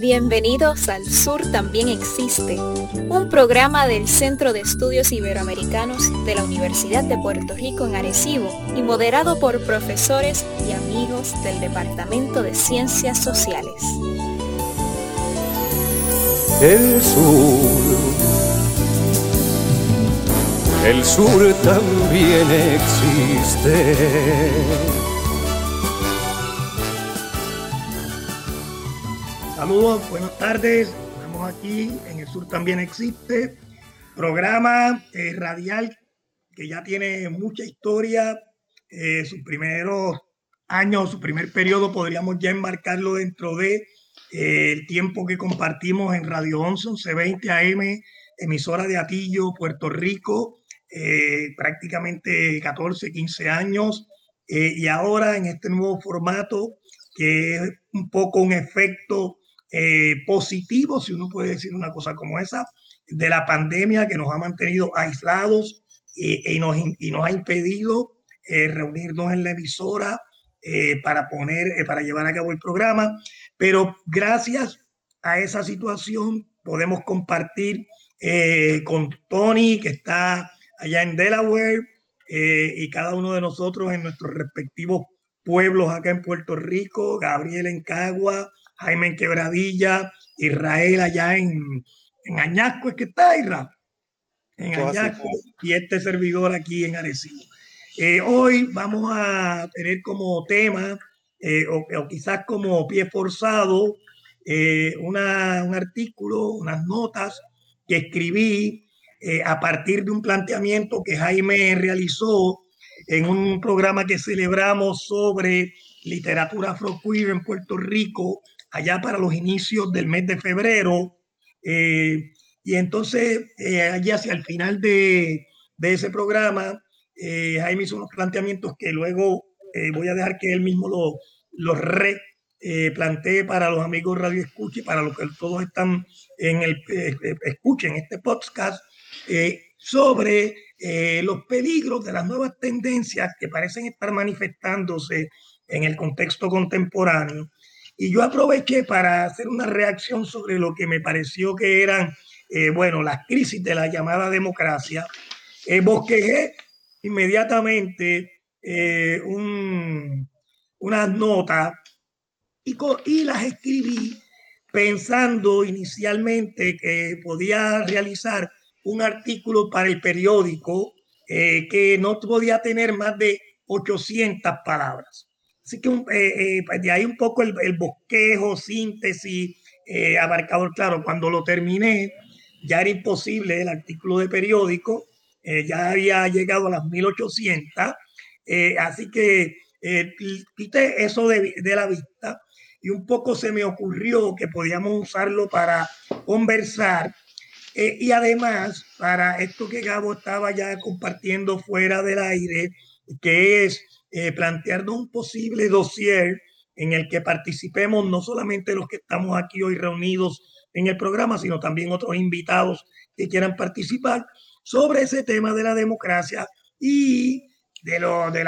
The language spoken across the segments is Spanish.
Bienvenidos al Sur También Existe, un programa del Centro de Estudios Iberoamericanos de la Universidad de Puerto Rico en Arecibo y moderado por profesores y amigos del Departamento de Ciencias Sociales. El sur también existe. Saludos, buenas tardes. Estamos aquí en El Sur También Existe, programa radial que ya tiene mucha historia. Sus primeros años, su primer periodo, podríamos ya enmarcarlo dentro de el tiempo que compartimos en Radio 1120 AM, emisora de Atillo, Puerto Rico, prácticamente 14, 15 años. Y ahora en este nuevo formato, que es un poco un efecto positivo, si uno puede decir una cosa como esa, de la pandemia que nos ha mantenido aislados y nos ha impedido reunirnos en la emisora para llevar a cabo el programa. Pero gracias a esa situación podemos compartir con Tony, que está allá en Delaware, y cada uno de nosotros en nuestros respectivos pueblos acá en Puerto Rico, Gabriel en Cagua, Jaime en Quebradilla, Israel allá en Añasco, es que está Israel, en Añasco, y este servidor aquí en Arecibo. Hoy vamos a tener como tema, o quizás como pie forzado, un artículo, unas notas que escribí a partir de un planteamiento que Jaime realizó en un programa que celebramos sobre literatura afroqueer en Puerto Rico, allá para los inicios del mes de febrero. Y entonces, allá hacia el final de ese programa, Jaime hizo unos planteamientos que luego voy a dejar que él mismo los plantee para los amigos Radio Escucha y para los que todos están escuchen este podcast, sobre los peligros de las nuevas tendencias que parecen estar manifestándose en el contexto contemporáneo. Y yo aproveché para hacer una reacción sobre lo que me pareció que eran, las crisis de la llamada democracia. Bosquejé inmediatamente unas notas y las escribí pensando inicialmente que podía realizar un artículo para el periódico que no podía tener más de 800 palabras. Así que de ahí un poco el bosquejo, síntesis, abarcador. Claro, cuando lo terminé ya era imposible el artículo de periódico, ya había llegado a las 1800, así que quité eso de la vista y un poco se me ocurrió que podíamos usarlo para conversar. Y además, para esto que Gabo estaba ya compartiendo fuera del aire, que es plantearnos un posible dossier en el que participemos no solamente los que estamos aquí hoy reunidos en el programa, sino también otros invitados que quieran participar sobre ese tema de la democracia y de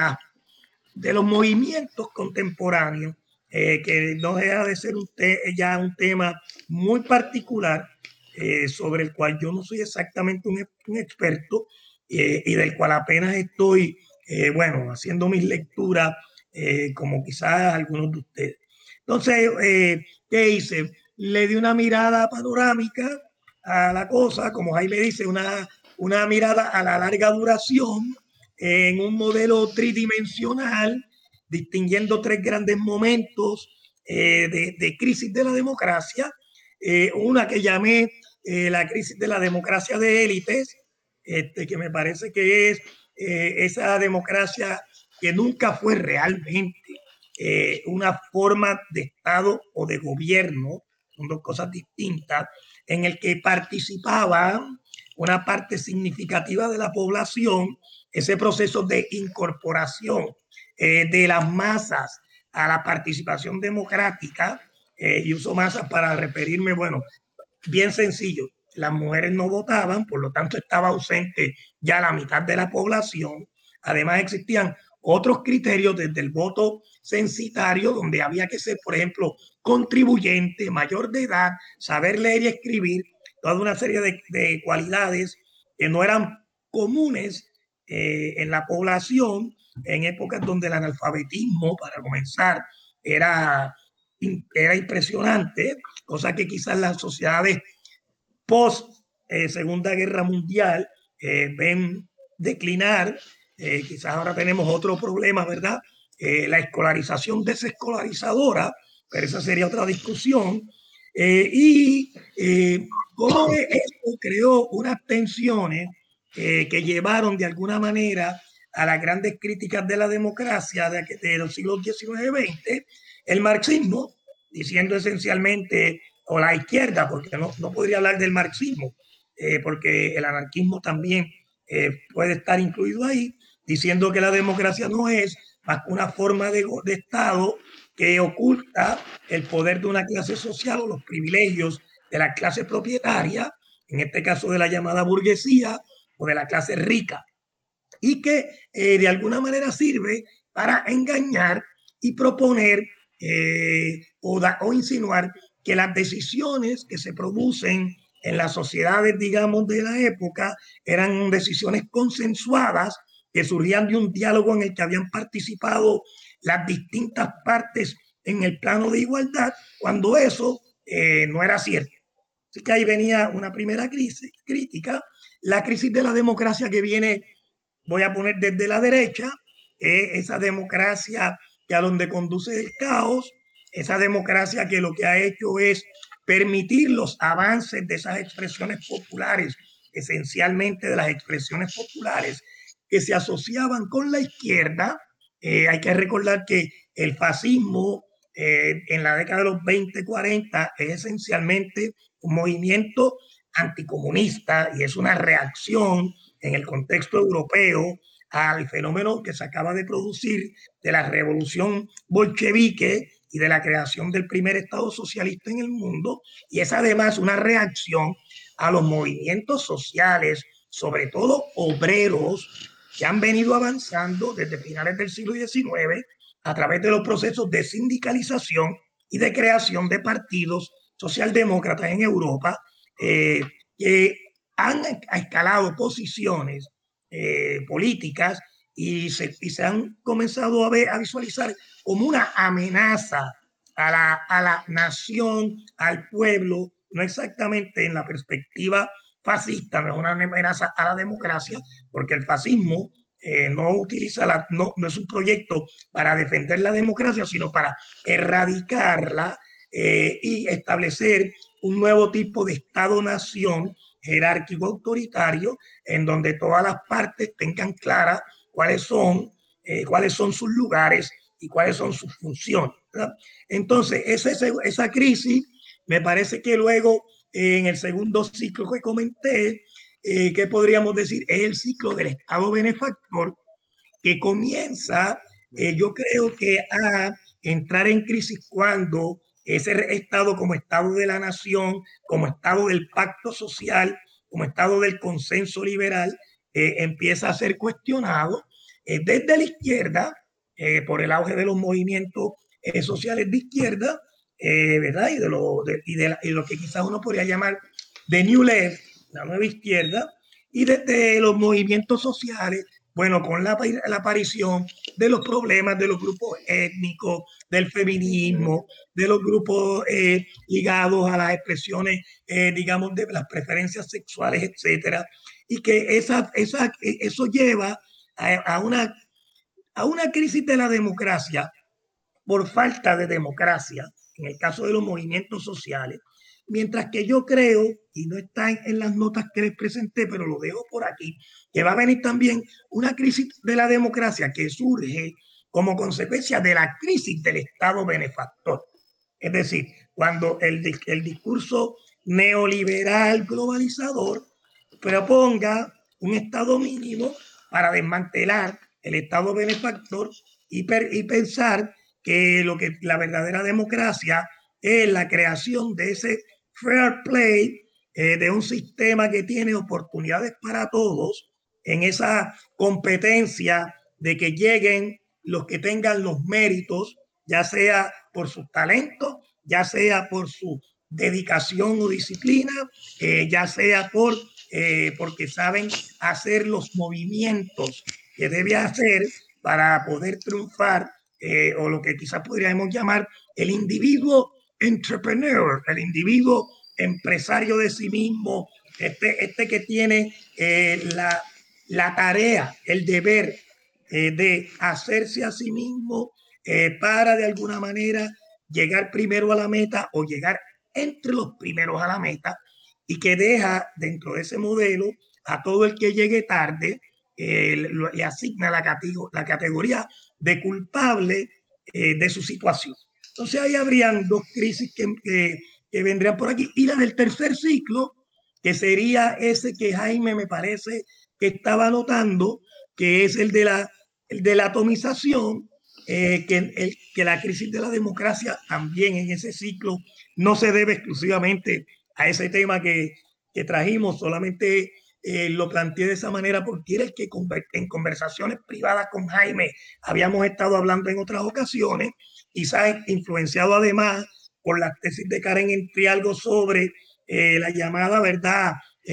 los movimientos contemporáneos, que no deja de ser ya un tema muy particular, sobre el cual yo no soy exactamente un experto, y del cual apenas estoy, haciendo mis lecturas, como quizás algunos de ustedes. Entonces, ¿qué hice? Le di una mirada panorámica a la cosa, como Jaime dice, una mirada a la larga duración, en un modelo tridimensional, distinguiendo tres grandes momentos de crisis de la democracia. Una que llamé la crisis de la democracia de élites, que me parece que es esa democracia que nunca fue realmente una forma de Estado o de gobierno, son dos cosas distintas, en el que participaba una parte significativa de la población, ese proceso de incorporación de las masas a la participación democrática. Y uso masas para referirme, bien sencillo, las mujeres no votaban, por lo tanto estaba ausente ya la mitad de la población. Además existían otros criterios desde el voto censitario, donde había que ser, por ejemplo, contribuyente, mayor de edad, saber leer y escribir, toda una serie de cualidades que no eran comunes en la población en épocas donde el analfabetismo, para comenzar, era impresionante, cosa que quizás las sociedades post Segunda Guerra Mundial ven declinar. Quizás ahora tenemos otro problema, ¿verdad? La escolarización desescolarizadora, pero esa sería otra discusión. Cómo esto creó unas tensiones que llevaron de alguna manera a las grandes críticas de la democracia de los siglos XIX y XX, el marxismo, diciendo esencialmente, o la izquierda, porque no podría hablar del marxismo, porque el anarquismo también puede estar incluido ahí, diciendo que la democracia no es más que una forma de Estado que oculta el poder de una clase social o los privilegios de la clase propietaria, en este caso de la llamada burguesía o de la clase rica, y que de alguna manera sirve para engañar y proponer o insinuar que las decisiones que se producen en las sociedades, digamos, de la época eran decisiones consensuadas que surgían de un diálogo en el que habían participado las distintas partes en el plano de igualdad, cuando eso no era cierto. Así que ahí venía una primera crisis crítica, la crisis de la democracia que viene, voy a poner desde la derecha, esa democracia que a donde conduce el caos, esa democracia que lo que ha hecho es permitir los avances de esas expresiones populares, esencialmente de las expresiones populares que se asociaban con la izquierda. Hay que recordar que el fascismo en la década de los 20-40 es esencialmente un movimiento anticomunista y es una reacción en el contexto europeo al fenómeno que se acaba de producir de la revolución bolchevique y de la creación del primer Estado socialista en el mundo, y es además una reacción a los movimientos sociales, sobre todo obreros, que han venido avanzando desde finales del siglo XIX a través de los procesos de sindicalización y de creación de partidos socialdemócratas en Europa, que han escalado posiciones políticas y se han comenzado a visualizar como una amenaza a la nación, al pueblo, no exactamente en la perspectiva fascista, no es una amenaza a la democracia, porque el fascismo no utiliza no es un proyecto para defender la democracia, sino para erradicarla y establecer un nuevo tipo de Estado-nación jerárquico autoritario en donde todas las partes tengan claras cuáles son sus lugares y cuáles son sus funciones, ¿verdad? Entonces, esa crisis me parece que luego en el segundo ciclo que comenté, ¿qué podríamos decir? Es el ciclo del Estado benefactor que comienza, yo creo que a entrar en crisis cuando ese Estado como Estado de la nación, como Estado del pacto social, como Estado del consenso liberal, empieza a ser cuestionado desde la izquierda, por el auge de los movimientos sociales de izquierda, ¿verdad? Y lo que quizás uno podría llamar de New Left, la nueva izquierda, y desde los movimientos sociales, bueno, con la aparición de los problemas de los grupos étnicos, del feminismo, de los grupos ligados a las expresiones, digamos, de las preferencias sexuales, etcétera, y que eso lleva a una crisis de la democracia por falta de democracia, en el caso de los movimientos sociales, mientras que yo creo, y no está en las notas que les presenté, pero lo dejo por aquí, que va a venir también una crisis de la democracia que surge como consecuencia de la crisis del Estado benefactor. Es decir, cuando el discurso neoliberal globalizador proponga un Estado mínimo para desmantelar el Estado benefactor y pensar que la verdadera democracia es la creación de ese fair play, de un sistema que tiene oportunidades para todos en esa competencia de que lleguen los que tengan los méritos, ya sea por sus talentos, ya sea por su dedicación o disciplina, ya sea porque saben hacer los movimientos que debe hacer para poder triunfar, o lo que quizás podríamos llamar el individuo entrepreneur, el individuo empresario de sí mismo, este que tiene la tarea, el deber de hacerse a sí mismo para de alguna manera llegar primero a la meta o llegar entre los primeros a la meta, y que deja dentro de ese modelo a todo el que llegue tarde, le asigna la categoría de culpable de su situación. Entonces ahí habrían dos crisis que vendrían por aquí. Y la del tercer ciclo, que sería ese que Jaime me parece que estaba notando, que es el de la atomización, que la crisis de la democracia también en ese ciclo no se debe exclusivamente a ese tema que trajimos, solamente lo planteé de esa manera porque era el que en conversaciones privadas con Jaime habíamos estado hablando en otras ocasiones, quizás influenciado además por la tesis de Karen Entrialgo sobre la llamada, ¿verdad?,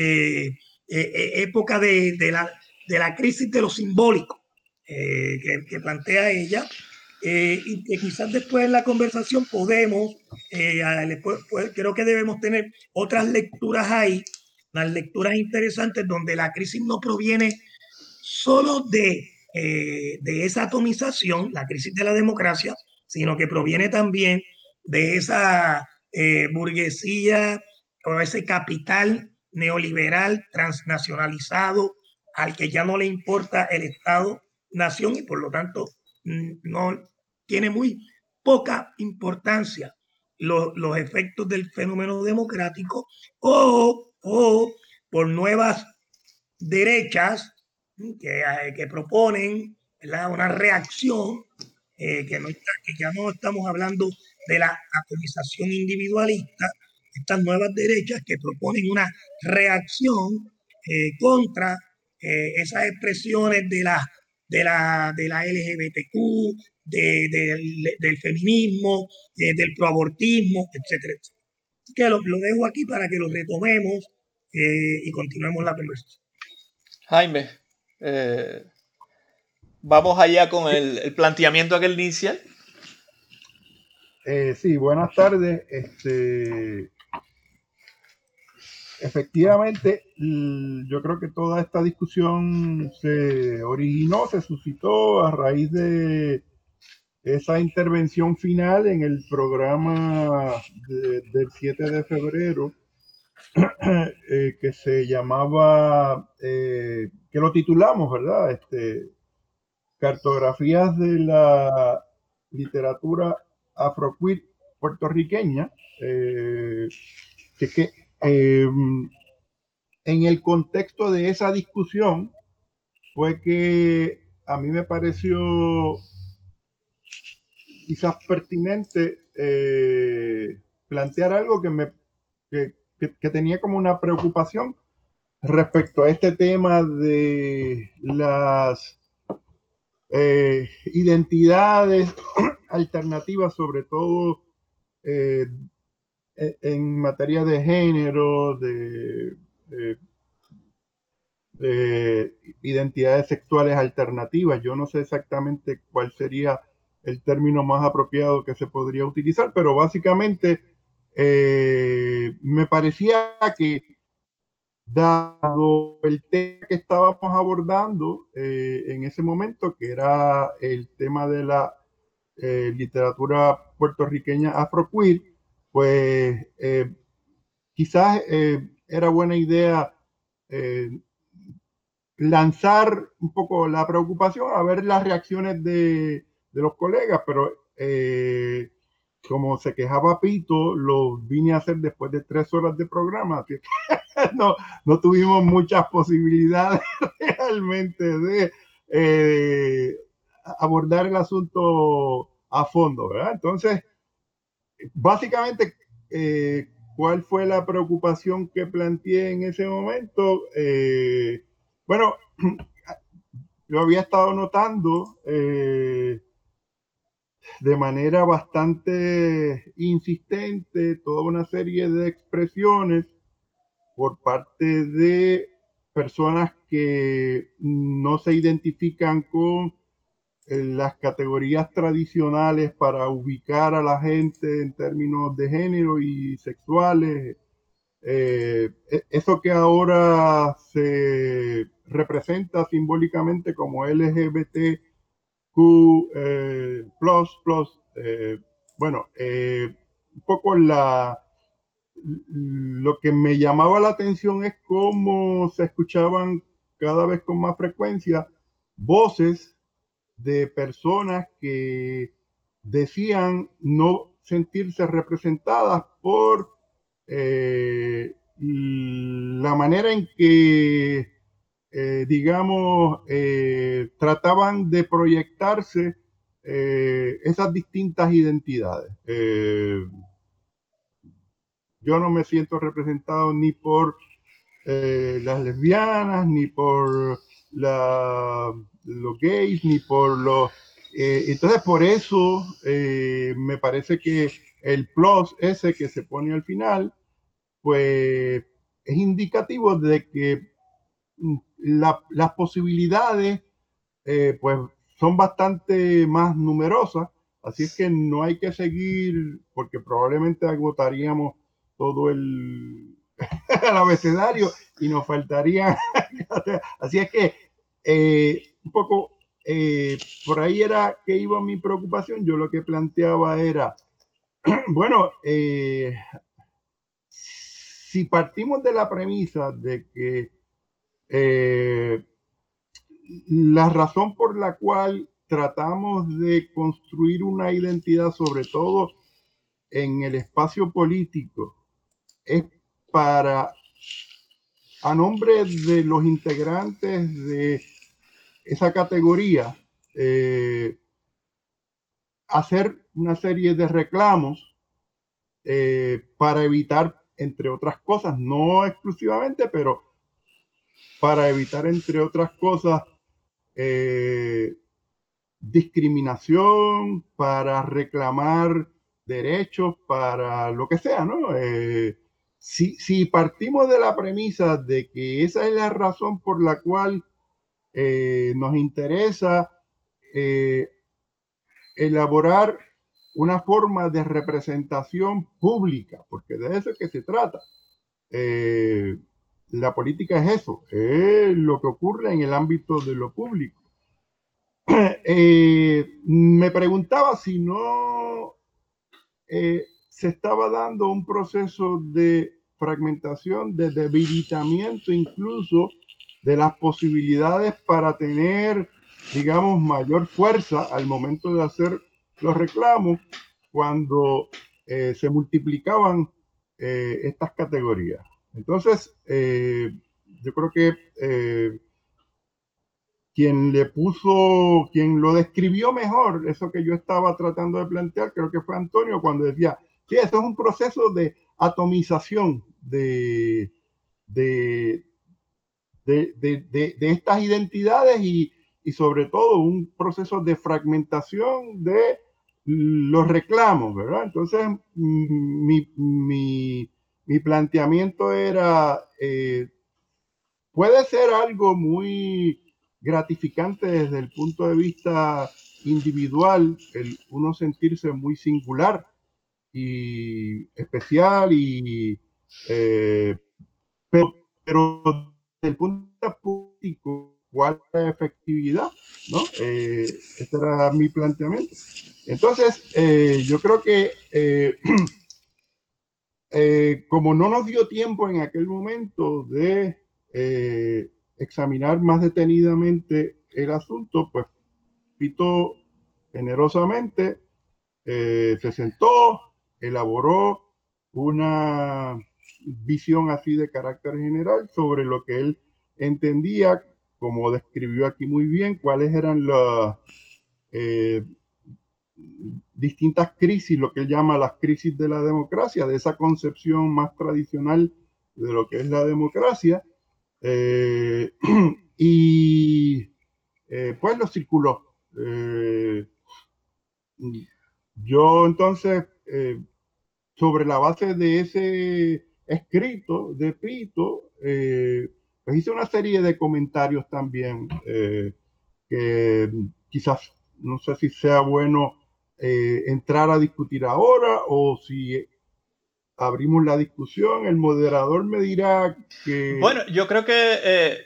época de la crisis de lo simbólico que plantea ella, y que quizás después en la conversación podemos, creo que debemos tener otras lecturas ahí, las lecturas interesantes donde la crisis no proviene solo de esa atomización, la crisis de la democracia, sino que proviene también de esa burguesía o ese capital neoliberal transnacionalizado al que ya no le importa el Estado-nación y por lo tanto no tiene muy poca importancia los efectos del fenómeno democrático, o por nuevas derechas que proponen, ¿verdad?, una reacción, que ya no estamos hablando de la atomización individualista, estas nuevas derechas que proponen una reacción contra esas expresiones de la LGBTQ, del feminismo, del proabortismo, etcétera, etcétera. Que lo dejo aquí para que lo retomemos y continuemos la conversación. Jaime, vamos allá con el planteamiento aquel inicial. Sí, buenas tardes. Efectivamente, yo creo que toda esta discusión se suscitó a raíz de esa intervención final en el programa del 7 de febrero, que se llamaba, que lo titulamos, ¿verdad? Cartografías de la literatura afroqueer puertorriqueña, en el contexto de esa discusión fue que a mí me pareció quizás pertinente plantear algo que tenía como una preocupación respecto a este tema de las identidades alternativas, sobre todo en materia de género, de identidades sexuales alternativas. Yo no sé exactamente cuál sería el término más apropiado que se podría utilizar, pero básicamente me parecía que, dado el tema que estábamos abordando en ese momento, que era el tema de la literatura puertorriqueña afroqueer, pues quizás era buena idea lanzar un poco la preocupación, a ver las reacciones de los colegas, pero como se quejaba Pito, lo vine a hacer después de 3 horas de programa, así que no tuvimos muchas posibilidades realmente de abordar el asunto a fondo, ¿verdad? Entonces, básicamente, ¿cuál fue la preocupación que planteé en ese momento? Bueno, yo había estado notando de manera bastante insistente toda una serie de expresiones por parte de personas que no se identifican con las categorías tradicionales para ubicar a la gente en términos de género y sexuales. Eso que ahora se representa simbólicamente como LGBTQ plus, bueno, un poco lo que me llamaba la atención es cómo se escuchaban cada vez con más frecuencia voces de personas que decían no sentirse representadas por la manera en que, digamos, trataban de proyectarse esas distintas identidades. Yo no me siento representado ni por las lesbianas, ni por los gays, ni por los... entonces, por eso me parece que el plus ese que se pone al final, pues es indicativo de que las posibilidades pues son bastante más numerosas, así es que no hay que seguir, porque probablemente agotaríamos todo el abecedario y nos faltaría. Así es que un poco por ahí era que iba mi preocupación. Yo lo que planteaba era, bueno, si partimos de la premisa de que la razón por la cual tratamos de construir una identidad, sobre todo en el espacio político, es para, a nombre de los integrantes de esa categoría, hacer una serie de reclamos para evitar, entre otras cosas, no exclusivamente, pero para evitar, entre otras cosas, discriminación, para reclamar derechos, para lo que sea, ¿no? Si partimos de la premisa de que esa es la razón por la cual nos interesa elaborar una forma de representación pública, porque de eso es que se trata. La política es eso, es lo que ocurre en el ámbito de lo público. Me preguntaba si no se estaba dando un proceso de fragmentación, de debilitamiento incluso de las posibilidades para tener, digamos, mayor fuerza al momento de hacer los reclamos cuando se multiplicaban estas categorías. Entonces, yo creo que quien lo describió mejor, eso que yo estaba tratando de plantear, creo que fue Antonio, cuando decía, sí, eso es un proceso de atomización de estas identidades y sobre todo un proceso de fragmentación de los reclamos, ¿verdad? Entonces, mi planteamiento era, puede ser algo muy gratificante desde el punto de vista individual, el uno sentirse muy singular y especial, pero desde el punto de vista político, ¿cuál es la efectividad? ¿No? Este era mi planteamiento. Entonces, yo creo que como no nos dio tiempo en aquel momento de examinar más detenidamente el asunto, pues Pito generosamente se sentó, elaboró una visión así de carácter general sobre lo que él entendía, como describió aquí muy bien, cuáles eran las distintas crisis, lo que él llama las crisis de la democracia, de esa concepción más tradicional de lo que es la democracia. Y pues lo circuló. Yo entonces, sobre la base de ese escrito de Pito, pues hice una serie de comentarios también, que quizás no sé si sea bueno entrar a discutir ahora o si abrimos la discusión. El moderador me dirá que... Bueno, yo creo que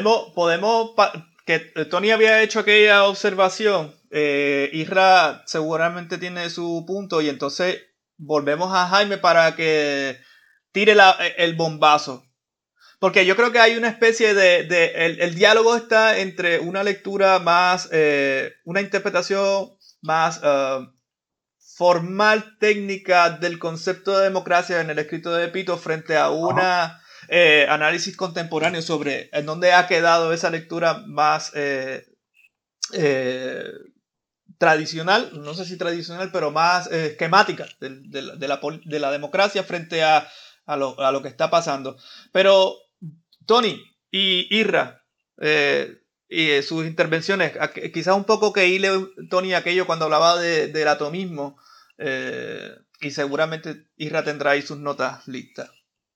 que Tony había hecho aquella observación, Isra seguramente tiene su punto y entonces volvemos a Jaime para que tire el bombazo. Porque yo creo que hay una especie el diálogo está entre una lectura más, una interpretación más formal, técnica del concepto de democracia en el escrito de Pito frente a una análisis contemporáneo sobre en dónde ha quedado esa lectura más tradicional, no sé si tradicional, pero más esquemática de la democracia frente a lo que está pasando. Pero Tony y Irra, y sus intervenciones, quizás un poco que hile Tony aquello cuando hablaba del atomismo, y seguramente Isra tendrá ahí sus notas listas.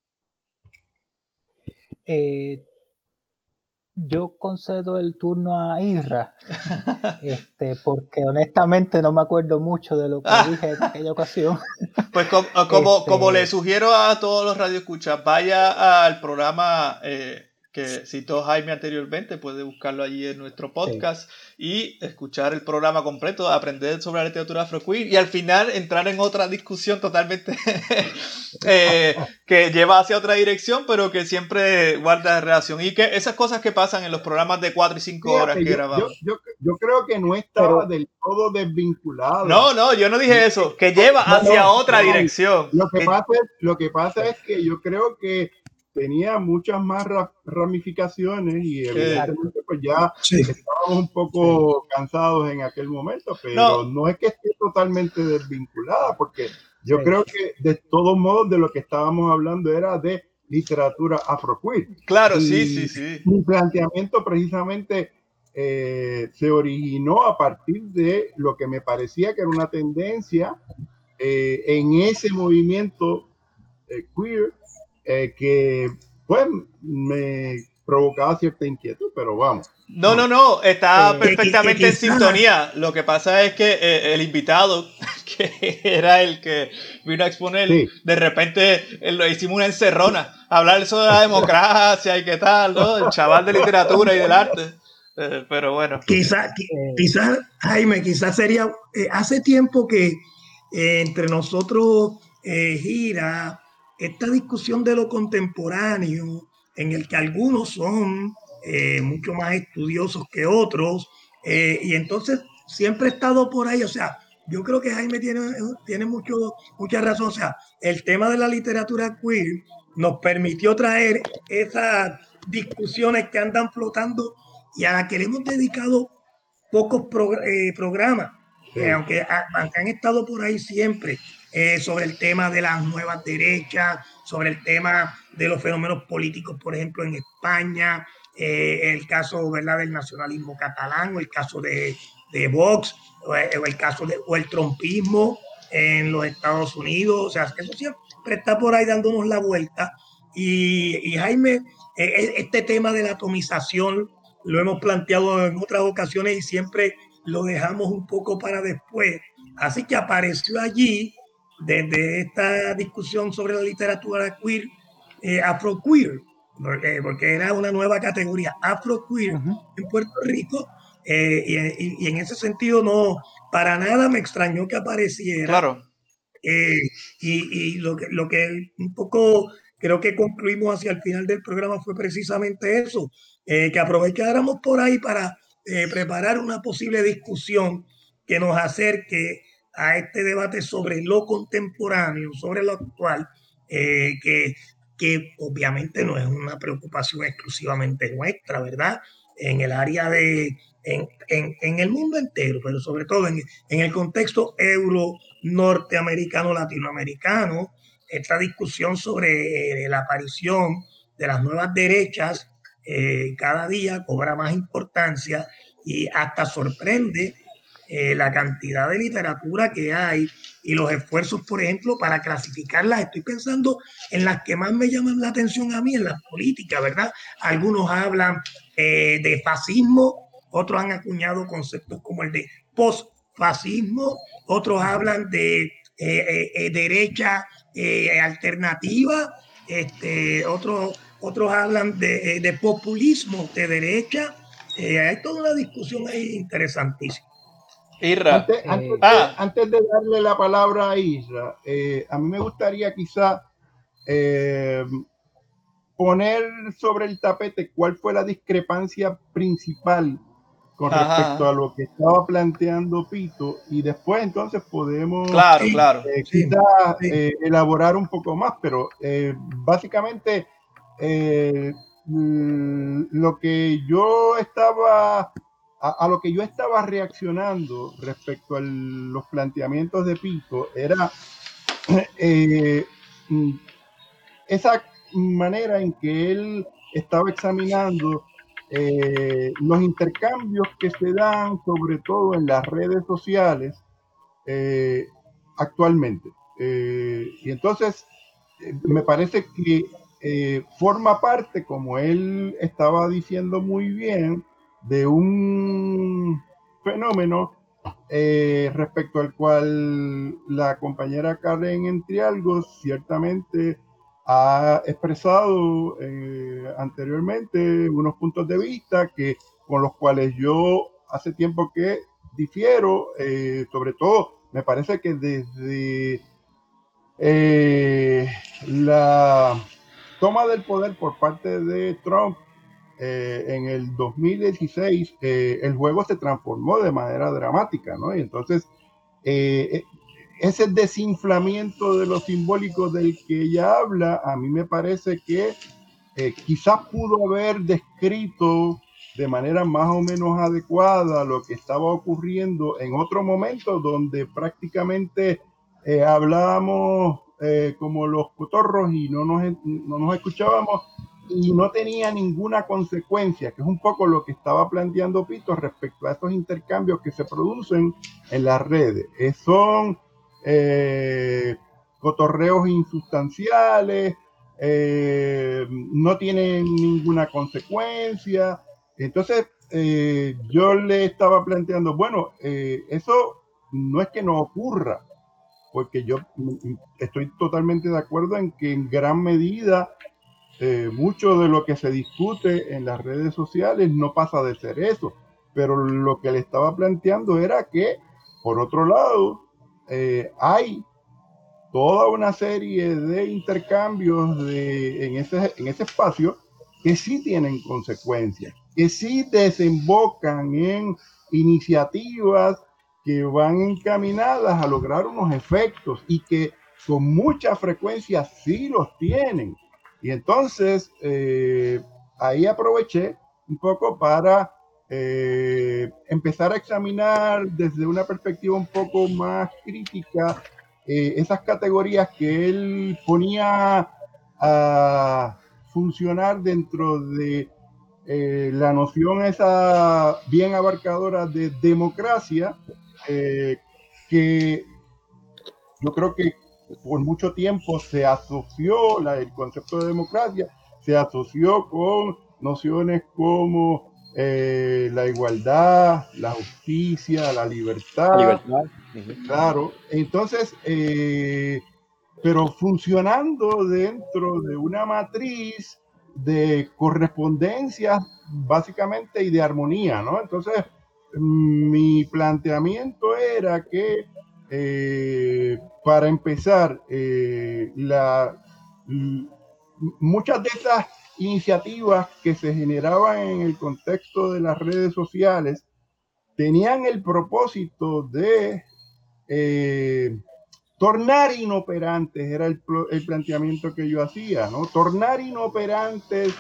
Yo concedo el turno a Isra, porque honestamente no me acuerdo mucho de lo que dije en aquella ocasión. Pues como le sugiero a todos los radioescuchas, vaya al programa que citó Jaime anteriormente, puede buscarlo allí en nuestro podcast y escuchar el programa completo, aprender sobre la literatura afroqueer y al final entrar en otra discusión totalmente que lleva hacia otra dirección, pero que siempre guarda relación. Y que esas cosas que pasan en los programas de 4 y 5 horas que grabamos. Yo creo que no estaba del todo desvinculado. No, yo no dije eso, que lleva hacia otra dirección. Lo que pasa es que yo creo que tenía muchas más ramificaciones y evidentemente pues ya estábamos un poco cansados en aquel momento, pero no es que esté totalmente desvinculada, porque yo creo que de todos modos de lo que estábamos hablando era de literatura afroqueer. Claro, sí. Mi planteamiento precisamente se originó a partir de lo que me parecía que era una tendencia en ese movimiento queer, que pues me provocaba cierta inquietud, pero vamos. No, está perfectamente en sintonía. Lo que pasa es que el invitado, que era el que vino a exponer, de repente lo hicimos una encerrona, hablar sobre la democracia y qué tal, ¿no? El chaval de literatura y del arte. Pero bueno. Quizás, Jaime, quizás sería, hace tiempo que entre nosotros gira esta discusión de lo contemporáneo, en el que algunos son mucho más estudiosos que otros, y entonces siempre he estado por ahí. O sea, yo creo que Jaime tiene mucha razón. O sea, el tema de la literatura queer nos permitió traer esas discusiones que andan flotando y a las que le hemos dedicado pocos programas, aunque han estado por ahí siempre. Sobre el tema de las nuevas derechas, sobre el tema de los fenómenos políticos, por ejemplo, en España, el caso, ¿verdad?, del nacionalismo catalán, o el caso de Vox, o el caso o el trumpismo en los Estados Unidos. O sea, eso siempre está por ahí dándonos la vuelta. Y Jaime, este tema de la atomización lo hemos planteado en otras ocasiones y siempre lo dejamos un poco para después. Así que apareció allí, desde esta discusión sobre la literatura queer, afroqueer, porque era una nueva categoría, afroqueer, en Puerto Rico, y en ese sentido no, para nada me extrañó que apareciera. Claro. Y lo que un poco creo que concluimos hacia el final del programa fue precisamente eso, que aprovecháramos por ahí para preparar una posible discusión que nos acerque a este debate sobre lo contemporáneo, sobre lo actual, que obviamente no es una preocupación exclusivamente nuestra, ¿verdad? En el área en el mundo entero, pero sobre todo en el contexto norteamericano, latinoamericano, esta discusión sobre la aparición de las nuevas derechas cada día cobra más importancia, y hasta sorprende la cantidad de literatura que hay y los esfuerzos, por ejemplo, para clasificarlas. Estoy pensando en las que más me llaman la atención a mí, en las políticas, ¿verdad? Algunos hablan de fascismo, otros han acuñado conceptos como el de postfascismo, otros hablan de derecha alternativa, otros hablan de populismo de derecha. Hay toda una discusión ahí interesantísima. Irra. Antes de darle la palabra a Isra, a mí me gustaría quizá poner sobre el tapete cuál fue la discrepancia principal con respecto a lo que estaba planteando Pito, y después entonces podemos elaborar un poco más, pero básicamente lo que yo estaba a lo que yo estaba reaccionando respecto a los planteamientos de Pito era esa manera en que él estaba examinando los intercambios que se dan, sobre todo en las redes sociales actualmente. Y entonces me parece que forma parte, como él estaba diciendo muy bien, de un fenómeno respecto al cual la compañera Karen Entrialgo ciertamente ha expresado anteriormente unos puntos de vista con los cuales yo hace tiempo que difiero. Sobre todo me parece que desde la toma del poder por parte de Trump en el 2016, el juego se transformó de manera dramática, ¿no? Y entonces ese desinflamiento de lo simbólico del que ella habla, a mí me parece que quizás pudo haber descrito de manera más o menos adecuada lo que estaba ocurriendo en otro momento, donde prácticamente hablábamos como los cotorros y no nos escuchábamos y no tenía ninguna consecuencia, que es un poco lo que estaba planteando Pito respecto a estos intercambios que se producen en las redes. Son cotorreos insustanciales, no tienen ninguna consecuencia. Entonces yo le estaba planteando, bueno, eso no es que no ocurra, porque yo estoy totalmente de acuerdo en que en gran medida mucho de lo que se discute en las redes sociales no pasa de ser eso, pero lo que le estaba planteando era que, por otro lado, hay toda una serie de intercambios en ese espacio que sí tienen consecuencias, que sí desembocan en iniciativas que van encaminadas a lograr unos efectos y que con mucha frecuencia sí los tienen. Y entonces ahí aproveché un poco para empezar a examinar desde una perspectiva un poco más crítica esas categorías que él ponía a funcionar dentro de la noción esa bien abarcadora de democracia, que yo creo que por mucho tiempo se asoció el concepto de democracia, se asoció con nociones como la igualdad, la justicia, la libertad. Claro, entonces, pero funcionando dentro de una matriz de correspondencias básicamente y de armonía, ¿no? Entonces, mi planteamiento era que para empezar, muchas de esas iniciativas que se generaban en el contexto de las redes sociales tenían el propósito de tornar inoperantes, era el planteamiento que yo hacía, ¿no? Tornar inoperantes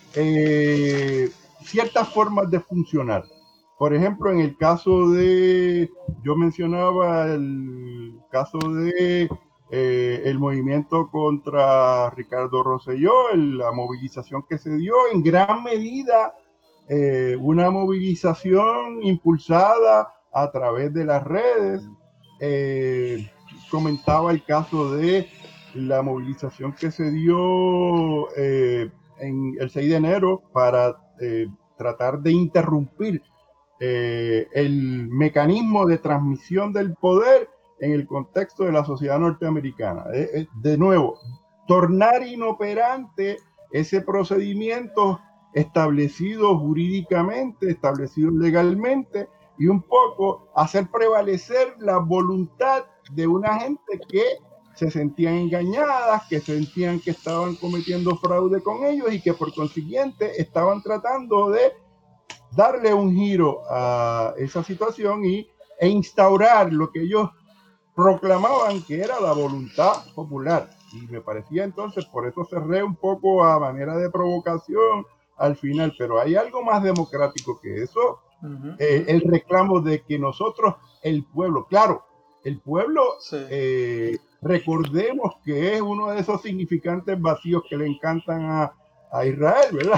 ciertas formas de funcionar. Por ejemplo, en el caso yo mencionaba el caso de el movimiento contra Ricardo Rosselló, la movilización que se dio en gran medida una movilización impulsada a través de las redes. Comentaba el caso de la movilización que se dio en el 6 de enero para tratar de interrumpir el mecanismo de transmisión del poder en el contexto de la sociedad norteamericana. De nuevo, tornar inoperante ese procedimiento establecido jurídicamente, establecido legalmente, y un poco hacer prevalecer la voluntad de una gente que se sentían engañadas, que sentían que estaban cometiendo fraude con ellos y que por consiguiente estaban tratando de darle un giro a esa situación e instaurar lo que ellos proclamaban que era la voluntad popular. Y me parecía entonces, por eso cerré un poco a manera de provocación al final, pero hay algo más democrático que eso. El reclamo de que nosotros, el pueblo, claro, el pueblo, sí. Recordemos que es uno de esos significantes vacíos que le encantan a Israel, ¿verdad?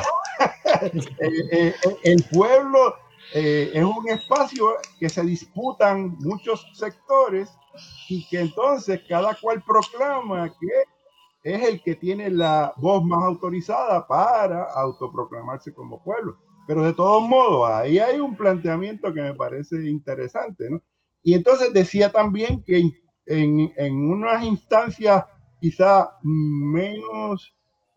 El pueblo es un espacio que se disputan muchos sectores y que entonces cada cual proclama que es el que tiene la voz más autorizada para autoproclamarse como pueblo. Pero de todos modos, ahí hay un planteamiento que me parece interesante, ¿no? Y entonces decía también que en unas instancias quizá menos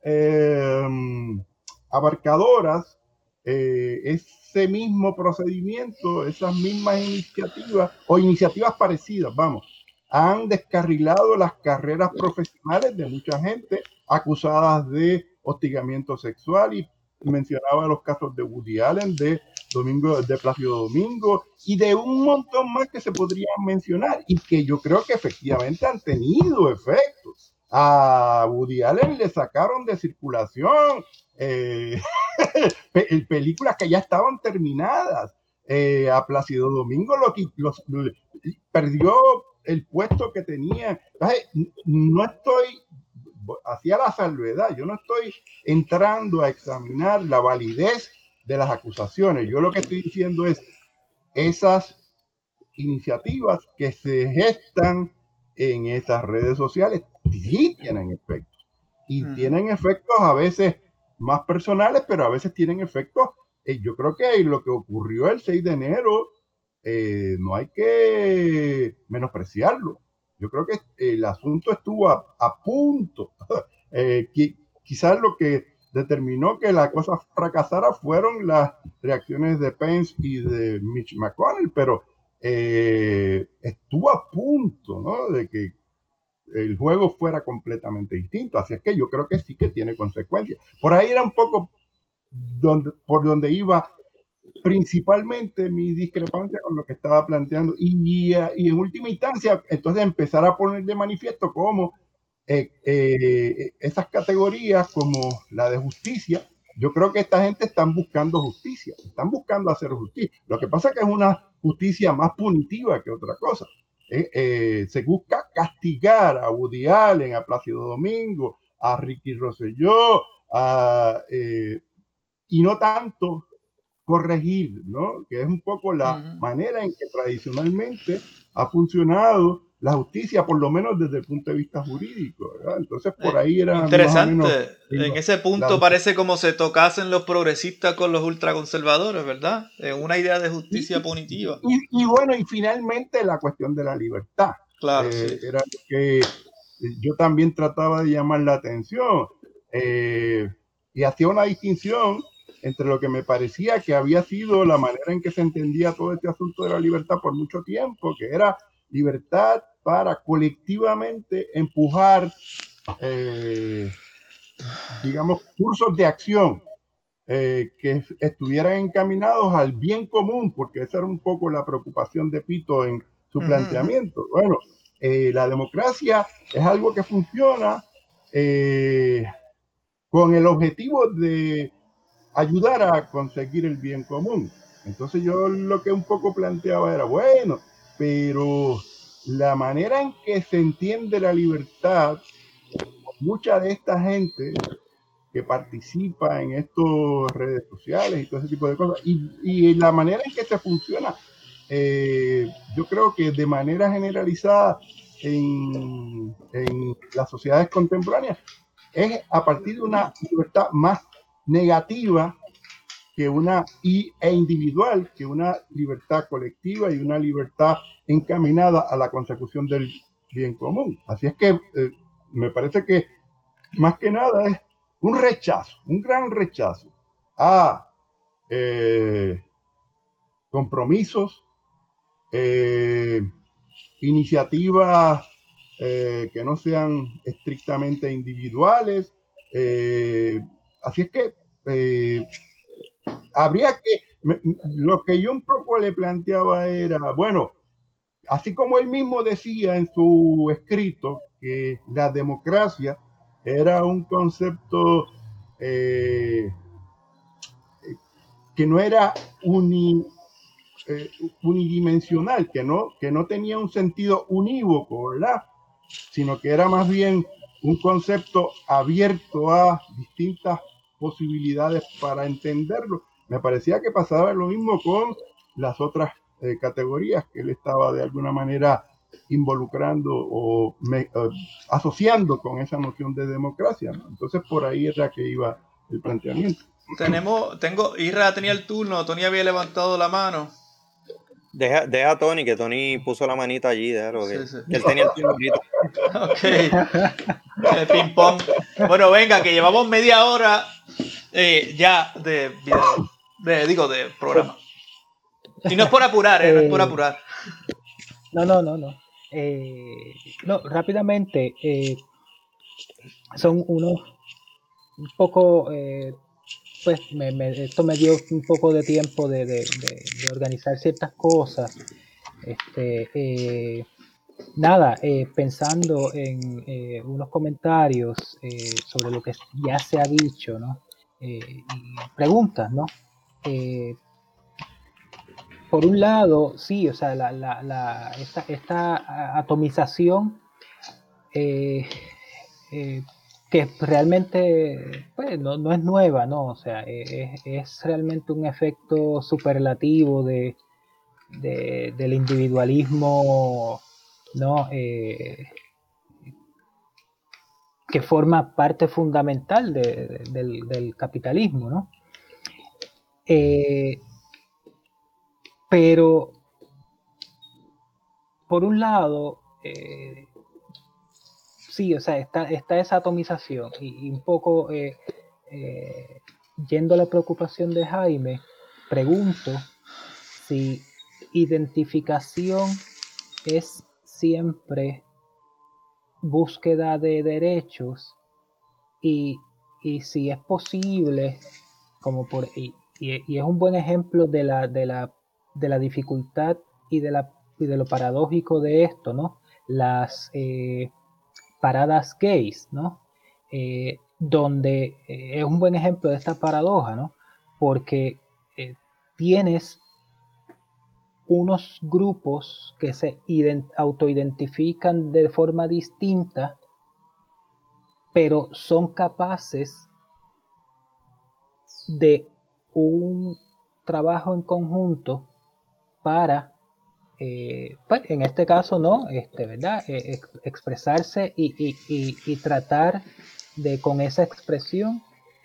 abarcadoras, ese mismo procedimiento, esas mismas iniciativas o iniciativas parecidas, vamos, han descarrilado las carreras profesionales de mucha gente acusadas de hostigamiento sexual, y mencionaba los casos de Woody Allen, de Plácido Domingo y de un montón más que se podrían mencionar y que yo creo que efectivamente han tenido efectos. A Woody Allen le sacaron de circulación películas que ya estaban terminadas. A Plácido Domingo perdió el puesto que tenía. Entonces, no estoy, hacia la salvedad, yo no estoy entrando a examinar la validez de las acusaciones. Yo lo que estoy diciendo es esas iniciativas que se gestan en esas redes sociales sí tienen efectos. Y tienen efectos a veces más personales, pero a veces tienen efectos. Yo creo que lo que ocurrió el 6 de enero no hay que menospreciarlo. Yo creo que el asunto estuvo a punto. Quizás lo que determinó que la cosa fracasara fueron las reacciones de Pence y de Mitch McConnell, pero estuvo a punto, ¿no?, de que el juego fuera completamente distinto. Así es que yo creo que sí que tiene consecuencias. Por ahí era un poco por donde iba principalmente mi discrepancia con lo que estaba planteando, y en última instancia entonces empezar a poner de manifiesto cómo esas categorías como la de justicia, yo creo que esta gente están buscando justicia, están buscando hacer justicia. Lo que pasa es que es una justicia más punitiva que otra cosa. Se busca castigar a Woody Allen, a Plácido Domingo, a Ricky Rosselló, y no tanto corregir, ¿no?, que es un poco la manera en que tradicionalmente ha funcionado la justicia, por lo menos desde el punto de vista jurídico, ¿verdad? Entonces por ahí era interesante. Más o menos, en ese punto parece como se tocasen los progresistas con los ultraconservadores, ¿verdad? Una idea de justicia punitiva. Y bueno, y finalmente la cuestión de la libertad. Claro, sí. Era lo que yo también trataba de llamar la atención, y hacía una distinción entre lo que me parecía que había sido la manera en que se entendía todo este asunto de la libertad por mucho tiempo, que era libertad para colectivamente empujar, digamos, cursos de acción que estuvieran encaminados al bien común, porque esa era un poco la preocupación de Pito en su planteamiento. Bueno, la democracia es algo que funciona con el objetivo de ayudar a conseguir el bien común. Entonces yo lo que un poco planteaba era, bueno, pero la manera en que se entiende la libertad, mucha de esta gente que participa en estas redes sociales y todo ese tipo de cosas. Y la manera en que se funciona, yo creo que de manera generalizada en las sociedades contemporáneas es a partir de una libertad más negativa que e individual que una libertad colectiva y una libertad encaminada a la consecución del bien común. Así es que me parece que más que nada es un rechazo, un gran rechazo a compromisos, iniciativas que no sean estrictamente individuales. Así es que habría lo que yo un poco le planteaba era, bueno, así como él mismo decía en su escrito que la democracia era un concepto que no era unidimensional, que no tenía un sentido unívoco, ¿verdad? Sino que era más bien un concepto abierto a distintas posibilidades para entenderlo. Me parecía que pasaba lo mismo con las otras categorías que él estaba de alguna manera involucrando o asociando con esa noción de democracia, ¿no? Entonces por ahí era que iba el planteamiento. Isra tenía el turno, Tony había levantado la mano. Deja a Tony, que Tony puso la manita allí, déjalo, sí. Que él tenía el turno ahorita. Ok. Ping pong. Bueno, venga, que llevamos media hora ya de video, de programa. Y no es por apurar, no es por apurar. No, rápidamente, son unos un poco, pues esto me dio un poco de tiempo de organizar ciertas cosas. Pensando en unos comentarios sobre lo que ya se ha dicho, ¿no? Y preguntas, ¿no? Por un lado, sí, o sea, esta atomización que realmente pues, no es nueva, ¿no? O sea, es realmente un efecto superlativo del individualismo, ¿no? Que forma parte fundamental del capitalismo, ¿no? Pero, por un lado, sí, o sea, está esa atomización y un poco yendo a la preocupación de Jaime, pregunto si identificación es siempre búsqueda de derechos y si es posible, y es un buen ejemplo de la dificultad y de lo paradójico de esto, ¿no? Las paradas gays, ¿no? Donde es un buen ejemplo de esta paradoja, ¿no? Porque tienes unos grupos que se autoidentifican de forma distinta, pero son capaces de un trabajo en conjunto para, pues, en este caso, ¿no? ¿Verdad? Expresarse y tratar de, con esa expresión,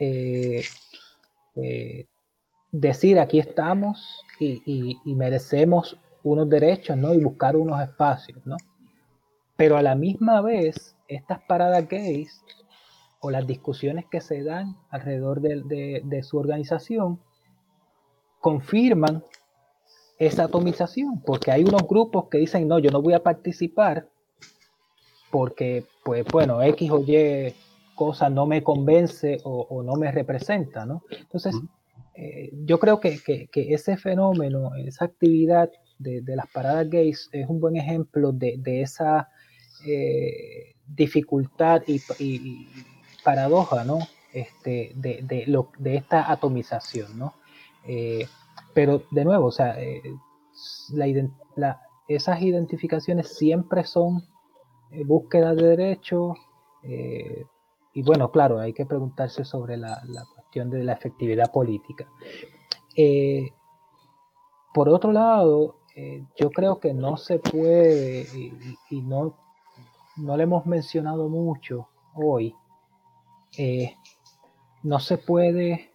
decir aquí estamos y merecemos unos derechos, ¿no? Y buscar unos espacios, ¿no? Pero a la misma vez, estas paradas gays o las discusiones que se dan alrededor de su organización confirman esa atomización, porque hay unos grupos que dicen, no, yo no voy a participar porque, pues bueno, X o Y cosa no me convence o no me representa, ¿no? Entonces, yo creo que ese fenómeno, esa actividad de las paradas gays es un buen ejemplo de esa dificultad y paradoja, ¿no? De esta atomización, ¿no? Pero de nuevo, o sea, esas identificaciones siempre son búsqueda de derechos, bueno, claro, hay que preguntarse sobre la cuestión de la efectividad política. Por otro lado, yo creo que no se puede, y no lo hemos mencionado mucho hoy, no se puede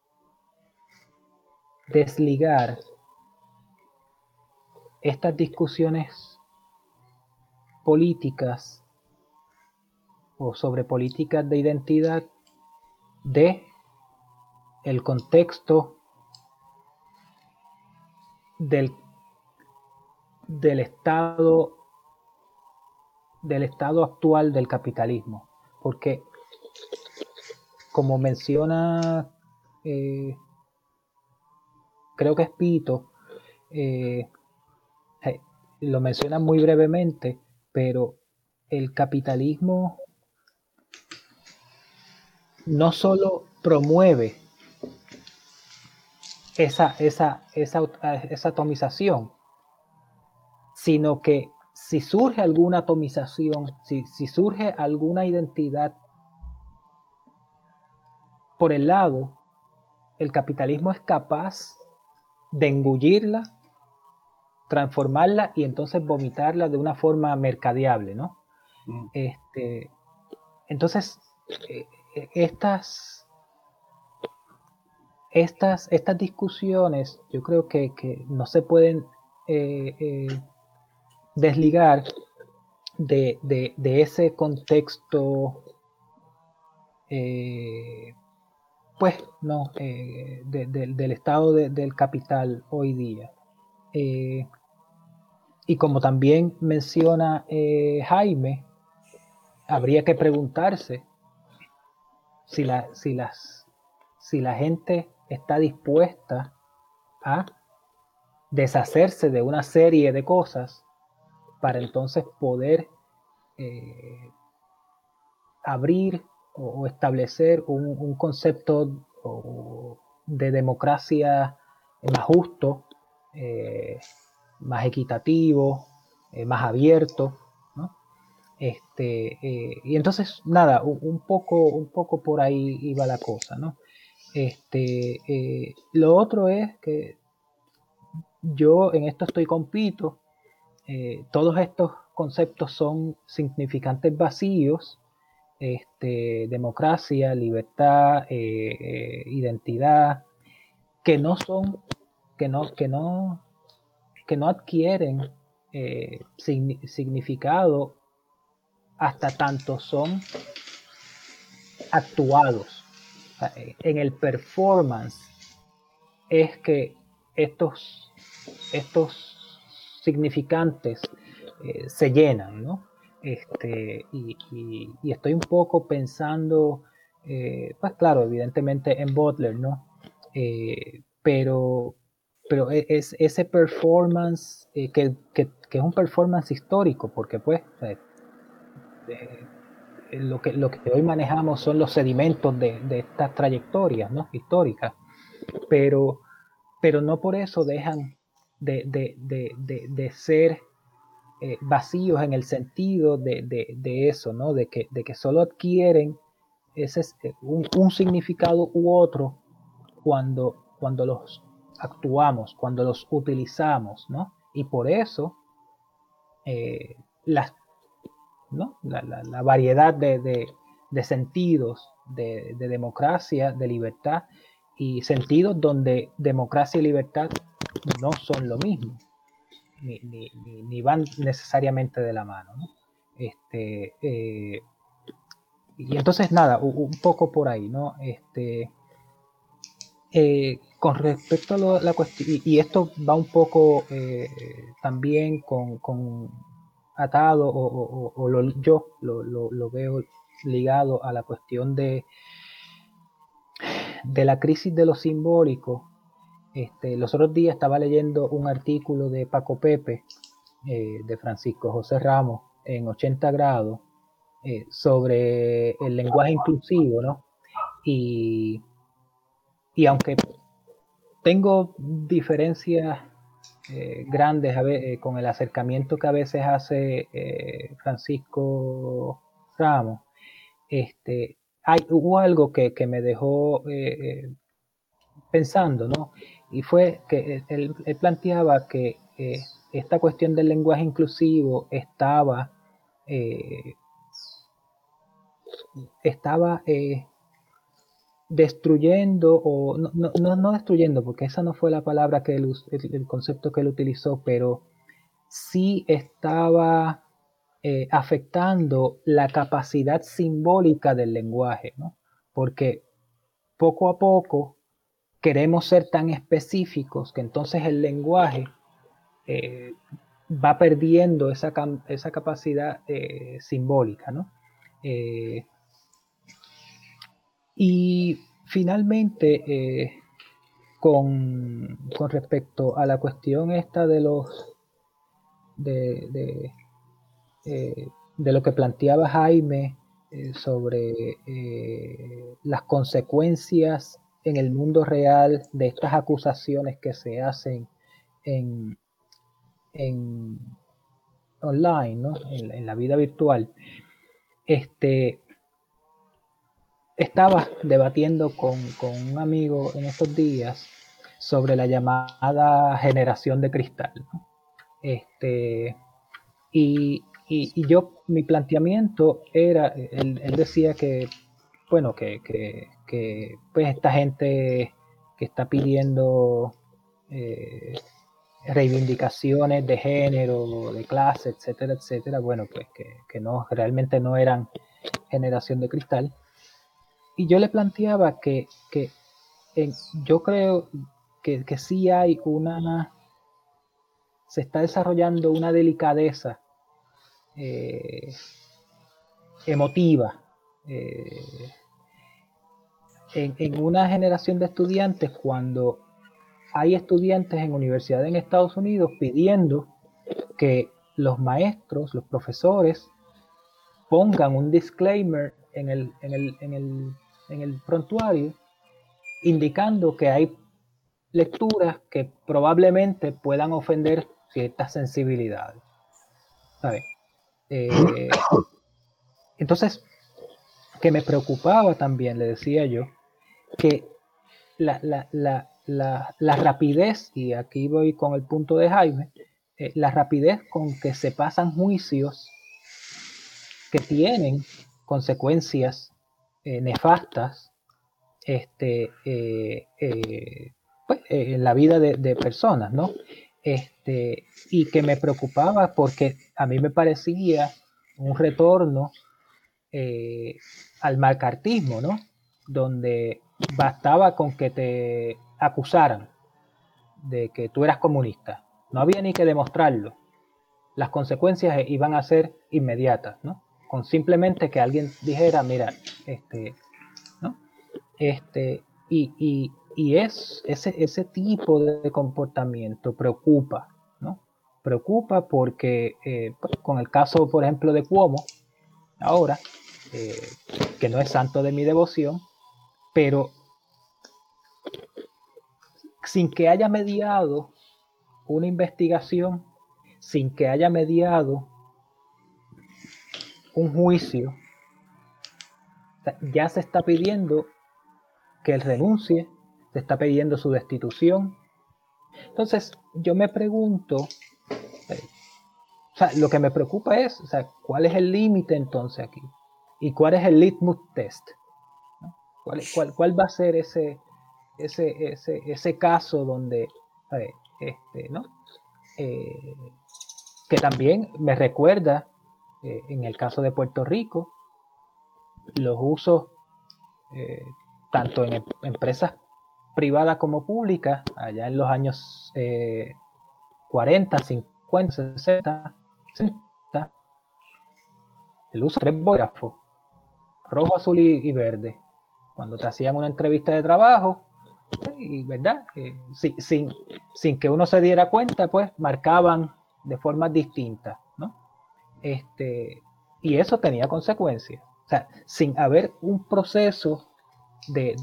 desligar estas discusiones políticas o sobre políticas de identidad de el contexto del estado actual del capitalismo, porque como menciona creo que es Pito, lo menciona muy brevemente, pero el capitalismo no solo promueve esa atomización, sino que si surge alguna atomización, si surge alguna identidad por el lado, el capitalismo es capaz de engullirla, transformarla y entonces vomitarla de una forma mercadeable, ¿no? Entonces, estas discusiones yo creo que no se pueden desligar de ese contexto pues no del estado del capital hoy día, y como también menciona Jaime, habría que preguntarse si la gente está dispuesta a deshacerse de una serie de cosas para entonces poder abrir o establecer un concepto de democracia más justo, más equitativo, más abierto, ¿no? Y entonces, nada, un poco por ahí iba la cosa, ¿no? Lo otro es que yo en esto estoy con Pito. Todos estos conceptos son significantes vacíos, democracia, libertad, identidad, que no adquieren significado hasta tanto son actuados. O sea, en el performance es que estos significantes se llenan, ¿no? Y estoy un poco pensando, pues claro, evidentemente en Butler, ¿no? Pero es ese performance que es un performance histórico, porque pues lo que hoy manejamos son los sedimentos de estas trayectorias, ¿no? Históricas, pero no por eso dejan de ser vacíos en el sentido de eso, ¿no? De que solo adquieren un significado u otro cuando los actuamos, cuando los utilizamos, ¿no? Y por eso ¿no? la variedad de sentidos de democracia, de libertad, y sentidos donde democracia y libertad no son lo mismo, ni van necesariamente de la mano, ¿no? Y entonces nada, un poco por ahí, ¿no? Con respecto a la cuestión, y esto va un poco también con atado, yo lo veo ligado a la cuestión de la crisis de lo simbólico. Los otros días estaba leyendo un artículo de Paco Pepe, de Francisco José Ramos, en 80 grados, sobre el lenguaje inclusivo, ¿no? Y aunque tengo diferencias grandes con el acercamiento que a veces hace Francisco Ramos, hubo algo que me dejó pensando, ¿no? Y fue que él planteaba que esta cuestión del lenguaje inclusivo estaba destruyendo, o no destruyendo, porque esa no fue la palabra que el concepto que él utilizó, pero sí estaba afectando la capacidad simbólica del lenguaje, ¿no? Porque poco a poco queremos ser tan específicos que entonces el lenguaje va perdiendo esa capacidad simbólica, ¿no? Y finalmente, con respecto a la cuestión esta de lo que planteaba Jaime sobre las consecuencias en el mundo real de estas acusaciones que se hacen en online, ¿no? En la vida virtual. Estaba debatiendo con un amigo en estos días sobre la llamada generación de cristal, ¿no? Y yo, mi planteamiento era, él decía que, bueno, que pues esta gente que está pidiendo reivindicaciones de género, de clase, etcétera, bueno, pues que no, realmente no eran generación de cristal. Y yo le planteaba que yo creo que sí hay se está desarrollando una delicadeza emotiva en una generación de estudiantes, cuando hay estudiantes en universidades en Estados Unidos pidiendo que los maestros, los profesores, pongan un disclaimer en el prontuario indicando que hay lecturas que probablemente puedan ofender ciertas sensibilidades, ¿sabes? Entonces, que me preocupaba también, le decía yo, que la rapidez, y aquí voy con el punto de Jaime, la rapidez con que se pasan juicios que tienen consecuencias nefastas pues, en la vida de personas, ¿no? Y que me preocupaba porque a mí me parecía un retorno al macartismo, ¿no? Donde bastaba con que te acusaran de que tú eras comunista. No había ni que demostrarlo. Las consecuencias iban a ser inmediatas, ¿no? Con simplemente que alguien dijera, mira, ¿no? Y ese tipo de comportamiento preocupa, ¿no? Preocupa porque pues, con el caso, por ejemplo, de Cuomo, ahora, que no es santo de mi devoción, pero sin que haya mediado una investigación, sin que haya mediado un juicio, ya se está pidiendo que él renuncie, se está pidiendo su destitución. Entonces, yo me pregunto, o sea, lo que me preocupa es, o sea, ¿cuál es el límite entonces aquí? ¿Y cuál es el litmus test? ¿No? ¿Cuál va a ser ese caso donde, ¿no? Que también me recuerda, en el caso de Puerto Rico, los usos, tanto en empresas privadas como públicas, allá en los años 40, 50, 60, el uso de 3 bolígrafos, rojo, azul y verde, cuando te hacían una entrevista de trabajo, y verdad, sin que uno se diera cuenta, pues marcaban de formas distintas, ¿no? Y eso tenía consecuencias. O sea, sin haber un proceso de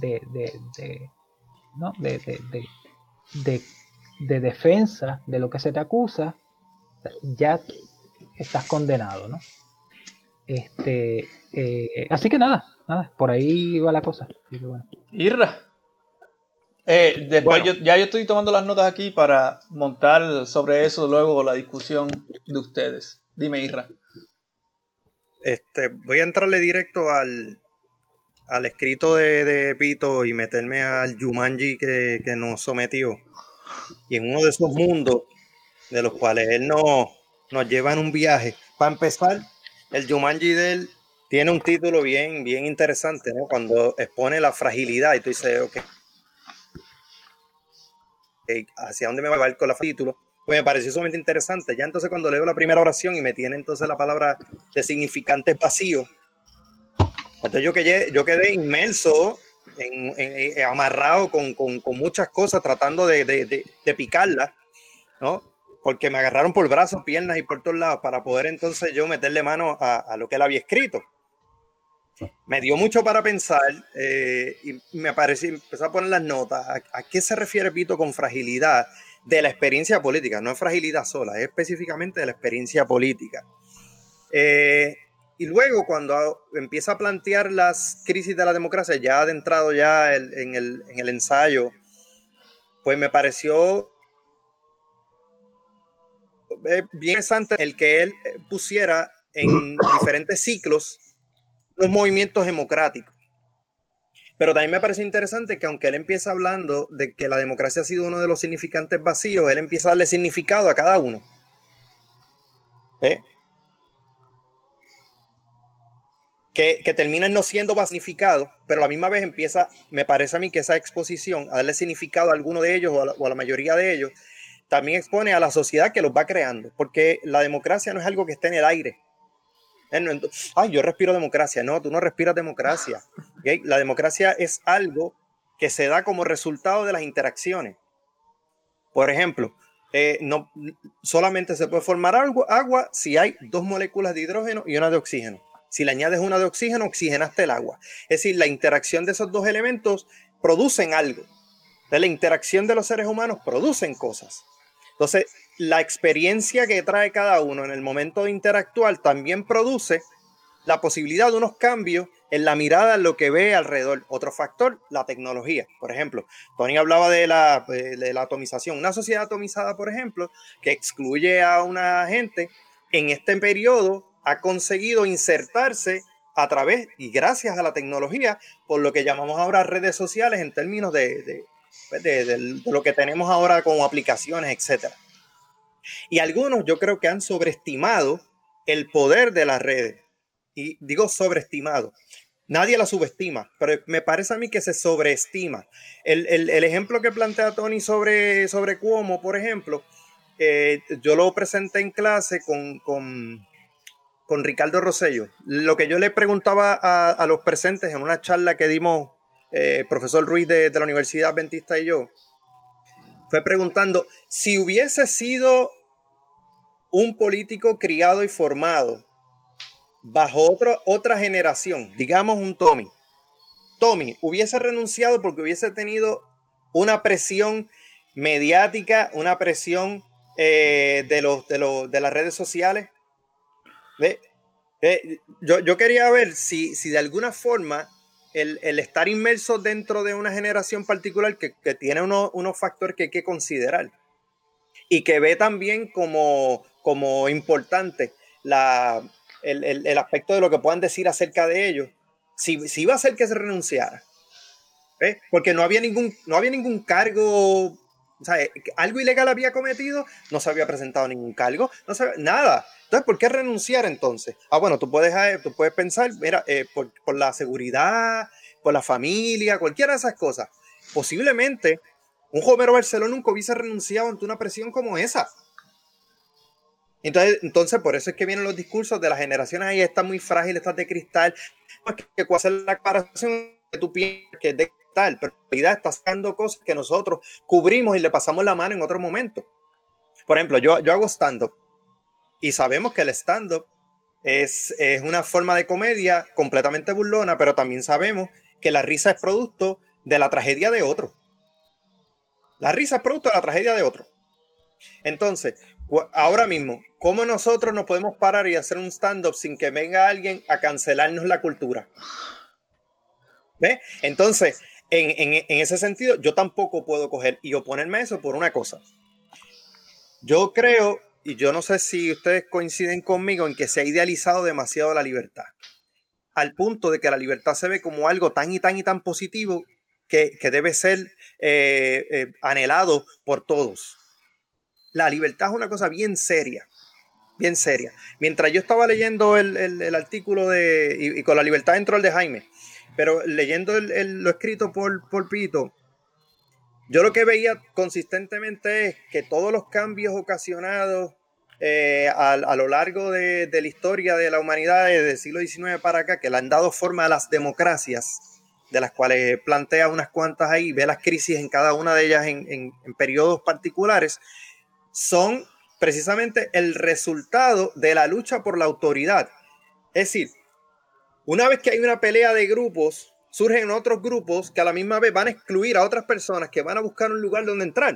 defensa de lo que se te acusa, ya estás condenado, ¿no? Así que nada, por ahí va la cosa. Bueno. Irra. Después bueno. yo estoy tomando las notas aquí para montar sobre eso luego la discusión de ustedes. Dime, Irra. Voy a entrarle directo al escrito de Pito y meterme al Jumanji que nos sometió. Y en uno de esos mundos de los cuales él nos lleva en un viaje. Para empezar, el Jumanji de él tiene un título bien interesante, ¿no? Cuando expone la fragilidad y tú dices, ok, ¿hacia dónde me va a llevar con la título? Pues me pareció sumamente interesante. Ya entonces cuando leo la primera oración y me tiene entonces la palabra de significantes vacíos, entonces yo quedé inmerso, amarrado con muchas cosas, tratando de picarlas, ¿no? Porque me agarraron por brazos, piernas y por todos lados para poder entonces yo meterle mano a lo que él había escrito. Me dio mucho para pensar y empezó a poner las notas. ¿A qué se refiere Pito con fragilidad de la experiencia política? No es fragilidad sola, es específicamente de la experiencia política. Y luego cuando empieza a plantear las crisis de la democracia, ya adentrado ya en el ensayo, pues me pareció bien interesante el que él pusiera en diferentes ciclos los movimientos democráticos. Pero también me parece interesante que aunque él empieza hablando de que la democracia ha sido uno de los significantes vacíos, él empieza a darle significado a cada uno. Que terminan no siendo significado, pero a la misma vez empieza, me parece a mí que esa exposición, a darle significado a alguno de ellos o a la mayoría de ellos, también expone a la sociedad que los va creando, porque la democracia no es algo que esté en el aire. Ay, yo respiro democracia. No, tú no respiras democracia. ¿Okay? La democracia es algo que se da como resultado de las interacciones. Por ejemplo, no solamente se puede formar agua si hay 2 moléculas de hidrógeno y una de oxígeno. Si le añades una de oxígeno, oxigenaste el agua. Es decir, la interacción de esos 2 elementos producen algo. Entonces, la interacción de los seres humanos producen cosas. Entonces, la experiencia que trae cada uno en el momento de interactuar también produce la posibilidad de unos cambios en la mirada en lo que ve alrededor. Otro factor, la tecnología. Por ejemplo, Tony hablaba de la atomización. Una sociedad atomizada, por ejemplo, que excluye a una gente, en este periodo ha conseguido insertarse a través y gracias a la tecnología, por lo que llamamos ahora redes sociales en términos de lo que tenemos ahora como aplicaciones, etcétera. Y algunos yo creo que han sobreestimado el poder de las redes. Y digo sobreestimado. Nadie la subestima, pero me parece a mí que se sobreestima. El ejemplo que plantea Tony sobre Cuomo, por ejemplo, yo lo presenté en clase con Ricardo Rosello. Lo que yo le preguntaba a los presentes en una charla que dimos profesor Ruiz de la Universidad Adventista y yo, fue preguntando si hubiese sido un político criado y formado bajo otra generación, digamos un Tommy hubiese renunciado porque hubiese tenido una presión mediática, una presión de las redes sociales. Yo quería ver si de alguna forma el estar inmerso dentro de una generación particular que tiene unos factores que hay que considerar y que ve también como importante el aspecto de lo que puedan decir acerca de ellos, si iba a ser que se renunciara, porque no había ningún cargo, o sea, algo ilegal había cometido, no se había presentado ningún cargo, no se había, nada. Entonces, ¿por qué renunciar entonces? Bueno, tú puedes pensar, mira, por la seguridad, por la familia, cualquiera de esas cosas. Posiblemente un Romero Barceló nunca hubiese renunciado ante una presión como esa. Entonces, por eso es que vienen los discursos de las generaciones ahí, están muy frágiles, están de cristal. Que cuál es la comparación que tú piensas que es de cristal, pero en realidad está sacando cosas que nosotros cubrimos y le pasamos la mano en otro momento. Por ejemplo, yo hago stand-up y sabemos que el stand-up es una forma de comedia completamente burlona, pero también sabemos que la risa es producto de la tragedia de otro. La risa es producto de la tragedia de otro. Entonces, ahora mismo, ¿cómo nosotros nos podemos parar y hacer un stand-up sin que venga alguien a cancelarnos la cultura? ¿Ves? Entonces, en ese sentido, yo tampoco puedo coger y oponerme a eso por una cosa. Yo creo, y yo no sé si ustedes coinciden conmigo, en que se ha idealizado demasiado la libertad, al punto de que la libertad se ve como algo tan y tan y tan positivo que debe ser anhelado por todos. La libertad es una cosa bien seria. Bien seria. Mientras yo estaba leyendo el artículo y con la libertad entró el de Jaime, pero leyendo lo escrito por Pito, yo lo que veía consistentemente es que todos los cambios ocasionados a lo largo de la historia de la humanidad desde el siglo XIX para acá, que le han dado forma a las democracias, de las cuales plantea unas cuantas ahí, ve las crisis en cada una de ellas en periodos particulares, son precisamente el resultado de la lucha por la autoridad. Es decir, una vez que hay una pelea de grupos, surgen otros grupos que a la misma vez van a excluir a otras personas que van a buscar un lugar donde entrar.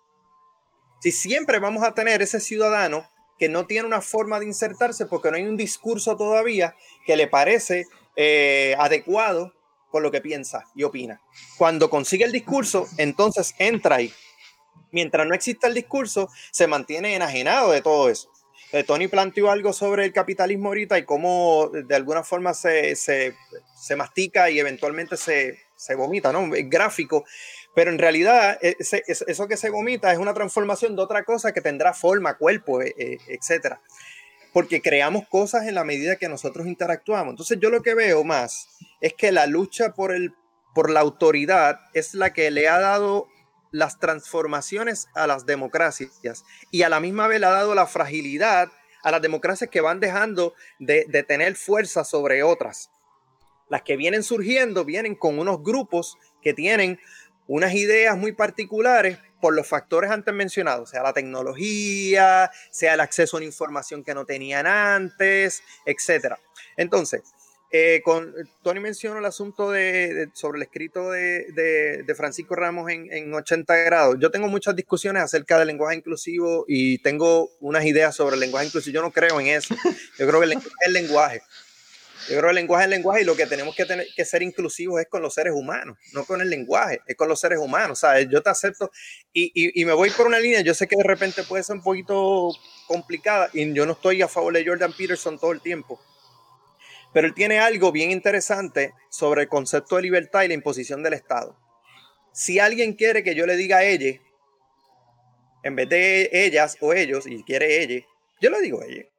Si siempre vamos a tener ese ciudadano que no tiene una forma de insertarse porque no hay un discurso todavía que le parece adecuado con lo que piensa y opina. Cuando consigue el discurso, entonces entra ahí. Mientras no exista el discurso, se mantiene enajenado de todo eso. Tony planteó algo sobre el capitalismo ahorita y cómo de alguna forma se mastica y eventualmente se vomita, ¿no? Es gráfico, pero en realidad eso que se vomita es una transformación de otra cosa que tendrá forma, cuerpo, etc. Porque creamos cosas en la medida que nosotros interactuamos. Entonces yo lo que veo más es que la lucha por la autoridad es la que le ha dado las transformaciones a las democracias y a la misma vez le ha dado la fragilidad a las democracias que van dejando de tener fuerza sobre otras. Las que vienen surgiendo vienen con unos grupos que tienen unas ideas muy particulares por los factores antes mencionados, sea la tecnología, sea el acceso a una información que no tenían antes, etc. Entonces, Tony mencionó el asunto sobre el escrito de Francisco Ramos en 80 grados. Yo tengo muchas discusiones acerca del lenguaje inclusivo y tengo unas ideas sobre el lenguaje inclusivo. Yo no creo en eso. Yo creo que el lenguaje es el lenguaje. Yo creo que el lenguaje es el lenguaje y lo que tenemos que ser inclusivos es con los seres humanos, no con el lenguaje, es con los seres humanos. ¿Sabes? Yo te acepto y me voy por una línea. Yo sé que de repente puede ser un poquito complicada y yo no estoy a favor de Jordan Peterson todo el tiempo. Pero él tiene algo bien interesante sobre el concepto de libertad y la imposición del Estado. Si alguien quiere que yo le diga a ella, en vez de ellas o ellos, y quiere ella, yo le digo ella.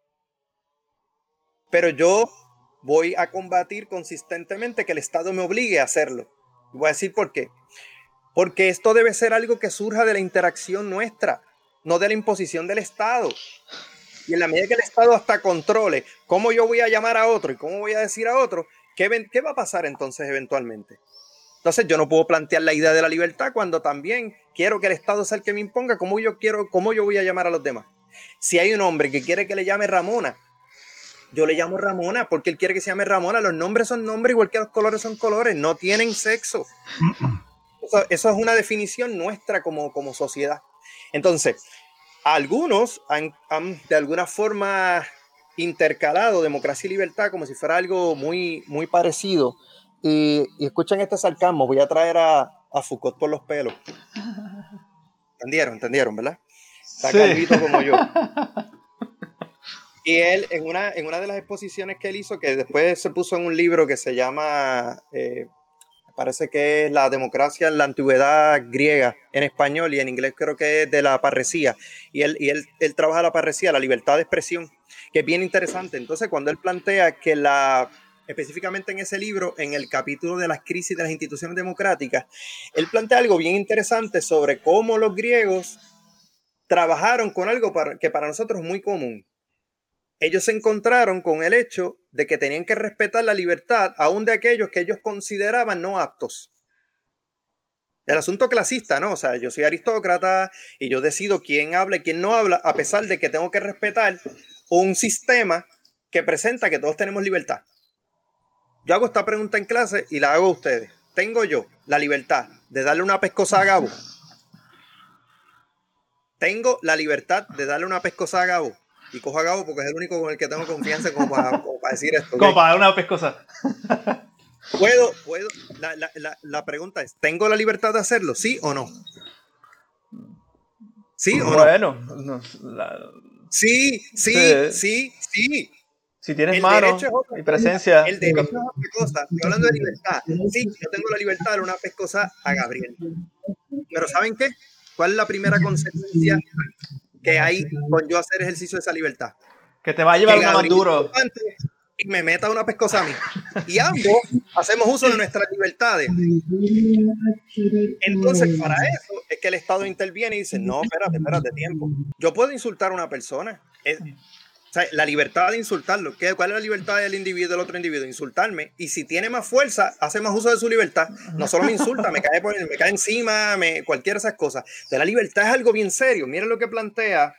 Pero yo voy a combatir consistentemente que el Estado me obligue a hacerlo. Y voy a decir por qué. Porque esto debe ser algo que surja de la interacción nuestra, no de la imposición del Estado. Y en la medida que el Estado hasta controle cómo yo voy a llamar a otro y cómo voy a decir a otro, ¿qué va a pasar entonces eventualmente? Entonces yo no puedo plantear la idea de la libertad cuando también quiero que el Estado sea el que me imponga cómo yo voy a llamar a los demás. Si hay un hombre que quiere que le llame Ramona, yo le llamo Ramona porque él quiere que se llame Ramona. Los nombres son nombres igual que los colores son colores, no tienen sexo. Eso es una definición nuestra como sociedad. Entonces, algunos han de alguna forma intercalado democracia y libertad como si fuera algo muy, muy parecido. Y escuchen este sarcasmo, voy a traer a Foucault por los pelos. ¿Entendieron, verdad? Está calvito como yo. Y él, en una de las exposiciones que él hizo, que después se puso en un libro que se llama... parece que es La democracia en la antigüedad griega en español y en inglés creo que es de la parresía. Y él trabaja la parresía, la libertad de expresión, que es bien interesante. Entonces, cuando él plantea que específicamente en ese libro, en el capítulo de las crisis de las instituciones democráticas, él plantea algo bien interesante sobre cómo los griegos trabajaron con algo que para nosotros es muy común. Ellos se encontraron con el hecho de que tenían que respetar la libertad aún de aquellos que ellos consideraban no aptos. El asunto clasista, ¿no? O sea, yo soy aristócrata y yo decido quién habla y quién no habla, a pesar de que tengo que respetar un sistema que presenta que todos tenemos libertad. Yo hago esta pregunta en clase y la hago a ustedes. ¿Tengo yo la libertad de darle una pescosa a Gabo? ¿Tengo la libertad de darle una pescosa a Gabo? Y cojo a Gabo porque es el único con el que tengo confianza como para decir esto. Como para dar una pescosa. ¿Puedo? La pregunta es, ¿tengo la libertad de hacerlo? ¿Sí o no? ¿Sí o no? Bueno, Sí. Si tienes El mano derecho es otra y cosa. presencia. El derecho es otra cosa. Estoy hablando de libertad. Sí, yo tengo la libertad de dar una pescosa a Gabriel. Pero ¿saben qué? ¿Cuál es la primera consecuencia que hay con yo hacer ejercicio de esa libertad? Que te va a llevar Que uno más duro. Y me meta una pescosa a mí. Y ambos hacemos uso de nuestras libertades. Entonces, para eso es que el Estado interviene y dice, no, espérate, tiempo. Yo puedo insultar a una persona. O sea, la libertad de insultarlo. ¿Cuál es la libertad del individuo, del otro individuo? Insultarme. Y si tiene más fuerza, hace más uso de su libertad. No solo me insulta, me cae encima, cualquiera de esas cosas. De la libertad es algo bien serio. Miren lo que plantea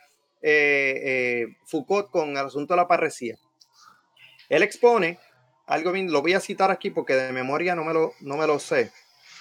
Foucault con el asunto de la parresía. Él expone algo bien, lo voy a citar aquí porque de memoria no me lo sé.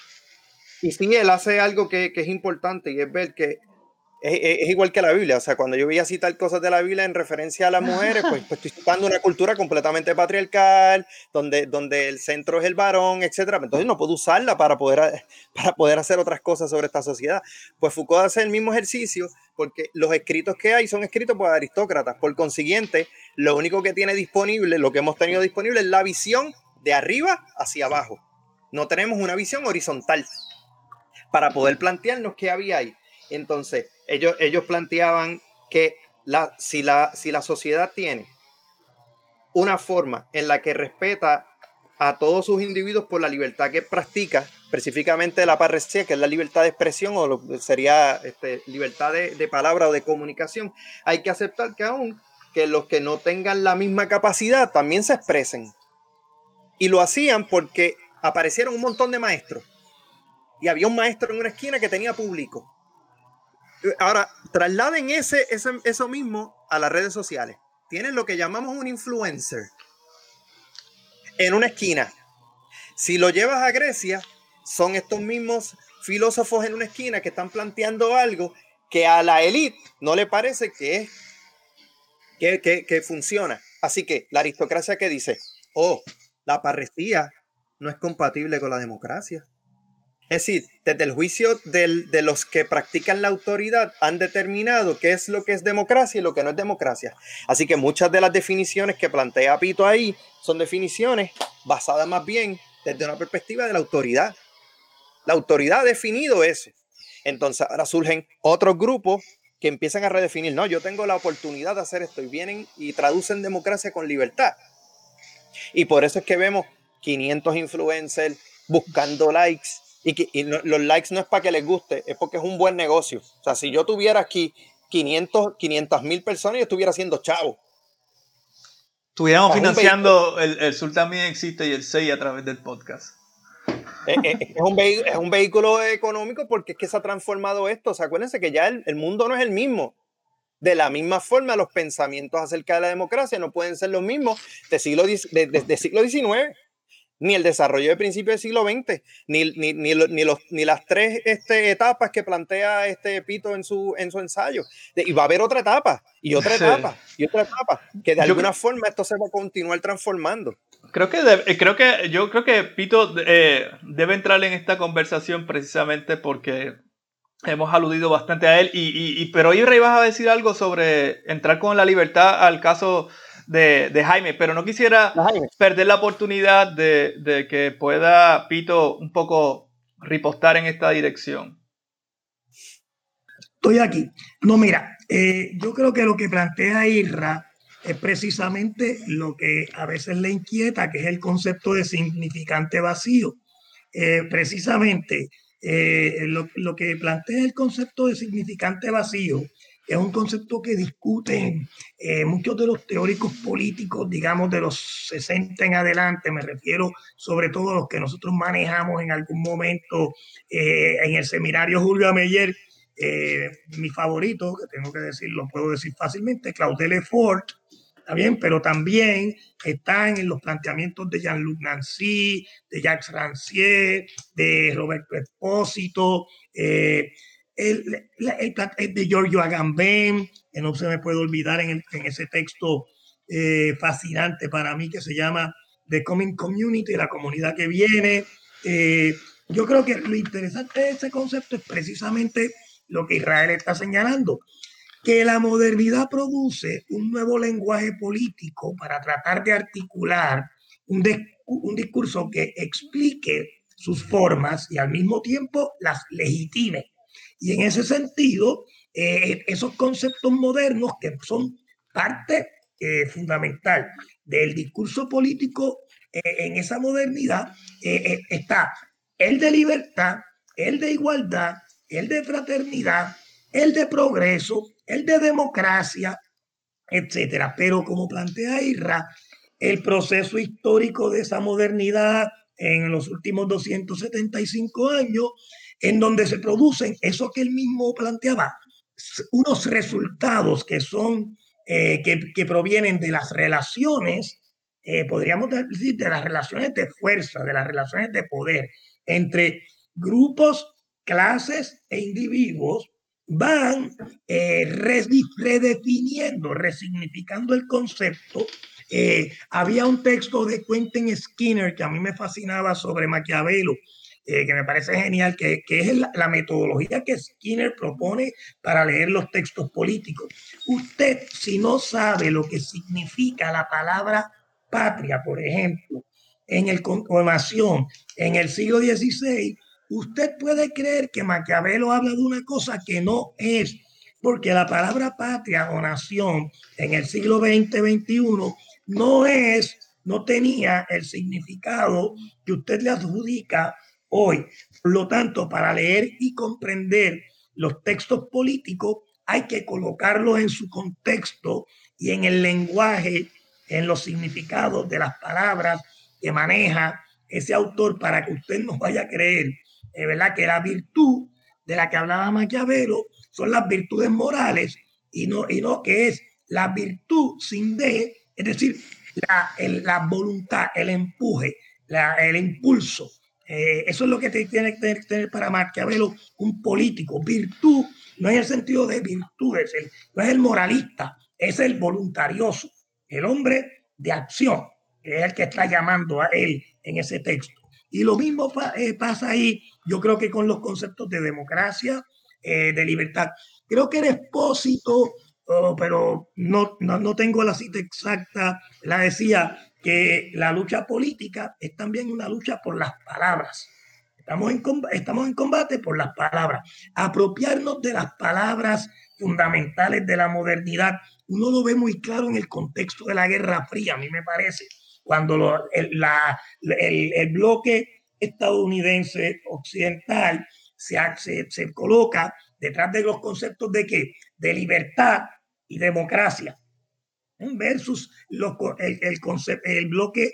Y sí, él hace algo que es importante y es ver que es igual que la Biblia. O sea, cuando yo voy a citar cosas de la Biblia en referencia a las mujeres, pues estoy citando una cultura completamente patriarcal, donde el centro es el varón, etc. Entonces no puedo usarla para poder hacer otras cosas sobre esta sociedad. Pues Foucault hace el mismo ejercicio porque los escritos que hay son escritos por aristócratas. Por consiguiente, lo único que tiene disponible, lo que hemos tenido disponible es la visión de arriba hacia abajo. No tenemos una visión horizontal para poder plantearnos qué había ahí. Entonces, ellos planteaban que si la sociedad tiene una forma en la que respeta a todos sus individuos por la libertad que practica, específicamente la parresía, que es la libertad de expresión o sería libertad de palabra o de comunicación, hay que aceptar que los que no tengan la misma capacidad también se expresen. Y lo hacían porque aparecieron un montón de maestros. Y había un maestro en una esquina que tenía público. Ahora, trasladen eso mismo a las redes sociales. Tienen lo que llamamos un influencer en una esquina. Si lo llevas a Grecia, son estos mismos filósofos en una esquina que están planteando algo que a la élite no le parece que funciona. Así que la aristocracia que dice, la parresía no es compatible con la democracia. Es decir, desde el juicio de los que practican la autoridad han determinado qué es lo que es democracia y lo que no es democracia. Así que muchas de las definiciones que plantea Pito ahí son definiciones basadas más bien desde una perspectiva de la autoridad. La autoridad ha definido eso. Entonces ahora surgen otros grupos que empiezan a redefinir. No, yo tengo la oportunidad de hacer esto y vienen y traducen democracia con libertad. Y por eso es que vemos 500 influencers buscando likes. Y los likes no es para que les guste, es porque es un buen negocio. O sea, si yo tuviera aquí 500,000 personas, yo estuviera haciendo chavo. Estuviéramos financiando el Sur También Existe y el 6 a través del podcast. Es un vehículo económico porque es que se ha transformado esto. O sea, acuérdense que ya el mundo no es el mismo. De la misma forma, los pensamientos acerca de la democracia no pueden ser los mismos de siglo XIX. Ni el desarrollo de principios del siglo XX, ni las tres etapas que plantea Pito en su ensayo. Y va a haber otra etapa, y otra etapa, y otra etapa, que de alguna forma esto se va a continuar transformando. Yo creo que Pito debe entrar en esta conversación precisamente porque hemos aludido bastante a él, pero hoy Rey vas a decir algo sobre entrar con la libertad al caso de Jaime, pero no quisiera perder la oportunidad de que pueda Pito un poco ripostar en esta dirección. Estoy aquí. No, mira, yo creo que lo que plantea Irra es precisamente lo que a veces le inquieta, que es el concepto de significante vacío. Precisamente lo que plantea el concepto de significante vacío es un concepto que discuten muchos de los teóricos políticos, digamos, de los 60 en adelante. Me refiero sobre todo a los que nosotros manejamos en algún momento en el seminario Julio Meyer. Mi favorito, que tengo que decir, lo puedo decir fácilmente, Claude Lefort, ¿está bien? Pero también están en los planteamientos de Jean-Luc Nancy, de Jacques Rancière, de Roberto Espósito, el de Giorgio Agamben, que no se me puede olvidar en ese texto fascinante para mí que se llama the coming community, la comunidad que viene. Yo creo que lo interesante de ese concepto es precisamente lo que Israel está señalando, que la modernidad produce un nuevo lenguaje político para tratar de articular un discurso que explique sus formas y al mismo tiempo las legitime. Y en ese sentido, esos conceptos modernos que son parte fundamental del discurso político en esa modernidad, está el de libertad, el de igualdad, el de fraternidad, el de progreso, el de democracia, etcétera. Pero como plantea Irra, el proceso histórico de esa modernidad en los últimos 275 años, en donde se producen eso que él mismo planteaba, unos resultados que son que provienen de las relaciones, podríamos decir, de las relaciones de fuerza, de las relaciones de poder entre grupos, clases e individuos, van redefiniendo, resignificando el concepto. Había un texto de Quentin Skinner que a mí me fascinaba sobre Maquiavelo, que me parece genial, que es la metodología que Skinner propone para leer los textos políticos. Usted, si no sabe lo que significa la palabra patria, por ejemplo, en el Conformación, en el siglo XVI, usted puede creer que Maquiavelo habla de una cosa que no es, porque la palabra patria o nación en el siglo XX-XXI no tenía el significado que usted le adjudica hoy. Por lo tanto, para leer y comprender los textos políticos hay que colocarlos en su contexto y en el lenguaje, en los significados de las palabras que maneja ese autor, para que usted no vaya a creer, ¿verdad?, que la virtud de la que hablaba Maquiavelo son las virtudes morales y no que es la virtud sin D, es decir, la voluntad, el empuje, el impulso. Eso es lo que tiene que tener para Maquiavelo un político. Virtud no en el sentido de virtudes, no es el moralista, es el voluntarioso, el hombre de acción, que es el que está llamando a él en ese texto. Y lo mismo pasa ahí, yo creo que con los conceptos de democracia, de libertad. Creo que era Expósito, pero no tengo la cita exacta, la decía que la lucha política es también una lucha por las palabras. Estamos en combate por las palabras. Apropiarnos de las palabras fundamentales de la modernidad. Uno lo ve muy claro en el contexto de la Guerra Fría, a mí me parece, cuando el bloque estadounidense occidental se coloca detrás de los conceptos de ¿qué? De libertad y democracia, versus el bloque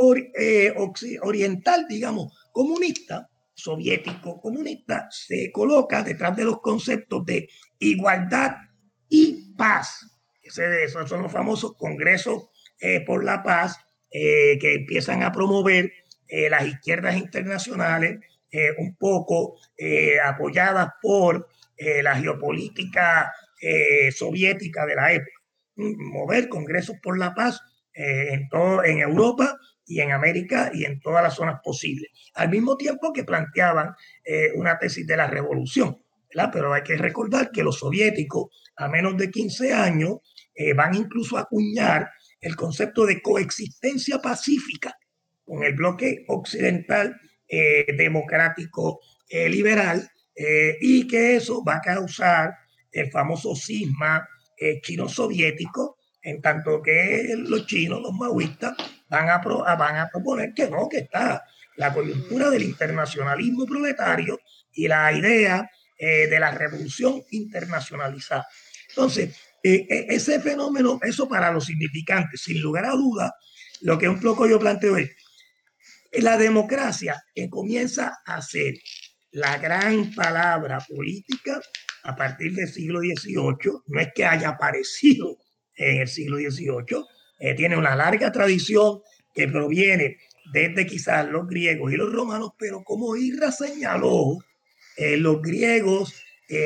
oriental, digamos, comunista, soviético comunista, se coloca detrás de los conceptos de igualdad y paz. Esos son los famosos congresos por la paz que empiezan a promover las izquierdas internacionales, un poco apoyadas por la geopolítica soviética de la época. Mover congresos por la paz en Europa y en América y en todas las zonas posibles, al mismo tiempo que planteaban una tesis de la revolución, ¿verdad? Pero hay que recordar que los soviéticos a menos de 15 años van incluso a acuñar el concepto de coexistencia pacífica con el bloque occidental democrático liberal, y que eso va a causar el famoso cisma chino-soviético, en tanto que los chinos, los maoístas, van a proponer que no, que está la coyuntura del internacionalismo proletario y la idea de la revolución internacionalizada. Entonces, ese fenómeno, eso para los significantes, sin lugar a duda, lo que un poco yo planteo es la democracia, que comienza a ser la gran palabra política a partir del siglo XVIII. No es que haya aparecido en el siglo XVIII, tiene una larga tradición que proviene desde quizás los griegos y los romanos, pero como Irra señaló, los griegos,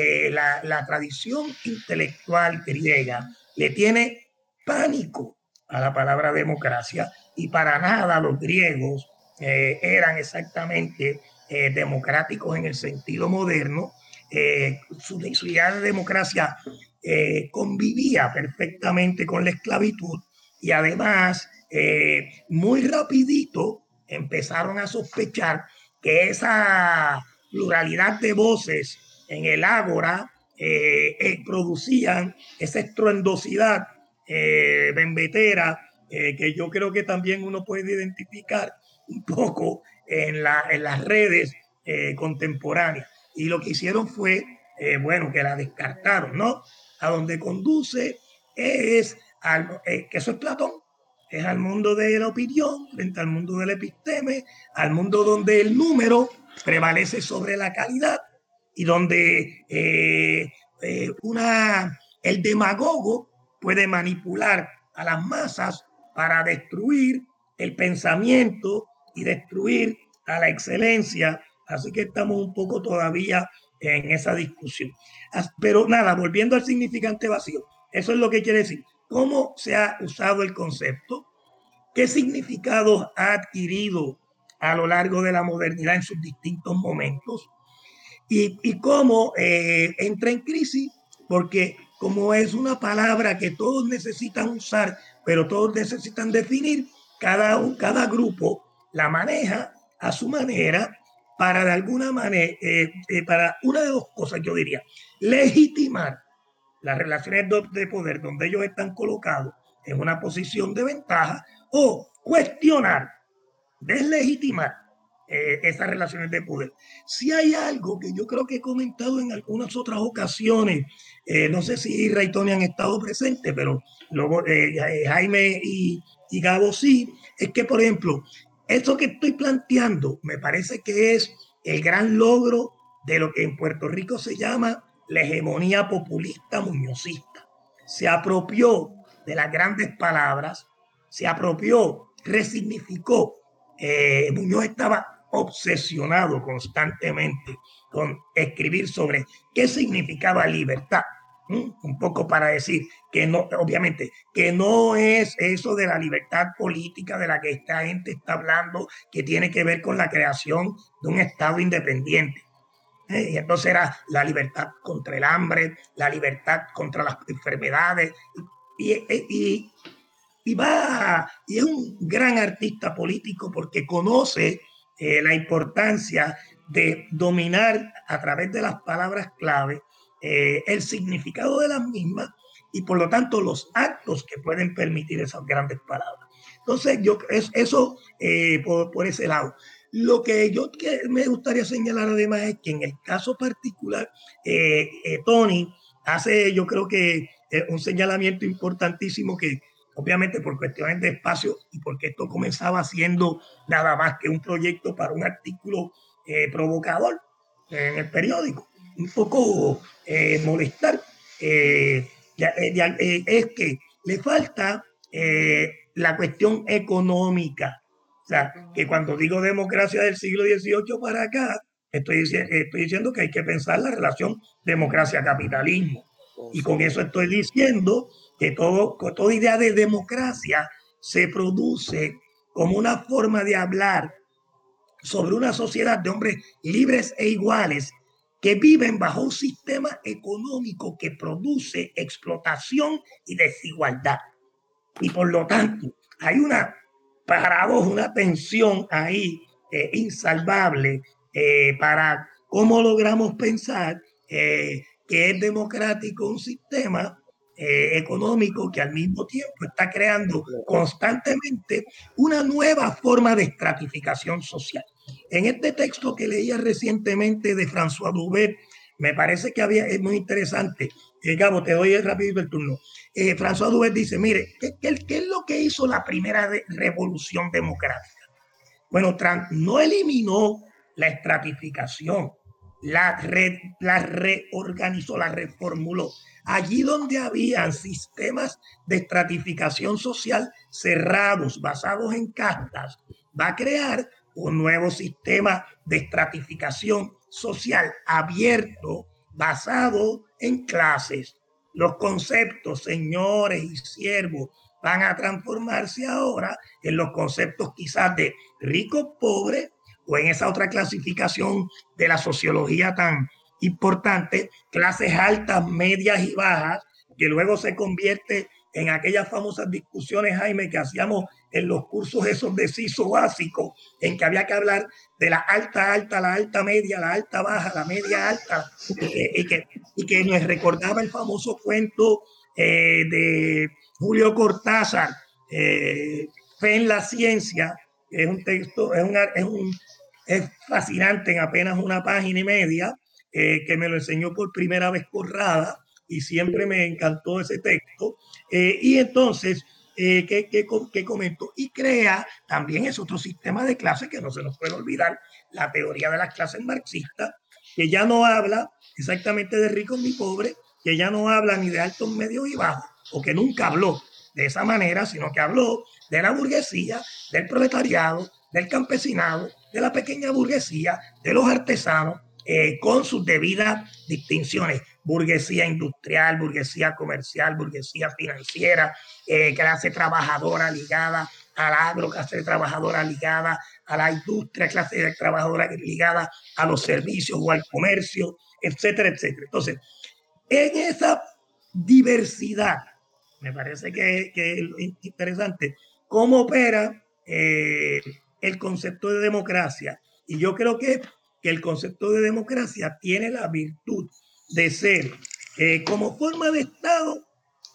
la tradición intelectual griega le tiene pánico a la palabra democracia, y para nada los griegos eran exactamente democráticos en el sentido moderno. Su idea de democracia convivía perfectamente con la esclavitud, y además muy rapidito empezaron a sospechar que esa pluralidad de voces en el ágora producían esa estruendosidad bembetera que yo creo que también uno puede identificar un poco en las redes contemporáneas. Y lo que hicieron fue, bueno, que la descartaron, ¿no? A donde conduce es, que eso es Platón, es al mundo de la opinión frente al mundo del episteme, al mundo donde el número prevalece sobre la calidad y donde el demagogo puede manipular a las masas para destruir el pensamiento y destruir a la excelencia. Así que estamos un poco todavía en esa discusión. Pero nada, volviendo al significante vacío, eso es lo que quiere decir. ¿Cómo se ha usado el concepto? ¿Qué significados ha adquirido a lo largo de la modernidad en sus distintos momentos? Y cómo entra en crisis, porque como es una palabra que todos necesitan usar, pero todos necesitan definir, cada grupo la maneja a su manera para de alguna manera, para una de dos cosas yo diría, legitimar las relaciones de poder donde ellos están colocados en una posición de ventaja, o cuestionar, deslegitimar esas relaciones de poder. Si hay algo que yo creo que he comentado en algunas otras ocasiones, no sé si Ray y Tony han estado presentes, pero luego Jaime y Gabo sí, es que, por ejemplo, eso que estoy planteando me parece que es el gran logro de lo que en Puerto Rico se llama la hegemonía populista muñozista. Se apropió de las grandes palabras, se apropió, resignificó. Muñoz estaba obsesionado constantemente con escribir sobre qué significaba libertad. Un poco para decir que no, obviamente, que no es eso de la libertad política de la que esta gente está hablando, que tiene que ver con la creación de un Estado independiente. Y entonces era la libertad contra el hambre, la libertad contra las enfermedades, y es un gran artista político porque conoce la importancia de dominar a través de las palabras clave el significado de las mismas y por lo tanto los actos que pueden permitir esas grandes palabras. Entonces, eso por ese lado. Lo que me gustaría señalar además es que en el caso particular, Tony hace, yo creo que un señalamiento importantísimo que obviamente por cuestiones de espacio y porque esto comenzaba siendo nada más que un proyecto para un artículo provocador en el periódico, un poco molestar, es que le falta la cuestión económica. O sea, que cuando digo democracia del siglo XVIII para acá, estoy diciendo que hay que pensar la relación democracia-capitalismo. Y con eso estoy diciendo que toda idea de democracia se produce como una forma de hablar sobre una sociedad de hombres libres e iguales que viven bajo un sistema económico que produce explotación y desigualdad. Y por lo tanto, hay una paradoja, una tensión ahí insalvable para cómo logramos pensar que es democrático un sistema económico que al mismo tiempo está creando constantemente una nueva forma de estratificación social. En este texto que leía recientemente de François Dubert, me parece que es muy interesante. Gabo, te doy rápido el turno. François Dubert dice, mire, ¿qué es lo que hizo la primera revolución democrática? Bueno, Trump no eliminó la estratificación, la reorganizó, la reformuló. Allí donde habían sistemas de estratificación social cerrados, basados en castas, va a crear un nuevo sistema de estratificación social abierto, basado en clases. Los conceptos señores y siervos van a transformarse ahora en los conceptos quizás de rico, pobre, o en esa otra clasificación de la sociología tan importante, clases altas, medias y bajas, que luego se convierte en aquellas famosas discusiones, Jaime, que hacíamos en los cursos esos de CISO básico, en que había que hablar de la alta, la alta media, la alta baja, la media alta, y que nos recordaba el famoso cuento de Julio Cortázar, Fe en la ciencia, es un texto, es fascinante en apenas una página y media, que me lo enseñó por primera vez Corrada, y siempre me encantó ese texto. Y entonces, ¿qué comento? Y crea también es otro sistema de clases que no se nos puede olvidar, la teoría de las clases marxistas, que ya no habla exactamente de ricos ni pobres, que ya no habla ni de altos, medios y bajos, o que nunca habló de esa manera, sino que habló de la burguesía, del proletariado, del campesinado, de la pequeña burguesía, de los artesanos, con sus debidas distinciones: burguesía industrial, burguesía comercial, burguesía financiera, clase trabajadora ligada al agro, clase trabajadora ligada a la industria, clase trabajadora ligada a los servicios o al comercio, etcétera, etcétera. Entonces, en esa diversidad, me parece que es interesante cómo opera el concepto de democracia. Y yo creo que el concepto de democracia tiene la virtud de ser, como forma de Estado,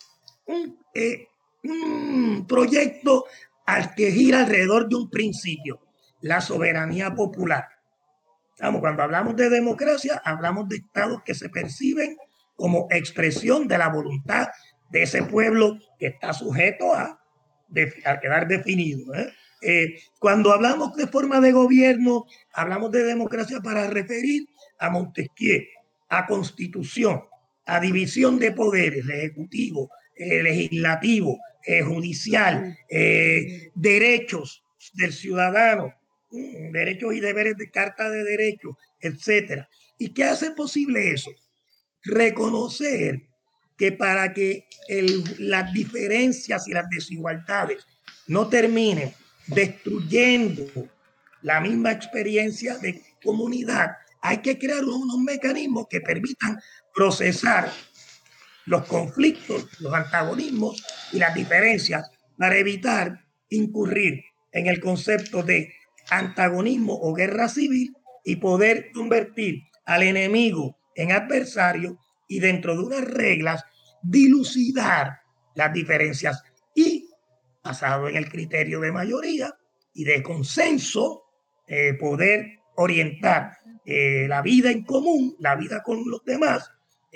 un proyecto al que gira alrededor de un principio: la soberanía popular. Cuando hablamos de democracia, hablamos de estados que se perciben como expresión de la voluntad de ese pueblo que está sujeto a quedar definido. Cuando hablamos de forma de gobierno, hablamos de democracia para referir a Montesquieu, a constitución, a división de poderes, ejecutivo, legislativo, judicial, derechos del ciudadano, derechos y deberes de carta de derechos, etcétera. ¿Y qué hace posible eso? Reconocer que para que las diferencias y las desigualdades no terminen destruyendo la misma experiencia de comunidad, hay que crear unos mecanismos que permitan procesar los conflictos, los antagonismos y las diferencias, para evitar incurrir en el concepto de antagonismo o guerra civil y poder convertir al enemigo en adversario, y dentro de unas reglas dilucidar las diferencias y, basado en el criterio de mayoría y de consenso, poder orientar la vida en común, la vida con los demás,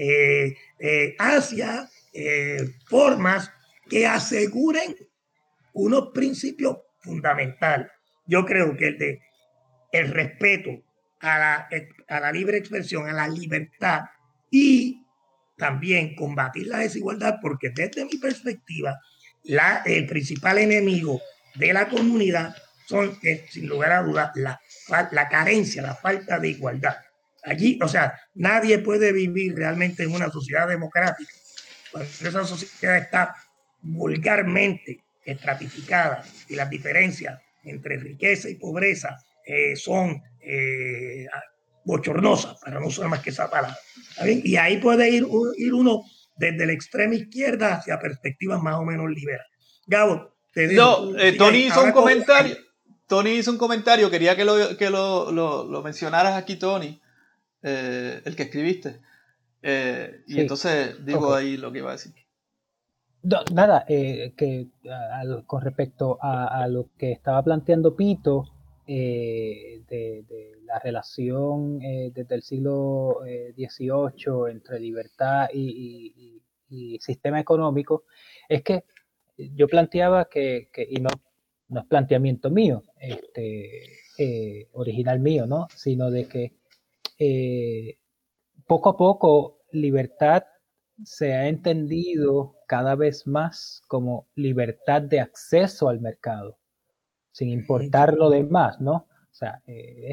hacia formas que aseguren unos principios fundamentales. Yo creo que el respeto a la libre expresión, a la libertad, y también combatir la desigualdad, porque desde mi perspectiva el principal enemigo de la comunidad son, sin lugar a dudas, la carencia, la falta de igualdad. Allí, o sea, nadie puede vivir realmente en una sociedad democrática cuando esa sociedad está vulgarmente estratificada y las diferencias entre riqueza y pobreza son bochornosas, para no usar más que esa palabra. Y ahí puede ir uno desde la extrema izquierda hacia perspectivas más o menos liberales. Gabo, te digo. Tony hizo un comentario. Tony hizo un comentario, quería que lo mencionaras aquí, Tony, el que escribiste. Y sí, entonces digo ahí lo que iba a decir. No, nada, con respecto a lo que estaba planteando Pito, de la relación desde el siglo XVIII entre libertad y sistema económico, es que yo planteaba y no es planteamiento mío, original mío, ¿no? Sino de que poco a poco libertad se ha entendido cada vez más como libertad de acceso al mercado, sin importar lo demás, ¿no? O sea,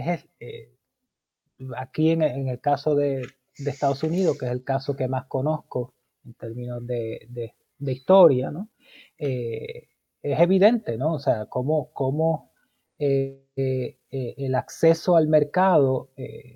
aquí en el caso de Estados Unidos, que es el caso que más conozco en términos de de historia, ¿no? Es evidente, ¿no? O sea, cómo el acceso al mercado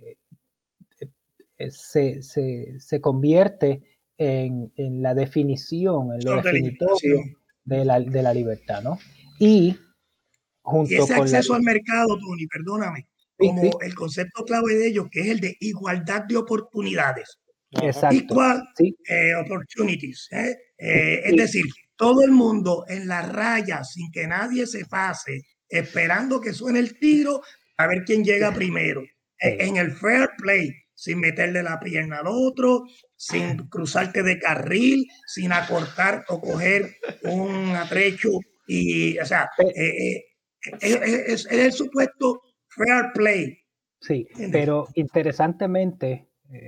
se convierte en la definición, en lo definitorio de la libertad, ¿no? Y junto y ese con acceso al mercado, Tony, perdóname, como sí. el concepto clave de ellos, que es el de igualdad de oportunidades. Exacto. Equal sí. opportunities. Es decir, todo el mundo en la raya, sin que nadie se pase, esperando que suene el tiro a ver quién llega primero. En el fair play, sin meterle la pierna al otro, sin cruzarte de carril, sin acortar o coger un atrecho. Y, o sea, es el supuesto fair play. Sí, pero interesantemente,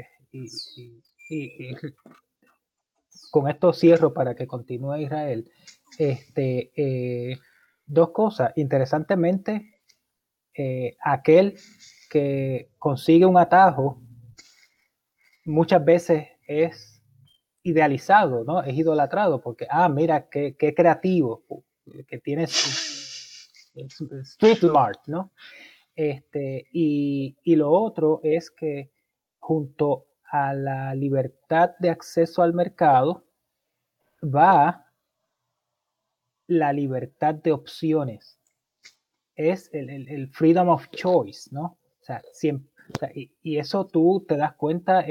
y con esto cierro para que continúe Israel, dos cosas. Interesantemente, aquel que consigue un atajo muchas veces es idealizado, ¿no? Es idolatrado porque, mira, qué creativo, que tiene street art, ¿no? Y lo otro es que junto a la libertad de acceso al mercado va la libertad de opciones. Es el freedom of choice, ¿no? O sea, siempre, y eso tú te das cuenta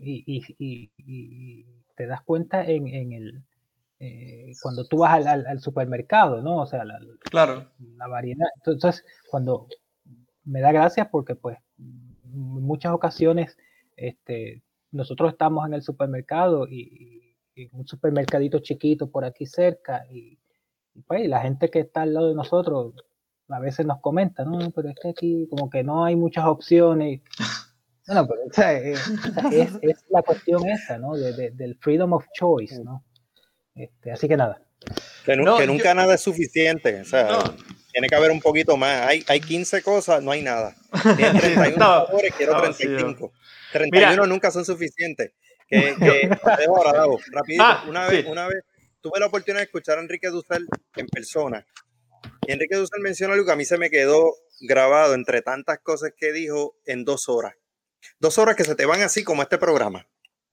te das cuenta en el cuando tú vas al supermercado, ¿no? O sea, claro, la variedad. Entonces, cuando me da gracia porque pues en muchas ocasiones nosotros estamos en el supermercado y un supermercadito chiquito por aquí cerca y pues la gente que está al lado de nosotros a veces nos comenta, no, pero es que aquí como que no hay muchas opciones. No, pero es la cuestión esa, ¿no? Del freedom of choice, ¿no? Así que nada. Que nunca nada es suficiente, o sea, tiene que haber un poquito más. Hay 15 cosas, no hay nada. Tienen 31 sabores, quiero 35. 31 Mira, nunca son suficientes. Ahora, Davo, rapidito. Una vez tuve la oportunidad de escuchar a Enrique Dussel en persona. Y Enrique Dussel menciona algo que a mí se me quedó grabado entre tantas cosas que dijo en 2 horas. 2 horas que se te van así como este programa.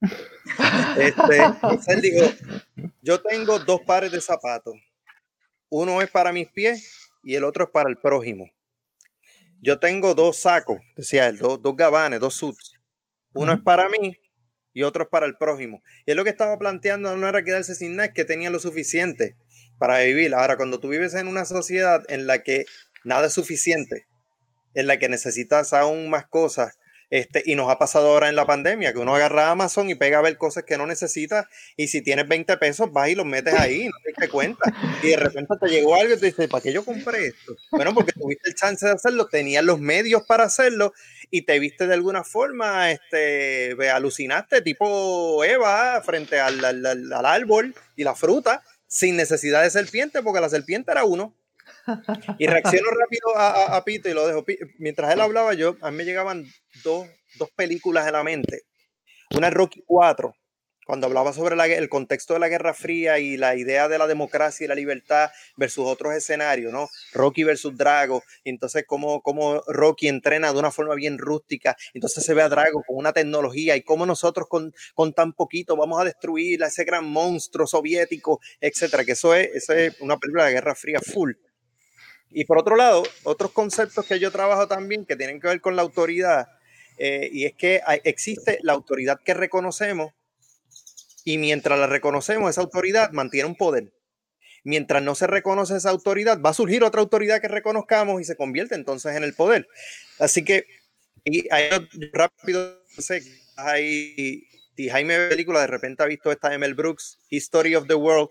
Él dijo, yo tengo 2 pares de zapatos. Uno es para mis pies y el otro es para el prójimo. Yo tengo 2 sacos, decía él, 2 gabanes, 2 suits. Uno es para mí y otro es para el prójimo. Y él lo que estaba planteando no era quedarse sin nada, es que tenía lo suficiente para vivir. Ahora, cuando tú vives en una sociedad en la que nada es suficiente, en la que necesitas aún más cosas, y nos ha pasado ahora en la pandemia, que uno agarra Amazon y pega a ver cosas que no necesita, y si tienes 20 pesos, vas y los metes ahí, no te das cuenta, y de repente te llegó algo y te dices, ¿para qué yo compré esto? Bueno, porque tuviste el chance de hacerlo, tenías los medios para hacerlo, y te viste de alguna forma, alucinaste, tipo Eva, frente al árbol y la fruta, sin necesidad de serpiente, porque la serpiente era uno. Y reacciono rápido a Pito y lo dejo. Mientras él hablaba, a mí me llegaban dos películas en la mente. Una es Rocky 4, cuando hablaba sobre el contexto de la Guerra Fría y la idea de la democracia y la libertad versus otros escenarios, ¿no? Rocky versus Drago. Y entonces cómo Rocky entrena de una forma bien rústica. Entonces se ve a Drago con una tecnología y cómo nosotros con tan poquito vamos a destruir a ese gran monstruo soviético, etcétera. Que eso es una película de Guerra Fría full. Y por otro lado, otros conceptos que yo trabajo también que tienen que ver con la autoridad, y es que existe la autoridad que reconocemos y mientras la reconocemos, esa autoridad mantiene un poder. Mientras no se reconoce esa autoridad, va a surgir otra autoridad que reconozcamos y se convierte entonces en el poder. Así que, y ahí rápido, sé que hay, y Jaime película de repente ha visto esta de Mel Brooks, History of the World,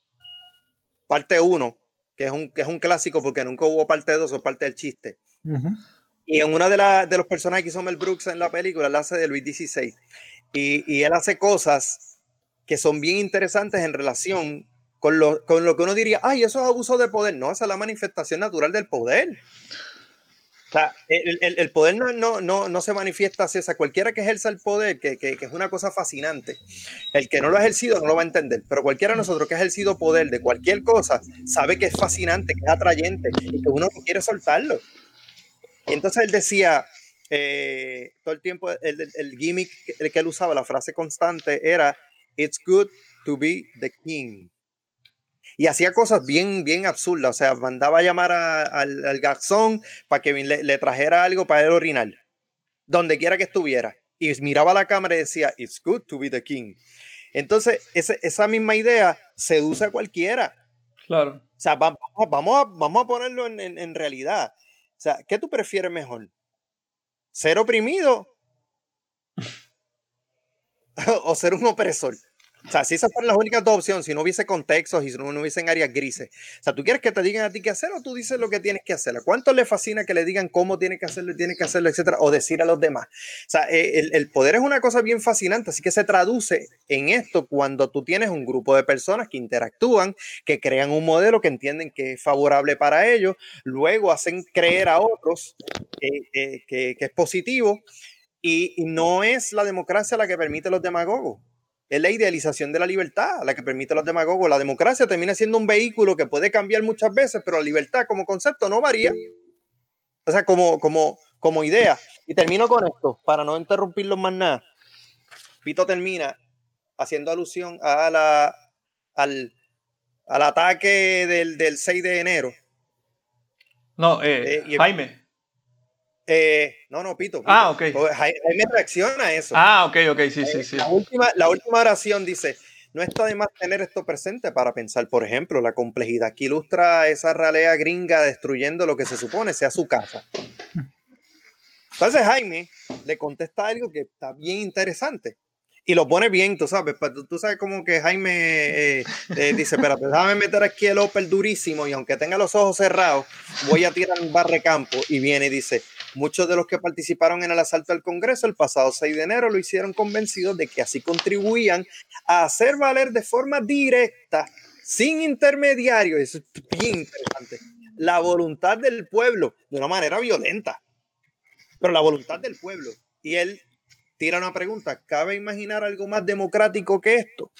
parte 1, que es un clásico porque nunca hubo parte 2 o parte del chiste. Uh-huh. Y en una de los personajes que hizo Mel Brooks en la película, él hace de Luis XVI. Y él hace cosas que son bien interesantes en relación con lo que uno diría, ay, eso es abuso de poder. No, esa es la manifestación natural del poder. O sea, el poder no se manifiesta así. O sea, cualquiera que ejerza el poder, que es una cosa fascinante, el que no lo ha ejercido no lo va a entender, pero cualquiera de nosotros que ha ejercido poder de cualquier cosa sabe que es fascinante, que es atrayente y que uno no quiere soltarlo. Y entonces él decía, todo el tiempo, el gimmick que él usaba, la frase constante era, "It's good to be the king". Y hacía cosas bien, bien absurdas. O sea, mandaba a llamar al garzón para que le trajera algo para él orinar, donde quiera que estuviera. Y miraba a la cámara y decía, "It's good to be the king". Entonces, esa misma idea seduce a cualquiera. Claro. O sea, vamos a ponerlo en realidad. O sea, ¿qué tú prefieres mejor? ¿Ser oprimido o ser un opresor? O sea, si esas fueran las únicas dos opciones, si no hubiese contextos y si no hubiesen áreas grises. O sea, ¿tú quieres que te digan a ti qué hacer o tú dices lo que tienes que hacer? ¿A cuánto le fascina que le digan cómo tienes que hacerlo, etcétera? O decir a los demás. O sea, el poder es una cosa bien fascinante, así que se traduce en esto cuando tú tienes un grupo de personas que interactúan, que crean un modelo que entienden que es favorable para ellos, luego hacen creer a otros que es positivo y no es la democracia la que permite los demagogos. Es la idealización de la libertad la que permite a los demagogos. La democracia termina siendo un vehículo que puede cambiar muchas veces, pero la libertad como concepto no varía. O sea, como idea. Y termino con esto, para no interrumpirlos más nada. Pito termina haciendo alusión al ataque del 6 de enero. No, Jaime. No, Pito. Ah, ok. Jaime reacciona a eso. Ah, ok, sí. La última oración dice, no está de más tener esto presente para pensar, por ejemplo, la complejidad que ilustra esa ralea gringa destruyendo lo que se supone sea su casa. Entonces Jaime le contesta algo que está bien interesante. Y lo pone bien, tú sabes como que Jaime dice, espérate, déjame meter aquí el Opel durísimo y aunque tenga los ojos cerrados, voy a tirar un barrecampo. Y viene y dice, muchos de los que participaron en el asalto al Congreso el pasado 6 de enero lo hicieron convencidos de que así contribuían a hacer valer de forma directa, sin intermediario, eso es bien interesante, la voluntad del pueblo, de una manera violenta, pero la voluntad del pueblo. Y él tira una pregunta, ¿cabe imaginar algo más democrático que esto?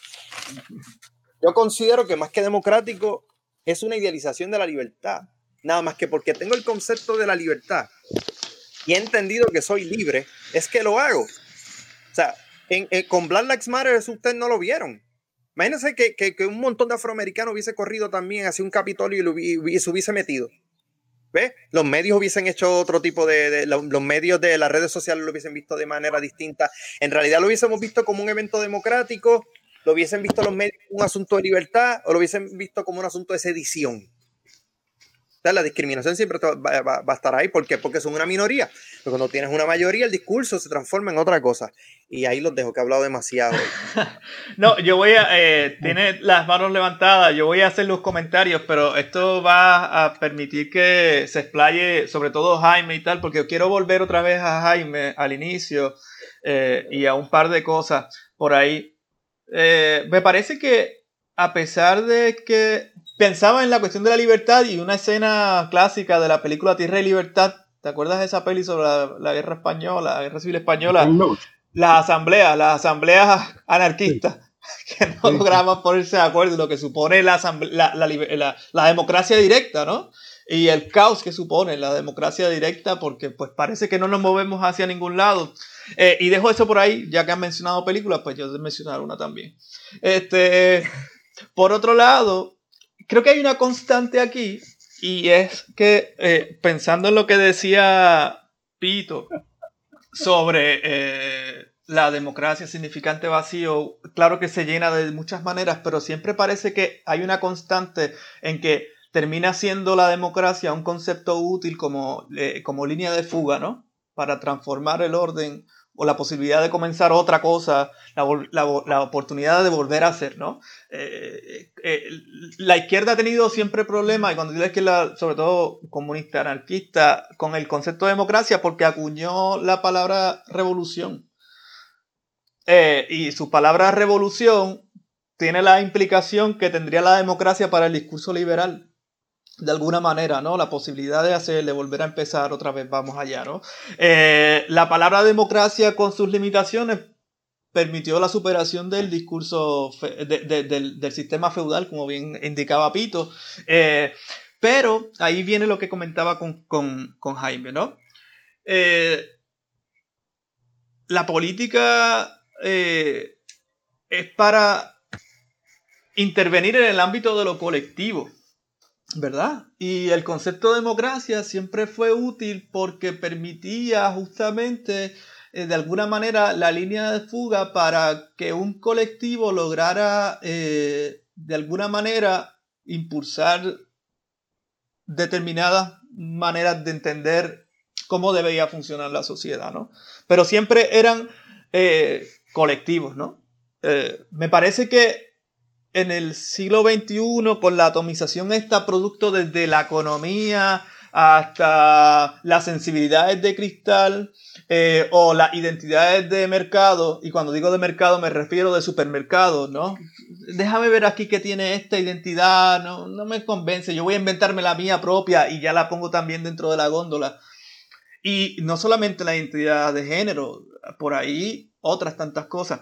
Yo considero que más que democrático es una idealización de la libertad, nada más que porque tengo el concepto de la libertad y he entendido que soy libre, es que lo hago. O sea, con Black Lives Matter eso ustedes no lo vieron. Imagínense que un montón de afroamericanos hubiese corrido también hacia un Capitolio y se hubiese metido. ¿Ves? Los medios hubiesen hecho otro tipo los medios de las redes sociales lo hubiesen visto de manera distinta. En realidad lo hubiésemos visto como un evento democrático, lo hubiesen visto los medios como un asunto de libertad o lo hubiesen visto como un asunto de sedición. O sea, la discriminación siempre va a estar ahí. ¿Por qué? Porque son una minoría. Pero cuando tienes una mayoría, el discurso se transforma en otra cosa. Y ahí los dejo, que he hablado demasiado. No, yo voy tiene las manos levantadas, yo voy a hacer los comentarios, pero esto va a permitir que se explaye, sobre todo Jaime y tal, porque quiero volver otra vez a Jaime al inicio y a un par de cosas por ahí. Me parece que a pesar de que pensaba en la cuestión de la libertad y una escena clásica de la película Tierra y Libertad, ¿te acuerdas de esa peli sobre la guerra española, la guerra civil española? Las asambleas anarquistas que no lograban ponerse de acuerdo en lo que supone la democracia directa, ¿no? Y el caos que supone la democracia directa, porque pues parece que no nos movemos hacia ningún lado. Y dejo eso por ahí, ya que han mencionado películas, pues yo voy a mencionar una también. Por otro lado, creo que hay una constante aquí, y es que pensando en lo que decía Pito sobre la democracia significante vacío, claro que se llena de muchas maneras, pero siempre parece que hay una constante en que termina siendo la democracia un concepto útil como línea de fuga, ¿no? Para transformar el orden o la posibilidad de comenzar otra cosa, la oportunidad de volver a hacer, ¿no? La izquierda ha tenido siempre problemas, y cuando digo izquierda, sobre todo comunista, anarquista, con el concepto de democracia, porque acuñó la palabra revolución. Y su palabra revolución tiene la implicación que tendría la democracia para el discurso liberal. de alguna manera, ¿no? La posibilidad de volver a empezar otra vez, vamos allá, ¿no? La palabra democracia con sus limitaciones permitió la superación del discurso del sistema feudal, como bien indicaba Pito. Pero ahí viene lo que comentaba con Jaime, ¿no? La política es para intervenir en el ámbito de lo colectivo, ¿verdad? Y el concepto de democracia siempre fue útil porque permitía justamente, de alguna manera, la línea de fuga para que un colectivo lograra, de alguna manera, impulsar determinadas maneras de entender cómo debía funcionar la sociedad, ¿no? Pero siempre eran colectivos, ¿no? Me parece que en el siglo XXI, con la atomización esta, producto desde la economía hasta las sensibilidades de cristal o las identidades de mercado, y cuando digo de mercado me refiero de supermercado, ¿no? Déjame ver aquí que tiene esta identidad, no me convence, yo voy a inventarme la mía propia y ya la pongo también dentro de la góndola. Y no solamente la identidad de género, por ahí otras tantas cosas.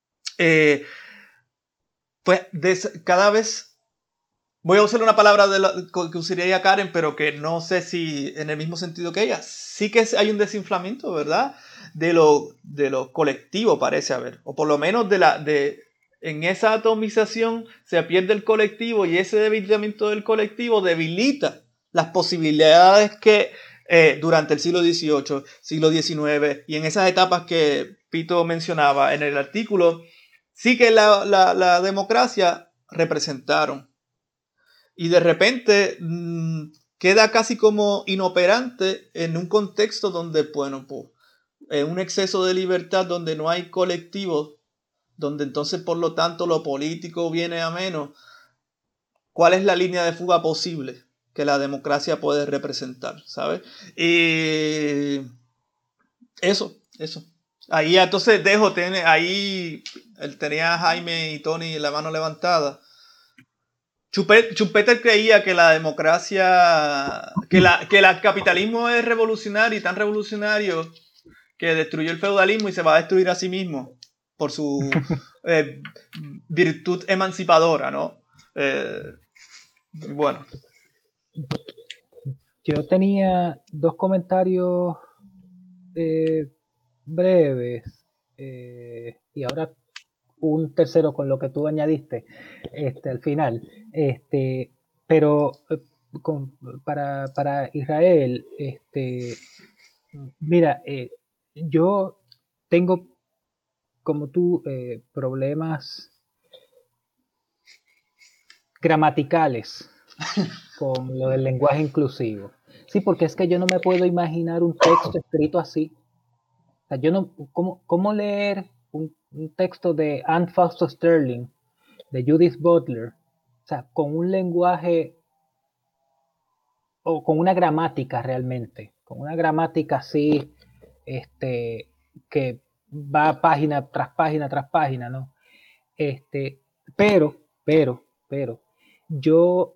Pues cada vez, voy a usar una palabra que usaría Karen, pero que no sé si en el mismo sentido que ella. Sí que hay un desinflamiento, ¿verdad? De lo colectivo parece haber, o por lo menos en esa atomización se pierde el colectivo y ese debilitamiento del colectivo debilita las posibilidades que durante el siglo XVIII, siglo XIX y en esas etapas que Pito mencionaba en el artículo, sí que la democracia representaron. Y de repente queda casi como inoperante en un contexto donde, bueno, pues, un exceso de libertad, donde no hay colectivos, donde entonces, por lo tanto, lo político viene a menos. ¿Cuál es la línea de fuga posible que la democracia puede representar? ¿Sabes? Y eso. Ahí entonces ahí tenía Jaime y Tony la mano levantada. Schumpeter creía que la democracia, que el capitalismo es revolucionario y tan revolucionario que destruyó el feudalismo y se va a destruir a sí mismo por su virtud emancipadora, ¿no? Bueno. Yo tenía dos comentarios breves y ahora un tercero con lo que tú añadiste al final. Pero para Israel, mira, yo tengo como tú problemas gramaticales con lo del lenguaje inclusivo. Sí, porque es que yo no me puedo imaginar un texto escrito así. O sea, yo no, ¿cómo leer un texto de Anne Foster Sterling, de Judith Butler, o sea, con un lenguaje o con una gramática realmente, con una gramática así, que va página tras página tras página, ¿no? Pero, yo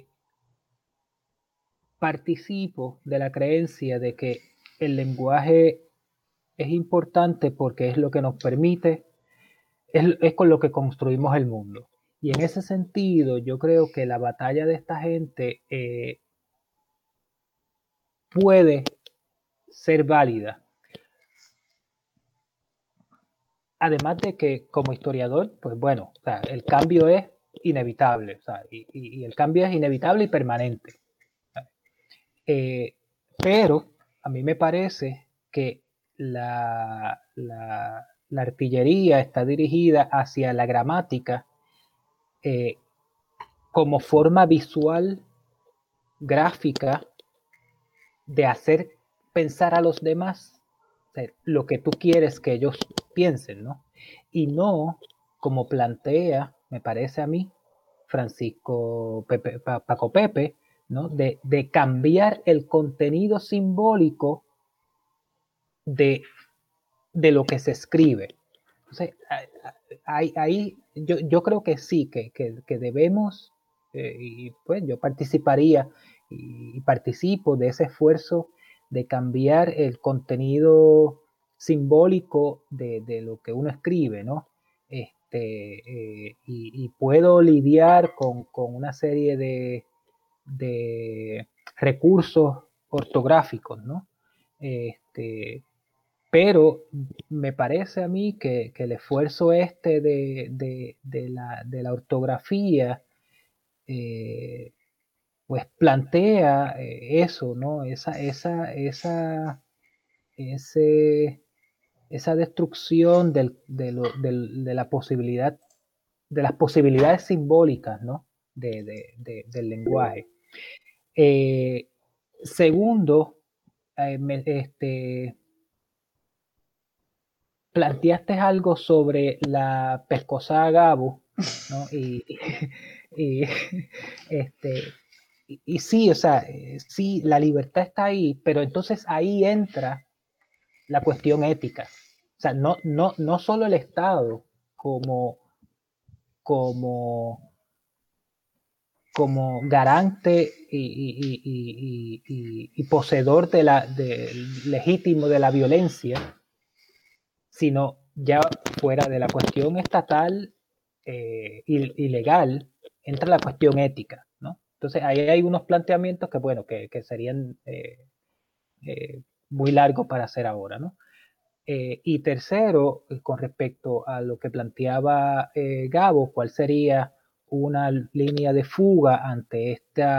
participo de la creencia de que el lenguaje es importante porque es lo que nos permite, es con lo que construimos el mundo. Y en ese sentido, yo creo que la batalla de esta gente puede ser válida. Además de que como historiador, pues bueno, o sea, el cambio es inevitable, o sea, y el cambio es inevitable y permanente. Pero a mí me parece que la artillería está dirigida hacia la gramática como forma visual, gráfica, de hacer pensar a los demás, o sea, lo que tú quieres que ellos piensen, ¿no? Y no como plantea, me parece a mí, Paco Pepe, ¿no? De cambiar el contenido simbólico de lo que se escribe. Entonces, ahí yo creo que sí, que debemos y pues yo participaría y participo de ese esfuerzo de cambiar el contenido simbólico de lo que uno escribe, ¿no? Y puedo lidiar con una serie de recursos ortográficos, ¿no? Pero me parece a mí que el esfuerzo de la ortografía pues plantea eso, ¿no? Esa destrucción de la posibilidad, de las posibilidades simbólicas, ¿no? Del lenguaje. Segundo, planteaste algo sobre la pescosa Gabo, ¿no? Y sí, o sea, sí, la libertad está ahí, pero entonces ahí entra la cuestión ética. O sea, no solo el Estado como garante y poseedor legítimo de la violencia, sino ya fuera de la cuestión estatal y legal, entra la cuestión ética, ¿no? Entonces ahí hay unos planteamientos que, bueno, que serían muy largos para hacer ahora, ¿no? Y tercero, con respecto a lo que planteaba Gabo, ¿cuál sería una línea de fuga ante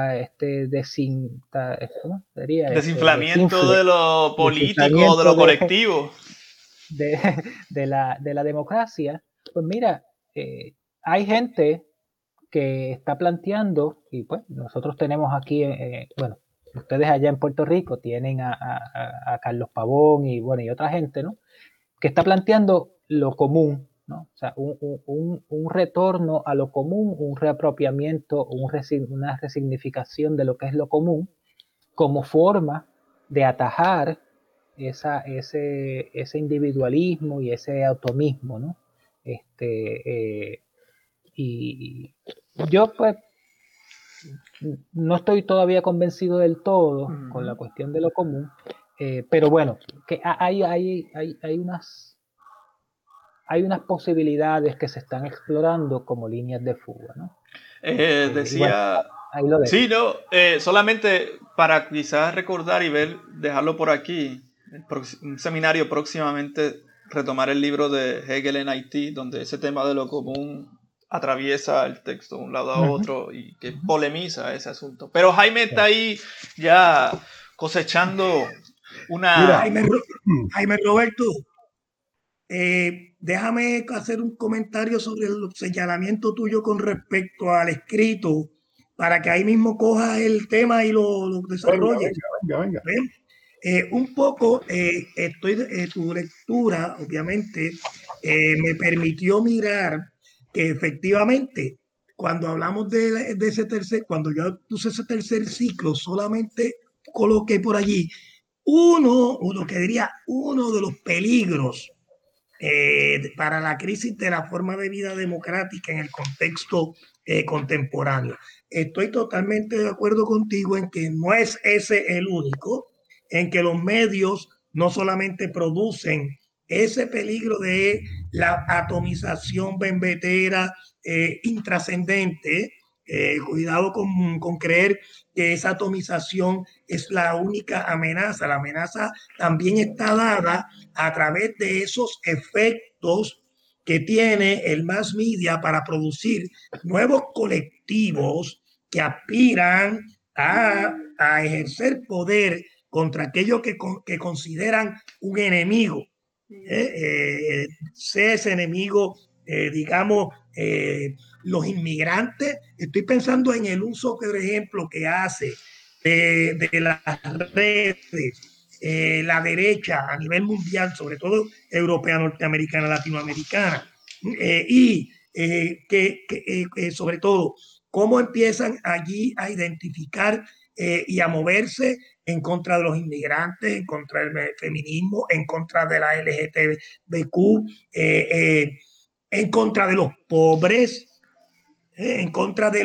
desinflamiento de lo político, de lo colectivo? De la democracia? Pues mira, hay gente que está planteando, y pues nosotros tenemos aquí, bueno, ustedes allá en Puerto Rico tienen a Carlos Pavón y bueno, y otra gente, ¿no? Que está planteando lo común, ¿no? O sea, un retorno a lo común, un reapropiamiento, una resignificación de lo que es lo común, como forma de atajar ese individualismo y ese automismo, ¿no? Y yo pues no estoy todavía convencido del todo con la cuestión de lo común, pero bueno, que hay unas posibilidades que se están explorando como líneas de fuga, ¿no? Decía... Bueno, ahí lo dejo. Sí, no, solamente para quizás recordar y dejarlo por aquí, un seminario próximamente, retomar el libro de Hegel en Haití, donde ese tema de lo común atraviesa el texto de un lado a otro y que polemiza ese asunto. Pero Jaime está ahí ya cosechando una... Mira, Jaime Roberto, déjame hacer un comentario sobre el señalamiento tuyo con respecto al escrito, para que ahí mismo cojas el tema y lo desarrolles. Venga. Un poco, tu lectura, obviamente, me permitió mirar que efectivamente, cuando hablamos de ese cuando yo puse ese tercer ciclo, solamente coloqué por allí uno de los peligros para la crisis de la forma de vida democrática en el contexto contemporáneo. Estoy totalmente de acuerdo contigo en que no es ese el único, en que los medios no solamente producen ese peligro de la atomización bembetera intrascendente. Cuidado con creer que esa atomización es la única amenaza. La amenaza también está dada a través de esos efectos que tiene el mass media para producir nuevos colectivos que aspiran a ejercer poder contra aquellos que consideran un enemigo. Sea ese enemigo, digamos, los inmigrantes. Estoy pensando en el uso, por ejemplo, que hace de las redes la derecha a nivel mundial, sobre todo europea, norteamericana, latinoamericana, y sobre todo cómo empiezan allí a identificar y a moverse en contra de los inmigrantes, en contra del feminismo, en contra de la LGTBQ, en contra de los pobres, en contra de los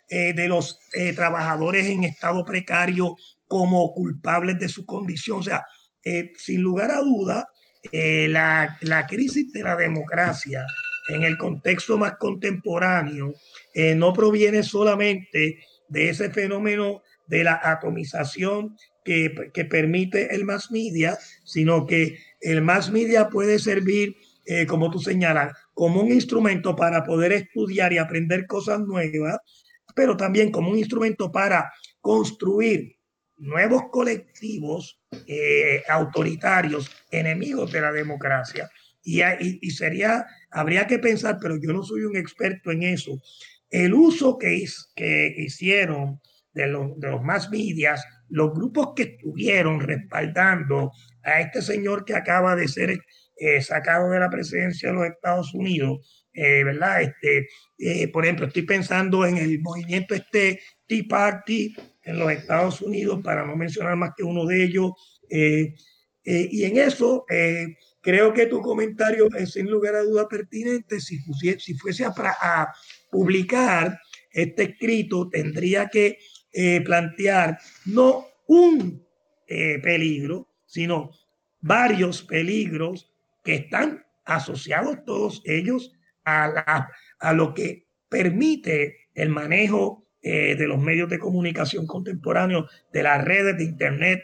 de los trabajadores en estado precario como culpables de su condición. O sea, sin lugar a duda, la crisis de la democracia en el contexto más contemporáneo no proviene solamente de ese fenómeno de la atomización que permite el mass media, sino que el mass media puede servir, como tú señalas, como un instrumento para poder estudiar y aprender cosas nuevas, pero también como un instrumento para construir nuevos colectivos autoritarios, enemigos de la democracia. Y habría que pensar, pero yo no soy un experto en eso, el uso que hicieron de los mass medias, los grupos que estuvieron respaldando a este señor que acaba de ser sacado de la presidencia de los Estados Unidos, ¿verdad? Por ejemplo, estoy pensando en el movimiento Tea Party en los Estados Unidos, para no mencionar más que uno de ellos. Y en eso creo que tu comentario es sin lugar a duda pertinente. Si fuese a publicar este escrito, tendría que plantear no un peligro, sino varios peligros que están asociados todos ellos a lo que permite el manejo de los medios de comunicación contemporáneos, de las redes de internet.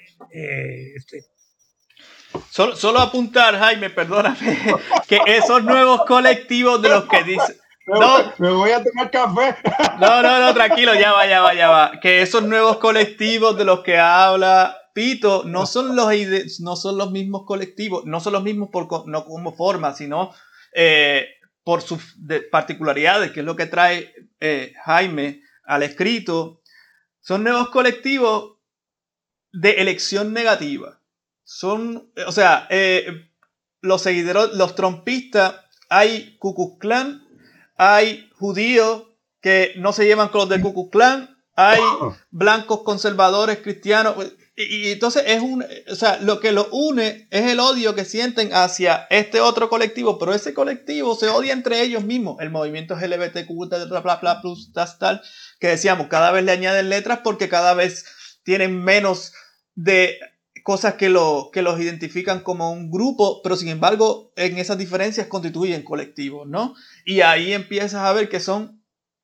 Solo apuntar, Jaime, perdóname, que esos nuevos colectivos de los que dice... No, me voy a tomar café. No, tranquilo, ya va. Que esos nuevos colectivos de los que habla Pito no son los mismos colectivos, no son los mismos no como forma, sino por sus particularidades, que es lo que trae Jaime al escrito. Son nuevos colectivos de elección negativa. O sea, los seguidores, los trumpistas, hay Ku Klux Klan, hay judíos que no se llevan con los del Ku Klux Klan, hay blancos conservadores cristianos, y entonces o sea, lo que los une es el odio que sienten hacia este otro colectivo, pero ese colectivo se odia entre ellos mismos. El movimiento LGBTQ, tal, que decíamos, cada vez le añaden letras porque cada vez tienen menos de cosas que los identifican como un grupo, pero sin embargo en esas diferencias constituyen colectivos, ¿no? Y ahí empiezas a ver que son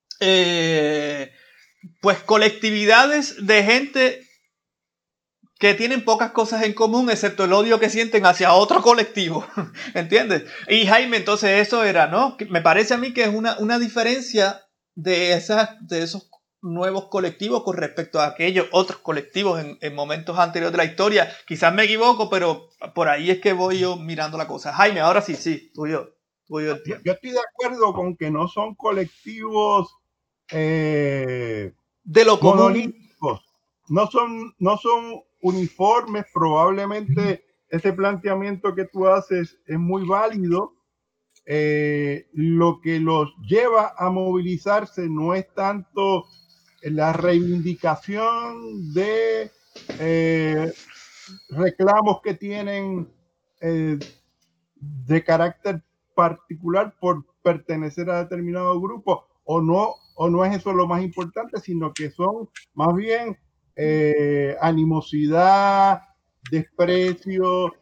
pues colectividades de gente que tienen pocas cosas en común excepto el odio que sienten hacia otro colectivo, ¿entiendes? Y Jaime, entonces eso era, ¿no? Me parece a mí que es una diferencia de esos nuevos colectivos con respecto a aquellos otros colectivos en momentos anteriores de la historia. Quizás me equivoco, pero por ahí es que voy yo mirando la cosa. Jaime, ahora sí, tú y yo entiendo. Yo estoy de acuerdo con que no son colectivos de lo monolíticos, no son uniformes. Probablemente ese planteamiento que tú haces es muy válido. Lo que los lleva a movilizarse no es tanto la reivindicación de reclamos que tienen de carácter particular por pertenecer a determinado grupo, o no es eso lo más importante, sino que son más bien animosidad, desprecio,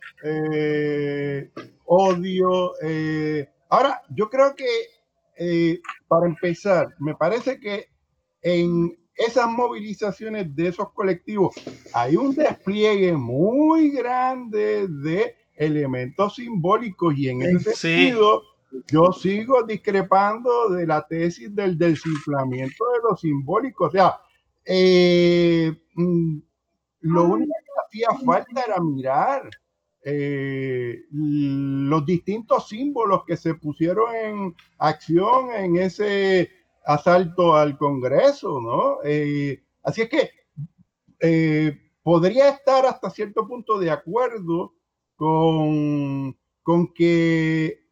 odio. Ahora, yo creo que para empezar, me parece que en esas movilizaciones de esos colectivos hay un despliegue muy grande de elementos simbólicos, y en ese sentido yo sigo discrepando de la tesis del desinflamiento de lo simbólico. O sea, lo único que hacía falta era mirar los distintos símbolos que se pusieron en acción en ese asalto al Congreso, ¿no? Así es que podría estar hasta cierto punto de acuerdo con que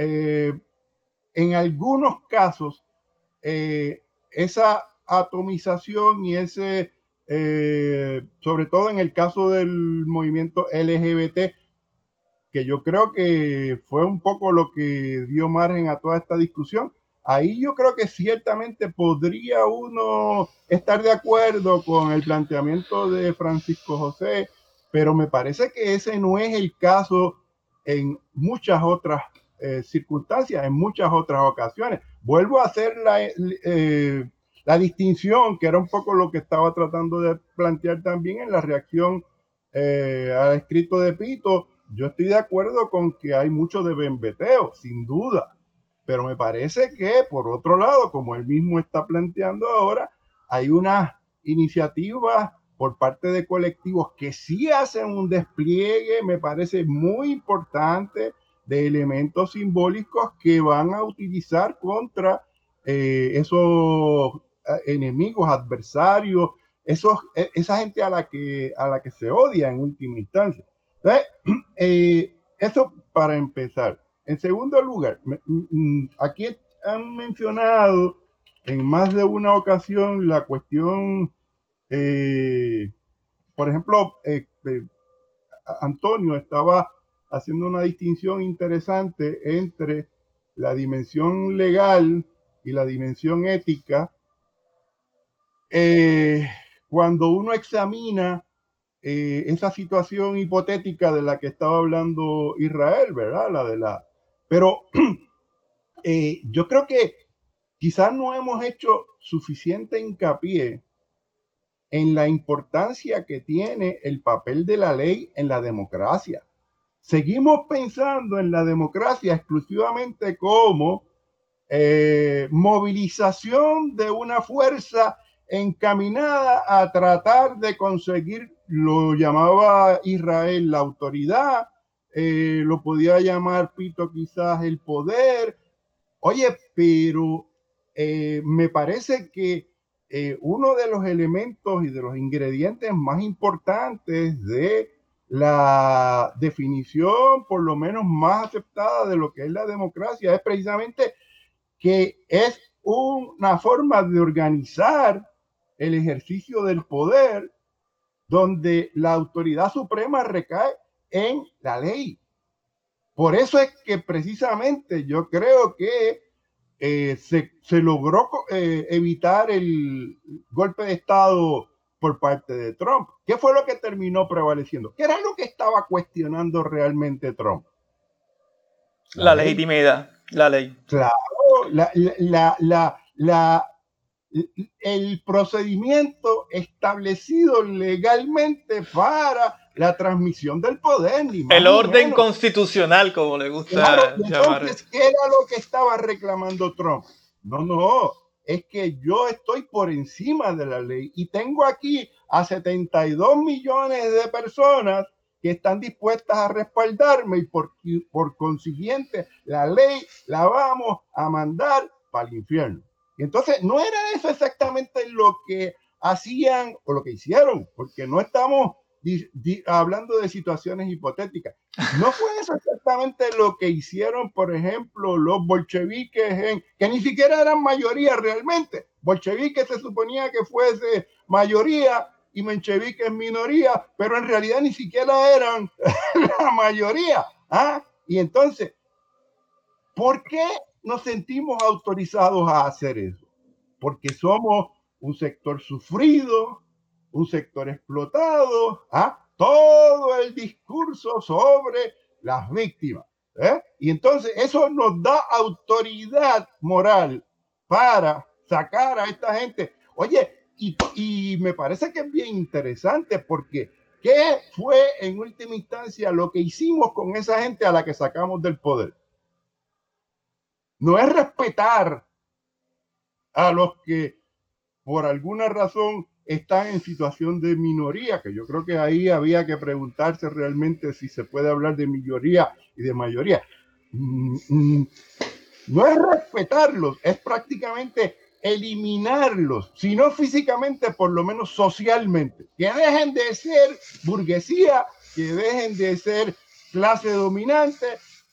en algunos casos esa atomización y ese, sobre todo en el caso del movimiento LGBT, que yo creo que fue un poco lo que dio margen a toda esta discusión, ahí yo creo que ciertamente podría uno estar de acuerdo con el planteamiento de Francisco José, pero me parece que ese no es el caso en muchas otras circunstancias, en muchas otras ocasiones. Vuelvo a hacer la distinción, que era un poco lo que estaba tratando de plantear también en la reacción al escrito de Pito. Yo estoy de acuerdo con que hay mucho de bembeteo, sin duda, pero me parece que, por otro lado, como él mismo está planteando ahora, hay unas iniciativas por parte de colectivos que sí hacen un despliegue, me parece muy importante, de elementos simbólicos que van a utilizar contra esos enemigos, adversarios, esa gente a la que se odia en última instancia. Entonces, eso para empezar. En segundo lugar, aquí han mencionado en más de una ocasión la cuestión, por ejemplo, Antonio estaba haciendo una distinción interesante entre la dimensión legal y la dimensión ética. Cuando uno examina esa situación hipotética de la que estaba hablando Israel, ¿verdad? Pero yo creo que quizás no hemos hecho suficiente hincapié en la importancia que tiene el papel de la ley en la democracia. Seguimos pensando en la democracia exclusivamente como movilización de una fuerza encaminada a tratar de conseguir, lo llamaba Israel, la autoridad, lo podía llamar Pito quizás el poder. Oye, pero me parece que uno de los elementos y de los ingredientes más importantes de la definición, por lo menos más aceptada, de lo que es la democracia, es precisamente que es una forma de organizar el ejercicio del poder donde la autoridad suprema recae en la ley. Por eso es que precisamente yo creo que se logró evitar el golpe de Estado por parte de Trump. ¿Qué fue lo que terminó prevaleciendo? ¿Qué era lo que estaba cuestionando realmente Trump? La legitimidad, la ley. Claro, el procedimiento establecido legalmente para la transmisión del poder. El orden constitucional, como le gusta llamar. Entonces, ¿qué era lo que estaba reclamando Trump? No, es que yo estoy por encima de la ley y tengo aquí a 72 millones de personas que están dispuestas a respaldarme y por consiguiente la ley la vamos a mandar para el infierno. Y entonces no era eso exactamente lo que hacían o lo que hicieron, porque no estamos hablando de situaciones hipotéticas. No fue eso exactamente lo que hicieron, por ejemplo, los bolcheviques, que ni siquiera eran mayoría realmente. Bolcheviques se suponía que fuese mayoría y mencheviques minoría, pero en realidad ni siquiera eran la mayoría. Y entonces, ¿por qué nos sentimos autorizados a hacer eso? Porque somos un sector sufrido, un sector explotado, todo el discurso sobre las víctimas. Y entonces eso nos da autoridad moral para sacar a esta gente. Oye, y me parece que es bien interesante porque ¿qué fue en última instancia lo que hicimos con esa gente a la que sacamos del poder? No es respetar a los que por alguna razón están en situación de minoría, que yo creo que ahí había que preguntarse realmente si se puede hablar de minoría y de mayoría. No es respetarlos, es prácticamente eliminarlos, si no físicamente, por lo menos socialmente. Que dejen de ser burguesía, que dejen de ser clase dominante.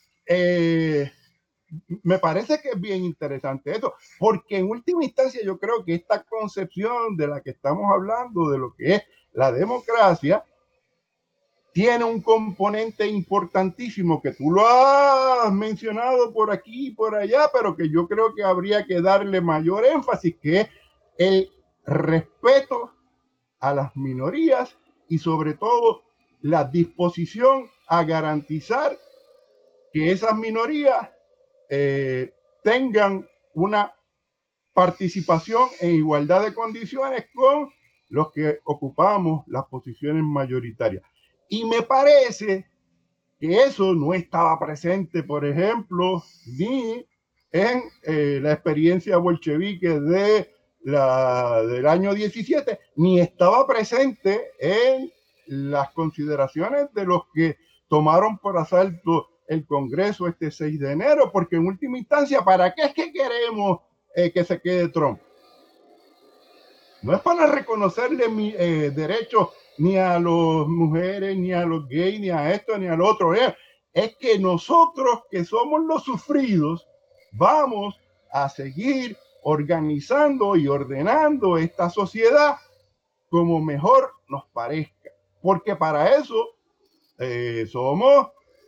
Me parece que es bien interesante eso, porque en última instancia yo creo que esta concepción de la que estamos hablando, de lo que es la democracia, tiene un componente importantísimo que tú lo has mencionado por aquí y por allá, pero que yo creo que habría que darle mayor énfasis, que es el respeto a las minorías y sobre todo la disposición a garantizar que esas minorías tengan una participación en igualdad de condiciones con los que ocupamos las posiciones mayoritarias. Y me parece que eso no estaba presente, por ejemplo, ni en la experiencia bolchevique del año 17, ni estaba presente en las consideraciones de los que tomaron por asalto el Congreso este 6 de enero, porque en última instancia, ¿para qué es que queremos que se quede Trump? No es para reconocerle derechos ni a las mujeres, ni a los gays, ni a esto, ni al otro. Es que nosotros, que somos los sufridos, vamos a seguir organizando y ordenando esta sociedad como mejor nos parezca. Porque para eso somos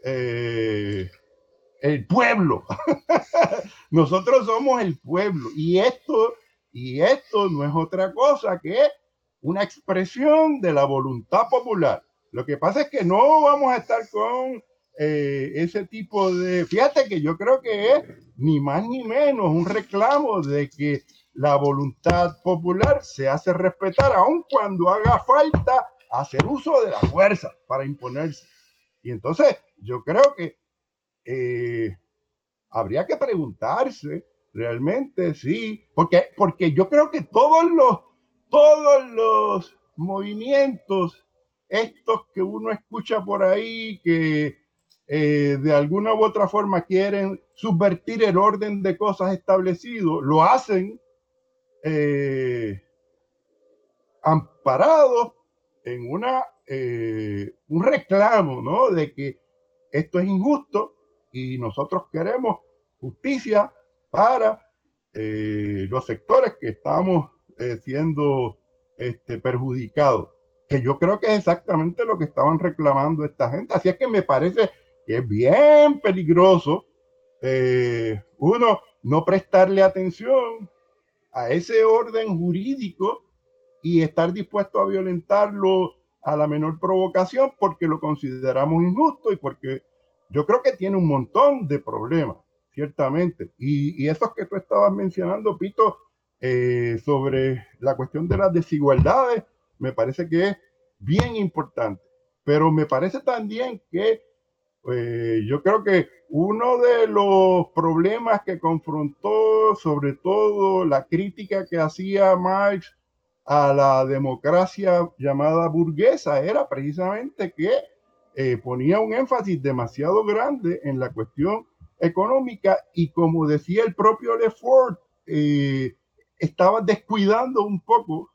el pueblo. Nosotros somos el pueblo. Y esto no es otra cosa que una expresión de la voluntad popular. Lo que pasa es que no vamos a estar con ese tipo de... Fíjate que yo creo que es ni más ni menos un reclamo de que la voluntad popular se hace respetar, aun cuando haga falta hacer uso de la fuerza para imponerse. Y entonces yo creo que habría que preguntarse realmente, sí, porque yo creo que todos los movimientos estos que uno escucha por ahí que de alguna u otra forma quieren subvertir el orden de cosas establecido, lo hacen amparados en un reclamo, ¿no? De que esto es injusto y nosotros queremos justicia para los sectores que estamos siendo perjudicados, que yo creo que es exactamente lo que estaban reclamando esta gente. Así es que me parece que es bien peligroso uno no prestarle atención a ese orden jurídico y estar dispuesto a violentarlo a la menor provocación porque lo consideramos injusto y porque yo creo que tiene un montón de problemas, ciertamente. Y esos que tú estabas mencionando, Pito, sobre la cuestión de las desigualdades, me parece que es bien importante. Pero me parece también que yo creo que uno de los problemas que confrontó, sobre todo la crítica que hacía Marx a la democracia llamada burguesa, era precisamente que ponía un énfasis demasiado grande en la cuestión económica y, como decía el propio Lefort, estaba descuidando un poco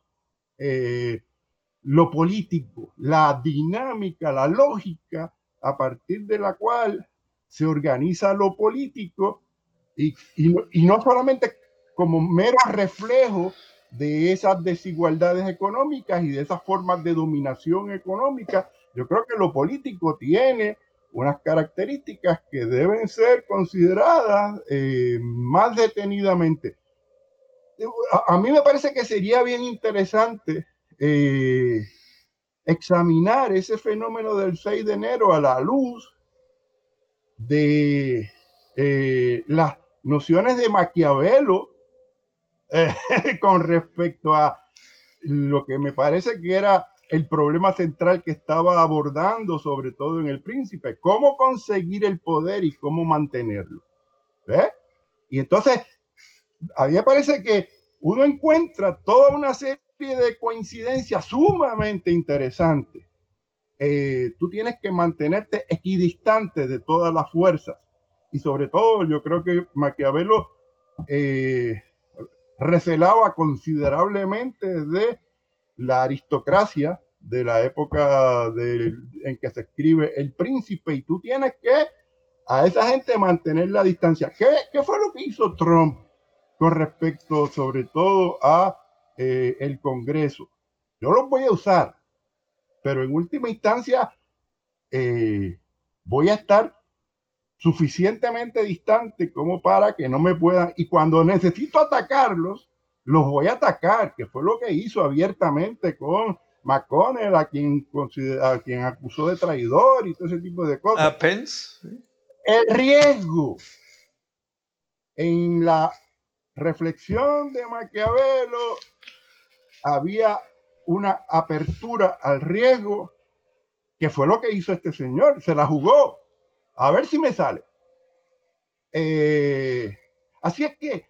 lo político, la dinámica, la lógica a partir de la cual se organiza lo político y no solamente como mero reflejo de esas desigualdades económicas y de esas formas de dominación económica. Yo creo que lo político tiene unas características que deben ser consideradas más detenidamente. A mí me parece que sería bien interesante examinar ese fenómeno del 6 de enero a la luz de las nociones de Maquiavelo con respecto a lo que me parece que era el problema central que estaba abordando, sobre todo en El Príncipe: cómo conseguir el poder y cómo mantenerlo. Y entonces, a mí me parece que uno encuentra toda una serie de coincidencias sumamente interesantes. Tú tienes que mantenerte equidistante de todas las fuerzas. Y sobre todo, yo creo que Maquiavelo recelaba considerablemente de la aristocracia de la época en que se escribe El Príncipe, y tú tienes que a esa gente mantener la distancia. ¿Qué fue lo que hizo Trump con respecto sobre todo a el Congreso? Yo los voy a usar, pero en última instancia voy a estar suficientemente distante como para que no me puedan, y cuando necesito atacarlos, los voy a atacar, que fue lo que hizo abiertamente con McConnell, a quien acusó de traidor y todo ese tipo de cosas. A Pence. El riesgo en la reflexión de Maquiavelo, había una apertura al riesgo, que fue lo que hizo este señor, se la jugó, a ver si me sale. Así es que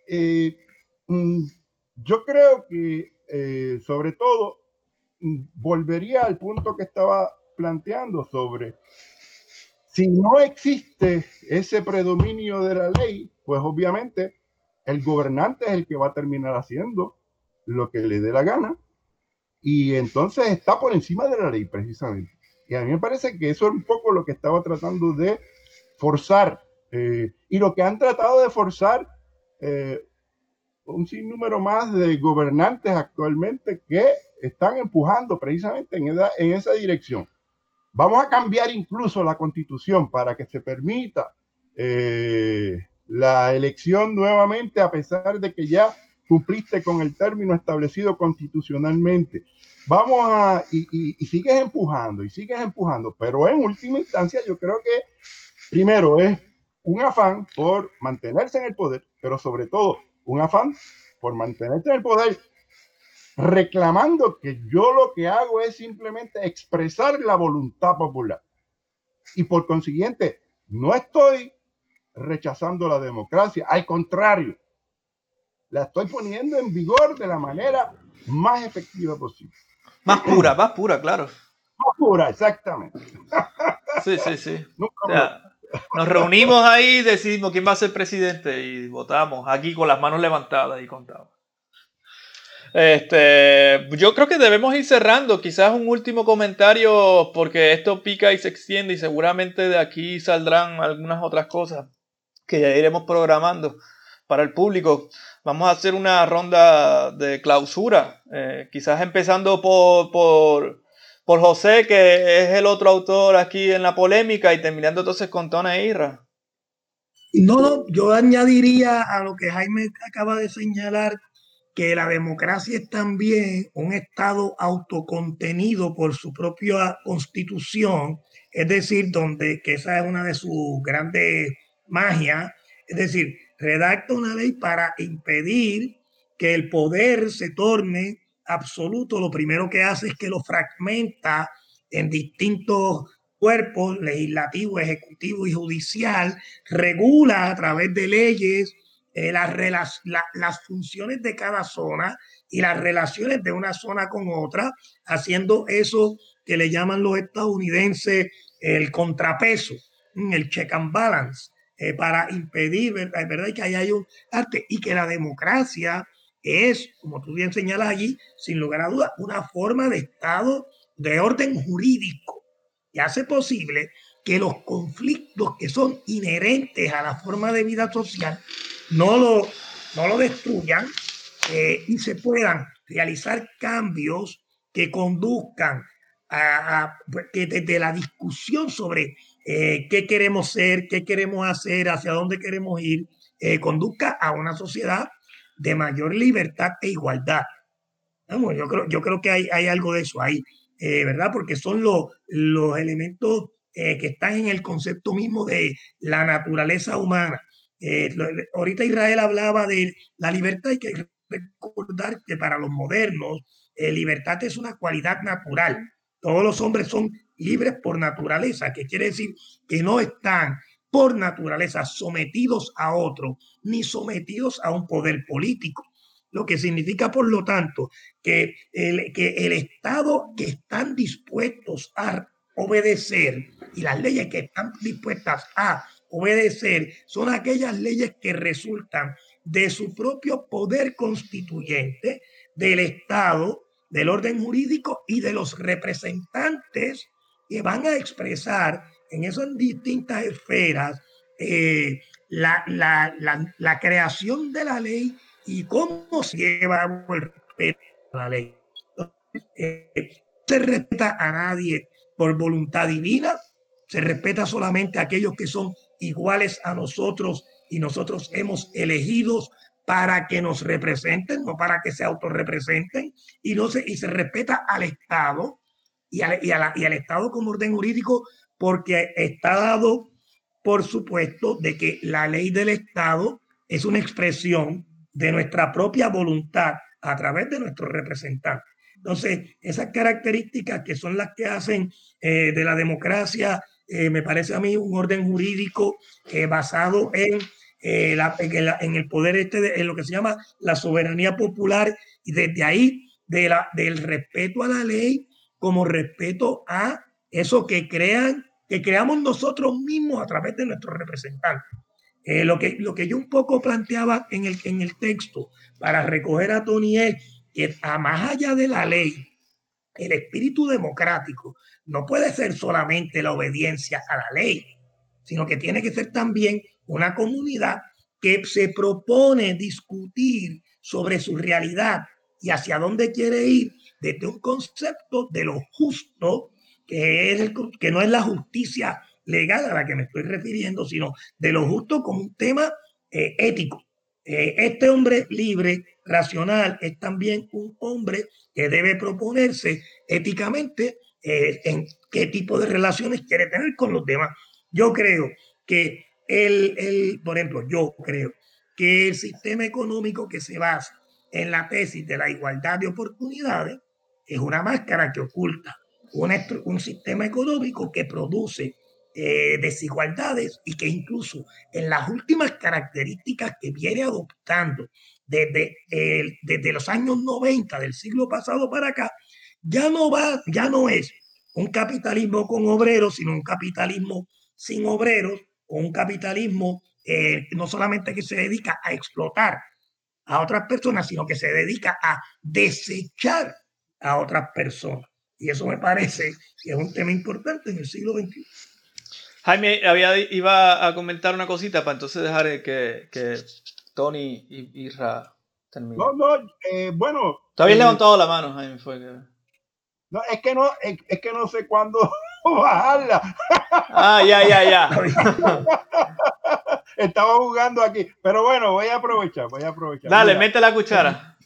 yo creo que sobre todo volvería al punto que estaba planteando sobre si no existe ese predominio de la ley, pues obviamente el gobernante es el que va a terminar haciendo lo que le dé la gana, y entonces está por encima de la ley precisamente. Y a mí me parece que eso es un poco lo que estaba tratando de forzar, y lo que han tratado de forzar un sinnúmero más de gobernantes actualmente que están empujando precisamente en esa dirección. Vamos a cambiar incluso la Constitución para que se permita la elección nuevamente, a pesar de que ya cumpliste con el término establecido constitucionalmente. Y sigues empujando, pero en última instancia yo creo que primero es un afán por mantenerse en el poder, pero sobre todo un afán por mantenerse en el poder reclamando que yo lo que hago es simplemente expresar la voluntad popular. Y por consiguiente, no estoy rechazando la democracia, al contrario, la estoy poniendo en vigor de la manera más efectiva posible. Más pura, claro. Más pura, exactamente. Sí. O sea, nos reunimos ahí, decidimos quién va a ser presidente y votamos aquí con las manos levantadas y contamos. Yo creo que debemos ir cerrando. Quizás un último comentario, porque esto pica y se extiende y seguramente de aquí saldrán algunas otras cosas que ya iremos programando para el público. Vamos a hacer una ronda de clausura, quizás empezando por José, que es el otro autor aquí en la polémica, y terminando entonces con Tona e Irra. No, yo añadiría a lo que Jaime acaba de señalar, que la democracia es también un Estado autocontenido por su propia constitución, es decir, que esa es una de sus grandes magias, es decir, redacta una ley para impedir que el poder se torne absoluto. Lo primero que hace es que lo fragmenta en distintos cuerpos, legislativo, ejecutivo y judicial, regula a través de leyes las funciones de cada zona y las relaciones de una zona con otra, haciendo eso que le llaman los estadounidenses el contrapeso, el check and balance, para impedir, ¿verdad? Que haya un arte, y que la democracia es, como tú bien señalas allí, sin lugar a dudas, una forma de Estado de orden jurídico que hace posible que los conflictos que son inherentes a la forma de vida social no lo destruyan, y se puedan realizar cambios que conduzcan que desde la discusión sobre qué queremos ser, qué queremos hacer, hacia dónde queremos ir, conduzca a una sociedad de mayor libertad e igualdad. Vamos, yo creo que hay algo de eso ahí, ¿verdad? Porque son los elementos que están en el concepto mismo de la naturaleza humana. Ahorita Israel hablaba de la libertad. Hay que recordar que para los modernos, libertad es una cualidad natural. Todos los hombres son libres por naturaleza, que quiere decir que no están por naturaleza sometidos a otro, ni sometidos a un poder político. Lo que significa, por lo tanto, que el Estado que están dispuestos a obedecer y las leyes que están dispuestas a obedecer son aquellas leyes que resultan de su propio poder constituyente, del Estado, del orden jurídico y de los representantes que van a expresar en esas distintas esferas la creación de la ley y cómo se lleva el respeto a la ley. Se respeta a nadie por voluntad divina, se respeta solamente a aquellos que son iguales a nosotros y nosotros hemos elegidos para que nos representen, no para que se autorrepresenten, y se respeta al Estado y al Estado como orden jurídico, porque está dado por supuesto de que la ley del Estado es una expresión de nuestra propia voluntad a través de nuestros representantes. Entonces, esas características que son las que hacen de la democracia, me parece a mí un orden jurídico basado en el poder en lo que se llama la soberanía popular, y desde ahí del respeto a la ley como respeto a eso que creamos nosotros mismos a través de nuestros representantes. Lo que yo un poco planteaba en el texto para recoger a Tony es que más allá de la ley, el espíritu democrático no puede ser solamente la obediencia a la ley, sino que tiene que ser también una comunidad que se propone discutir sobre su realidad y hacia dónde quiere ir desde un concepto de lo justo, que no es la justicia legal a la que me estoy refiriendo, sino de lo justo como un tema ético. Este hombre libre, racional, es también un hombre que debe proponerse éticamente en qué tipo de relaciones quiere tener con los demás. Yo creo que por ejemplo, yo creo que el sistema económico que se basa en la tesis de la igualdad de oportunidades es una máscara que oculta un sistema económico que produce desigualdades y que incluso en las últimas características que viene adoptando desde los años 90 del siglo pasado para acá, ya no es un capitalismo con obreros, sino un capitalismo sin obreros, o un capitalismo no solamente que se dedica a explotar a otras personas, sino que se dedica a desechar a otras personas. Y eso me parece que es un tema importante en el siglo XXI. Jaime iba a comentar una cosita para entonces dejar que Tony y Isra terminen. Bueno. Te habías levantado la mano, Jaime. No, es que no sé cuándo bajarla. Ya. Estaba jugando aquí, pero bueno, voy a aprovechar. Dale, mete la cuchara.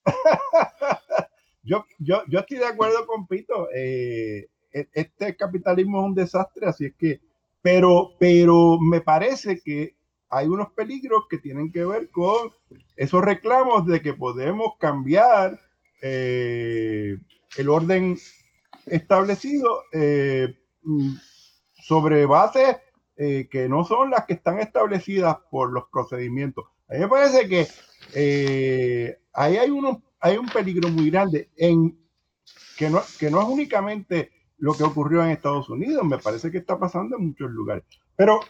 Yo estoy de acuerdo con Pito. Este capitalismo es un desastre, así es que, pero me parece que hay unos peligros que tienen que ver con esos reclamos de que podemos cambiar el orden establecido sobre bases que no son las que están establecidas por los procedimientos. A mí me parece que ahí hay un peligro muy grande que no es únicamente lo que ocurrió en Estados Unidos, me parece que está pasando en muchos lugares. Pero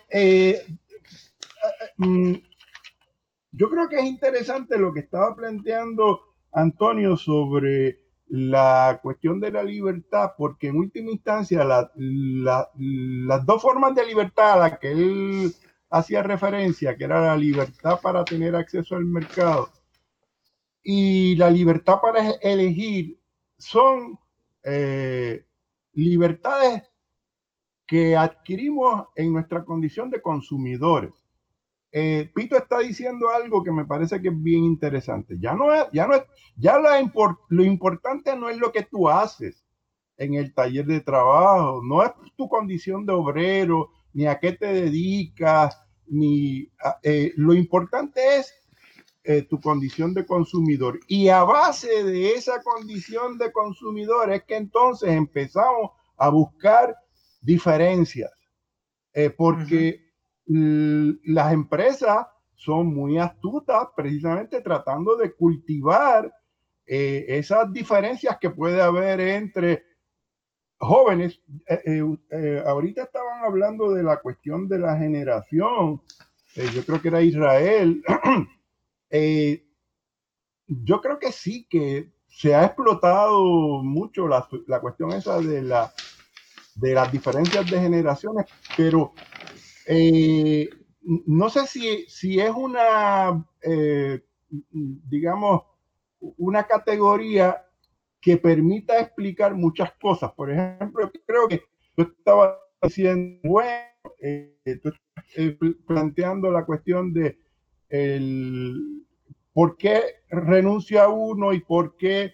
yo creo que es interesante lo que estaba planteando Antonio sobre la cuestión de la libertad, porque en última instancia las dos formas de libertad a las que él hacía referencia, que era la libertad para tener acceso al mercado y la libertad para elegir, son libertades que adquirimos en nuestra condición de consumidores. Pito está diciendo algo que me parece que es bien interesante. Lo importante no es lo que tú haces en el taller de trabajo, no es tu condición de obrero, ni a qué te dedicas, lo importante es tu condición de consumidor. Y a base de esa condición de consumidor es que entonces empezamos a buscar diferencias, porque las empresas son muy astutas precisamente tratando de cultivar esas diferencias que puede haber entre jóvenes. Ahorita estaban hablando de la cuestión de la generación, yo creo que era Israel. Yo creo que sí, que se ha explotado mucho la cuestión esa de las diferencias de generaciones, pero no sé si es una, digamos, una categoría que permita explicar muchas cosas. Por ejemplo, creo que tú estabas diciendo, bueno, tú estás planteando la cuestión de por qué renuncia uno y por qué.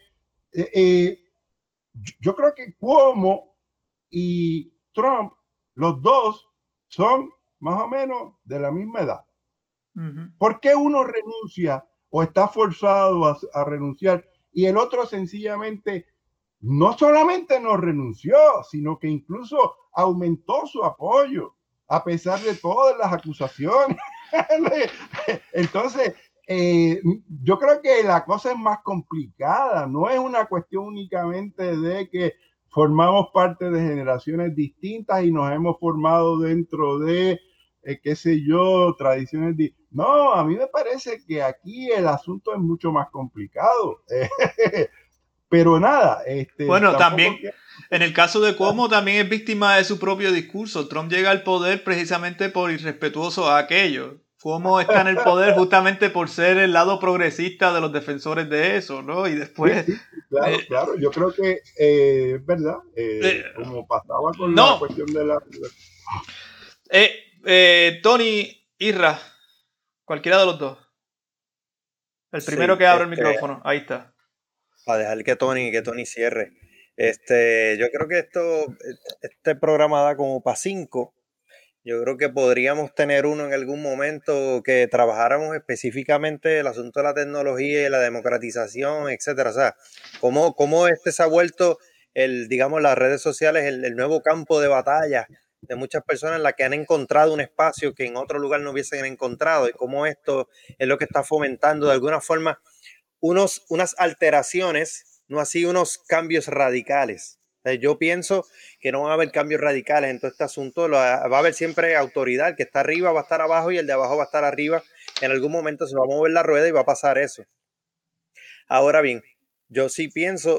Yo creo que Cuomo y Trump, los dos, son más o menos de la misma edad. ¿Por qué uno renuncia o está forzado a renunciar y el otro sencillamente no solamente no renunció, sino que incluso aumentó su apoyo a pesar de todas las acusaciones? Entonces, yo creo que la cosa es más complicada, no es una cuestión únicamente de que formamos parte de generaciones distintas y nos hemos formado dentro de, qué sé yo, tradiciones distintas. No, a mí me parece que aquí el asunto es mucho más complicado. Pero nada. Bueno, también en el caso de Cuomo también es víctima de su propio discurso. Trump llega al poder precisamente por irrespetuoso a aquello. Cuomo está en el poder justamente por ser el lado progresista de los defensores de eso, ¿no? Y después... Sí, claro. Yo creo que es verdad. Como pasaba con la cuestión de la... Tony, Irra, cualquiera de los dos. El primero que abre el micrófono, ahí está. Para dejar que Tony cierre. Yo creo que este programa da como para 5. Yo creo que podríamos tener uno en algún momento que trabajáramos específicamente el asunto de la tecnología y la democratización, etcétera. O sea, cómo se ha vuelto digamos, las redes sociales, el nuevo campo de batalla de muchas personas en las que han encontrado un espacio que en otro lugar no hubiesen encontrado, y cómo esto es lo que está fomentando de alguna forma unas alteraciones, no así unos cambios radicales. Yo pienso que no va a haber cambios radicales en todo este asunto. Va a haber siempre autoridad. El que está arriba va a estar abajo y el de abajo va a estar arriba. En algún momento se va a mover la rueda y va a pasar eso. Ahora bien, yo sí pienso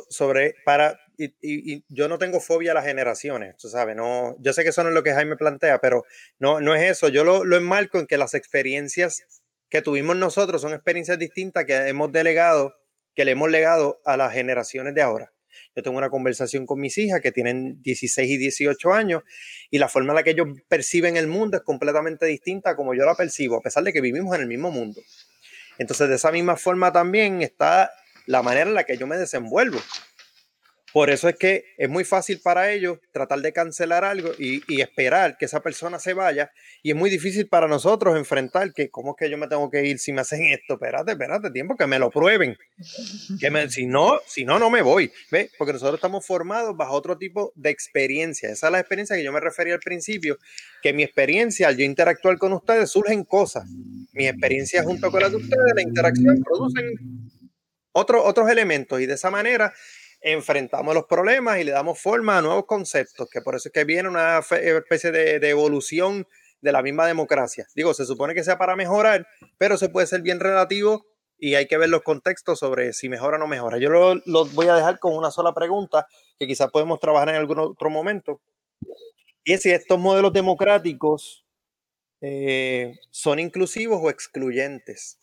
y yo no tengo fobia a las generaciones, tú sabes, no, yo sé que eso no es lo que Jaime plantea, pero no es eso. Yo lo enmarco en que las experiencias que tuvimos nosotros son experiencias distintas que le hemos legado a las generaciones de ahora. Yo tengo una conversación con mis hijas que tienen 16 y 18 años y la forma en la que ellos perciben el mundo es completamente distinta a como yo la percibo, a pesar de que vivimos en el mismo mundo. Entonces, de esa misma forma también está la manera en la que yo me desenvuelvo. Por eso es que es muy fácil para ellos tratar de cancelar algo y esperar que esa persona se vaya, y es muy difícil para nosotros enfrentar que cómo es que yo me tengo que ir si me hacen esto. Espérate, tiempo, que me lo prueben. Si no me voy. ¿Ves? Porque nosotros estamos formados bajo otro tipo de experiencia. Esa es la experiencia que yo me refería al principio, que mi experiencia al yo interactuar con ustedes surgen cosas. Mi experiencia junto con la de ustedes, la interacción, producen otros elementos, y de esa manera enfrentamos los problemas y le damos forma a nuevos conceptos, que por eso es que viene una especie de evolución de la misma democracia. Digo, se supone que sea para mejorar, pero se puede ser bien relativo y hay que ver los contextos sobre si mejora o no mejora. Yo lo voy a dejar con una sola pregunta que quizás podemos trabajar en algún otro momento, y es si estos modelos democráticos son inclusivos o excluyentes.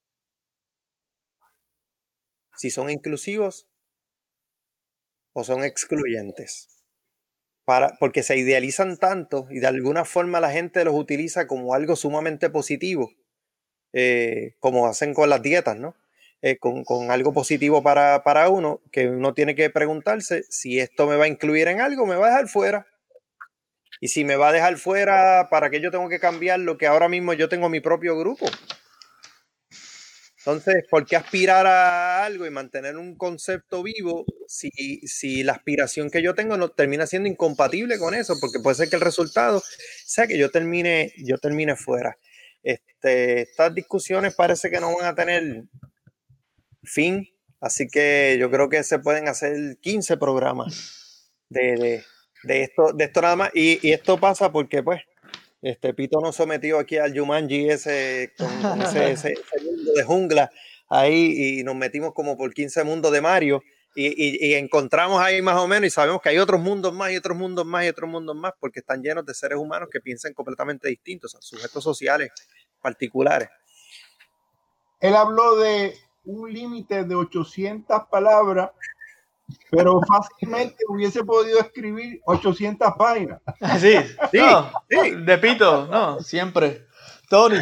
Si son inclusivos o son excluyentes, porque se idealizan tanto y de alguna forma la gente los utiliza como algo sumamente positivo, como hacen con las dietas, ¿no? Con algo positivo para uno, que uno tiene que preguntarse si esto me va a incluir en algo, me va a dejar fuera. Y si me va a dejar fuera, ¿para qué yo tengo que cambiar lo que ahora mismo yo tengo mi propio grupo? Entonces, ¿por qué aspirar a algo y mantener un concepto vivo si la aspiración que yo tengo no termina siendo incompatible con eso? Porque puede ser que el resultado sea que yo termine fuera. Estas discusiones parece que no van a tener fin, así que yo creo que se pueden hacer 15 programas de esto nada más. Y esto pasa porque, pues, Pito nos sometió aquí al Jumanji con ese mundo de jungla ahí, y nos metimos como por 15 mundos de Mario y encontramos ahí más o menos, y sabemos que hay otros mundos más y otros mundos más y otros mundos más, porque están llenos de seres humanos que piensan completamente distintos, o sea, sujetos sociales particulares. Él habló de un límite de 800 palabras pero fácilmente hubiese podido escribir 800 páginas. Sí, Sí, no, sí. de pito, no, siempre. Tony.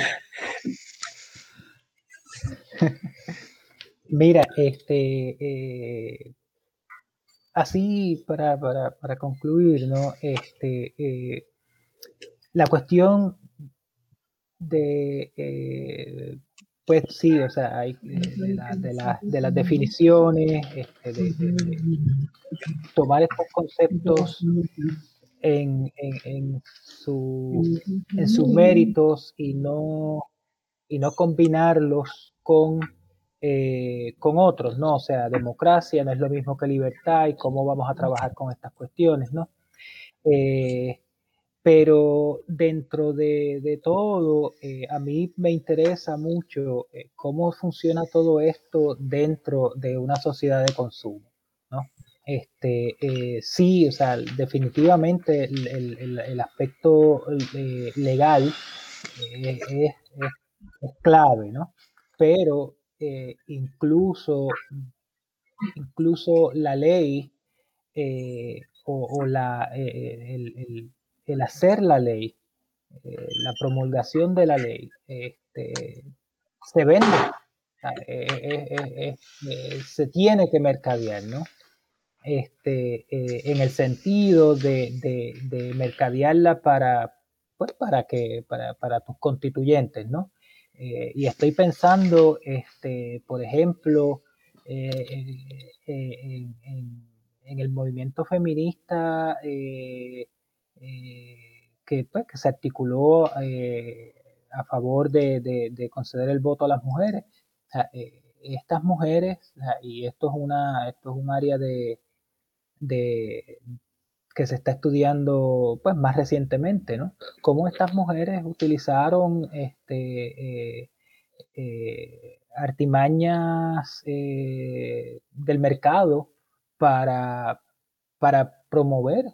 Mira, así para concluir, ¿no? La cuestión pues sí, o sea, hay de las definiciones, de tomar estos conceptos en sus méritos y no combinarlos con otros, ¿no? O sea, democracia no es lo mismo que libertad y cómo vamos a trabajar con estas cuestiones, ¿no? Pero dentro de todo, a mí me interesa mucho cómo funciona todo esto dentro de una sociedad de consumo, ¿no? Sí, o sea, definitivamente el aspecto legal es clave, ¿no? Pero incluso la ley o el hacer la ley, la promulgación de la ley, se vende, se tiene que mercadear, ¿no? En el sentido de mercadearla pues para tus constituyentes, ¿no? Y estoy pensando, por ejemplo, en el movimiento feminista que se articuló a favor de conceder el voto a las mujeres. O sea, estas mujeres, o sea, y esto es un área de que se está estudiando pues más recientemente, ¿no? Cómo estas mujeres utilizaron artimañas del mercado para, para promover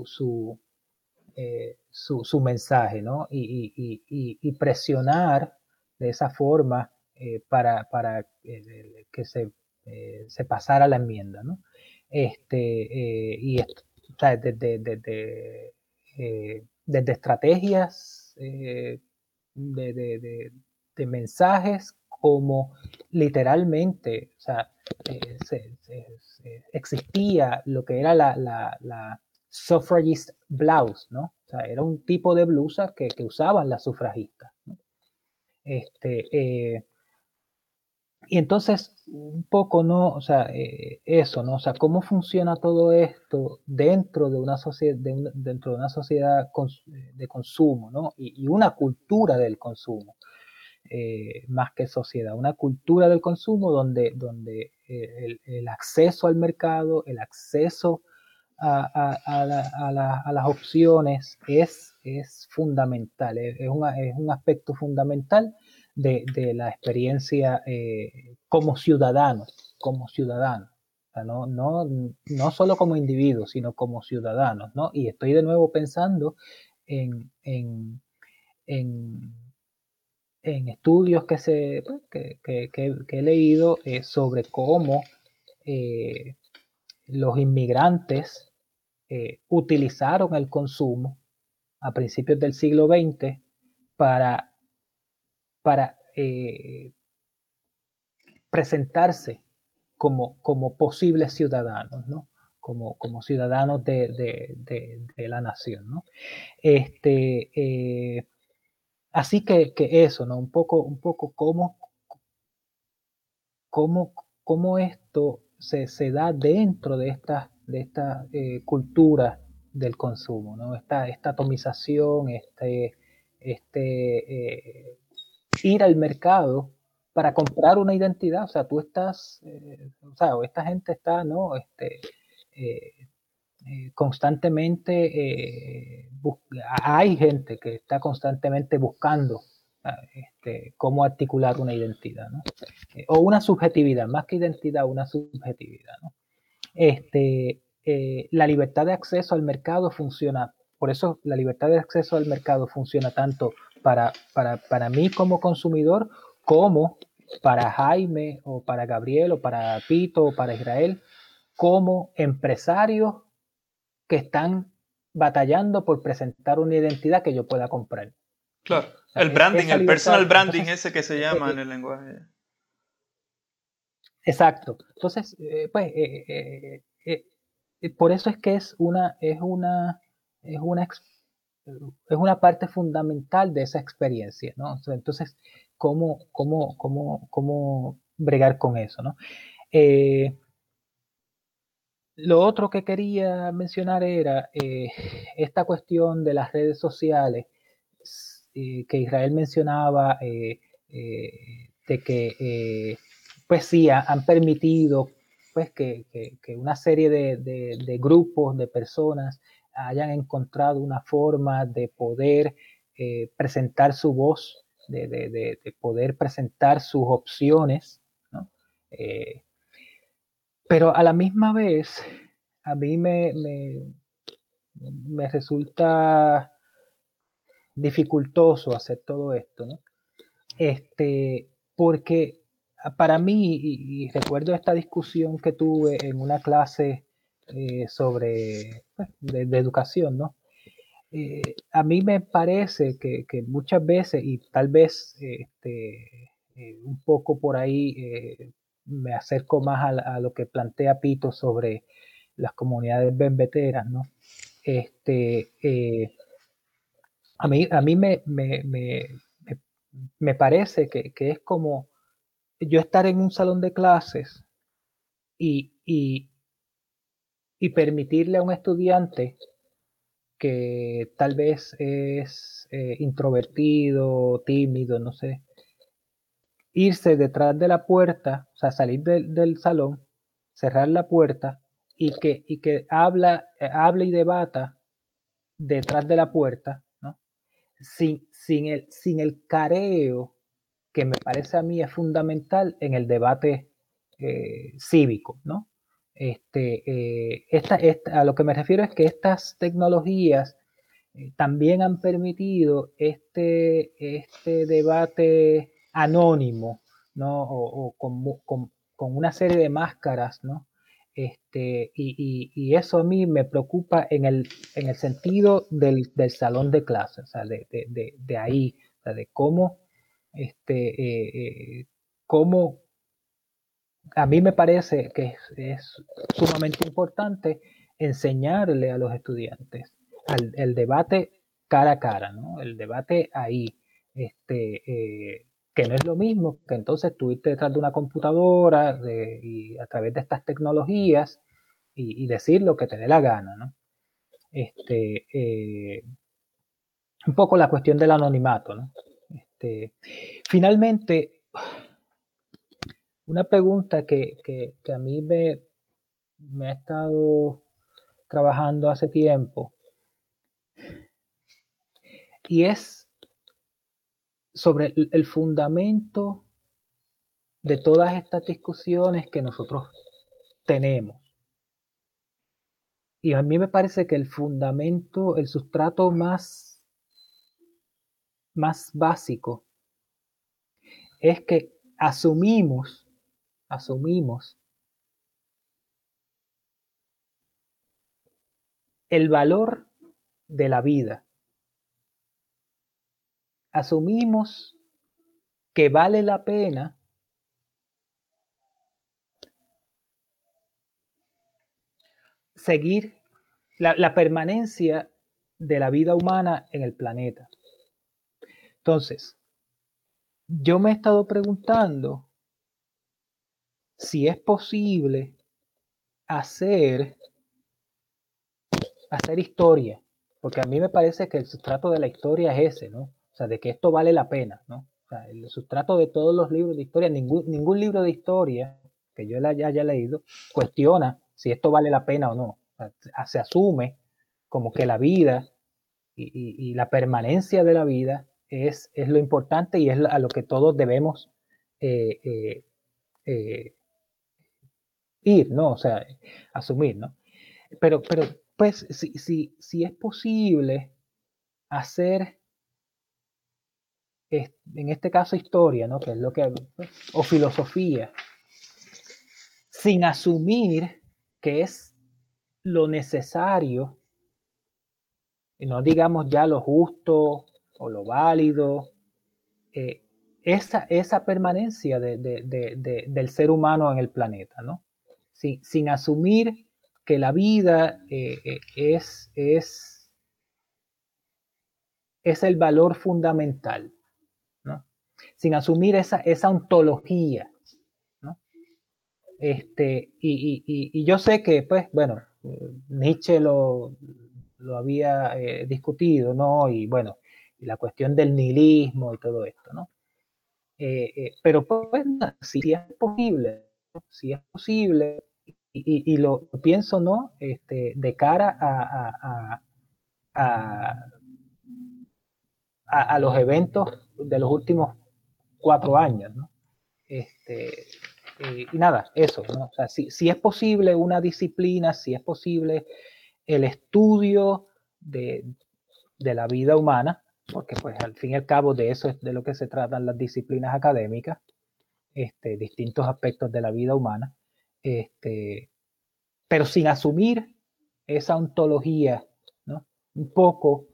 su mensaje, ¿no? Y presionar de esa forma para que se pasara la enmienda, ¿no? O sea, desde estrategias de mensajes como literalmente, o sea, existía lo que era la suffragist blouse, ¿no? O sea, era un tipo de blusa que usaban las sufragistas, ¿no? Y entonces, un poco, ¿no? O sea, eso, ¿no? O sea, cómo funciona todo esto dentro de una sociedad, dentro de una sociedad de consumo, ¿no? Y una cultura del consumo, más que sociedad, una cultura del consumo donde el acceso al mercado, el acceso a las opciones es fundamental, es un aspecto fundamental de la experiencia como ciudadanos, como ciudadanos. O sea, no solo como individuos, sino como ciudadanos, ¿no? Y estoy de nuevo pensando en, en, en, en estudios que he leído sobre cómo los inmigrantes utilizaron el consumo a principios del siglo XX para presentarse como posibles ciudadanos, ¿no? Como ciudadanos de la nación, ¿no? Así que eso, ¿no? Un poco cómo esto se da dentro de esta cultura del consumo, ¿no? Esta atomización, ir al mercado para comprar una identidad. O sea, tú estás, o sea, esta gente está, ¿no? Constantemente, hay gente que está constantemente buscando cómo articular una identidad, ¿no? O una subjetividad, más que identidad, una subjetividad, ¿no? La libertad de acceso al mercado funciona, por eso la libertad de acceso al mercado funciona tanto para mí como consumidor como para Jaime o para Gabriel o para Pito o para Israel como empresarios que están batallando por presentar una identidad que yo pueda comprar. Claro, O sea, el branding, esa el libertad, personal branding entonces, ese que se llama en el lenguaje. exacto. Entonces, por eso es que es una parte fundamental de esa experiencia, ¿no? O sea, entonces, ¿cómo bregar con eso, ¿no? Lo otro que quería mencionar era esta cuestión de las redes sociales que Israel mencionaba, de que pues sí, han permitido pues que una serie de grupos, de personas hayan encontrado una forma de poder presentar su voz, de poder presentar sus opciones, ¿no? Pero a la misma vez, a mí me resulta dificultoso hacer todo esto, ¿no? Porque para mí, y recuerdo esta discusión que tuve en una clase sobre pues, de educación, ¿no? A mí me parece que muchas veces, y tal vez un poco por ahí me acerco más a lo que plantea Pito sobre las comunidades bembeteras, ¿no? A mí me parece que es como yo estar en un salón de clases y permitirle a un estudiante que tal vez es introvertido, tímido, no sé, irse detrás de la puerta, o sea, salir del salón, cerrar la puerta y que hable y debata detrás de la puerta, ¿no? Sin el careo que me parece a mí es fundamental en el debate cívico, ¿no? A lo que me refiero es que estas tecnologías también han permitido este debate anónimo, ¿no? O con una serie de máscaras, ¿no? Y eso a mí me preocupa en el sentido del salón de clases, o sea, de ahí, o sea, de cómo a mí me parece que es sumamente importante enseñarle a los estudiantes el debate cara a cara, ¿no? El debate ahí, que no es lo mismo que entonces tú irte detrás de una computadora y a través de estas tecnologías y decir lo que te dé la gana, ¿no? Un poco la cuestión del anonimato, ¿no? Finalmente, una pregunta que a mí me ha estado trabajando hace tiempo y es sobre el fundamento de todas estas discusiones que nosotros tenemos. Y a mí me parece que el fundamento, el sustrato más básico es que asumimos el valor de la vida. Asumimos que vale la pena seguir la permanencia de la vida humana en el planeta. Entonces, yo me he estado preguntando si es posible hacer historia, porque a mí me parece que el sustrato de la historia es ese, ¿no? O sea, de que esto vale la pena, ¿no? O sea, el sustrato de todos los libros de historia, ningún libro de historia que yo haya leído cuestiona si esto vale la pena o no. O sea, se asume como que la vida y la permanencia de la vida es lo importante y es a lo que todos debemos ir, ¿no? O sea, asumir, ¿no? Pero pues, si es posible hacer, en este caso, historia, ¿no? Que es o filosofía, sin asumir que es lo necesario, y no digamos ya lo justo o lo válido, esa permanencia del ser humano en el planeta, ¿no? Sin asumir que la vida es el valor fundamental, ¿no? Sin asumir esa ontología, ¿no? Y yo sé que, pues, bueno, Nietzsche lo había discutido, ¿no? Y bueno, y la cuestión del nihilismo y todo esto, ¿no? Pero pues si es posible, y lo pienso, ¿no? De cara a los eventos de los últimos 4 años, ¿no? Y nada, eso, ¿no? O sea, si es posible una disciplina, si es posible el estudio de la vida humana, porque pues al fin y al cabo de eso es de lo que se tratan las disciplinas académicas, distintos aspectos de la vida humana, pero sin asumir esa ontología, ¿no? Un poco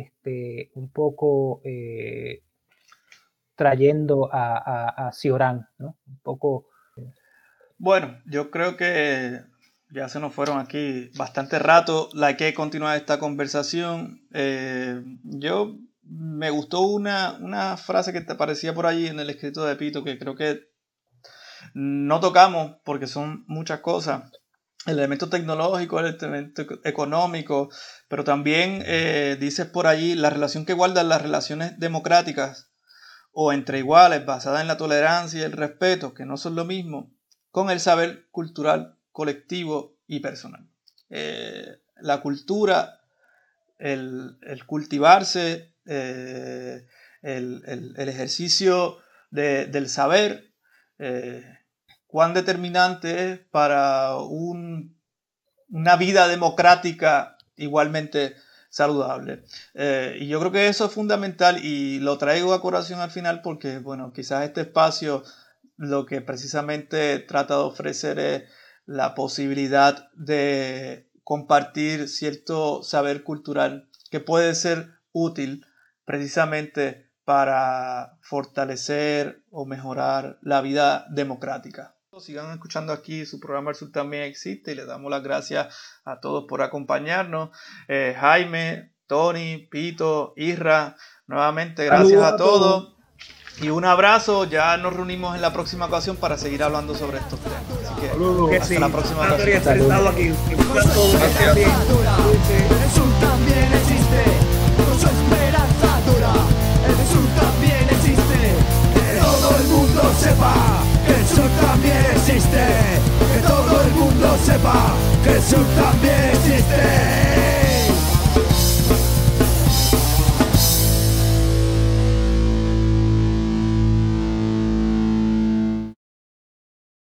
trayendo a Cioran, ¿no? Un poco. Bueno, yo creo que ya se nos fueron aquí bastante rato. Hay que continuar esta conversación. Yo me gustó una frase que te aparecía por allí en el escrito de Pito, que creo que no tocamos porque son muchas cosas. El elemento tecnológico, el elemento económico, pero también dices por allí la relación que guardan las relaciones democráticas o entre iguales, basadas en la tolerancia y el respeto, que no son lo mismo, con el saber cultural colectivo y personal. La cultura, el cultivarse, el ejercicio del saber, cuán determinante es para una vida democrática igualmente saludable. Y yo creo que eso es fundamental y lo traigo a colación al final porque, bueno, quizás este espacio lo que precisamente trata de ofrecer es la posibilidad de compartir cierto saber cultural que puede ser útil precisamente para fortalecer o mejorar la vida democrática. Sigan escuchando aquí su programa El Sur También Existe y les damos las gracias a todos por acompañarnos. Jaime, Tony, Pito, Isra, nuevamente gracias a todos. Y un abrazo, ya nos reunimos en la próxima ocasión para seguir hablando sobre estos temas. Así que hasta la próxima ocasión. El Sur también existe, con su esperanza dura. El Sur también existe, que todo el mundo sepa que el Sur también existe. Que todo el mundo sepa que el Sur también existe.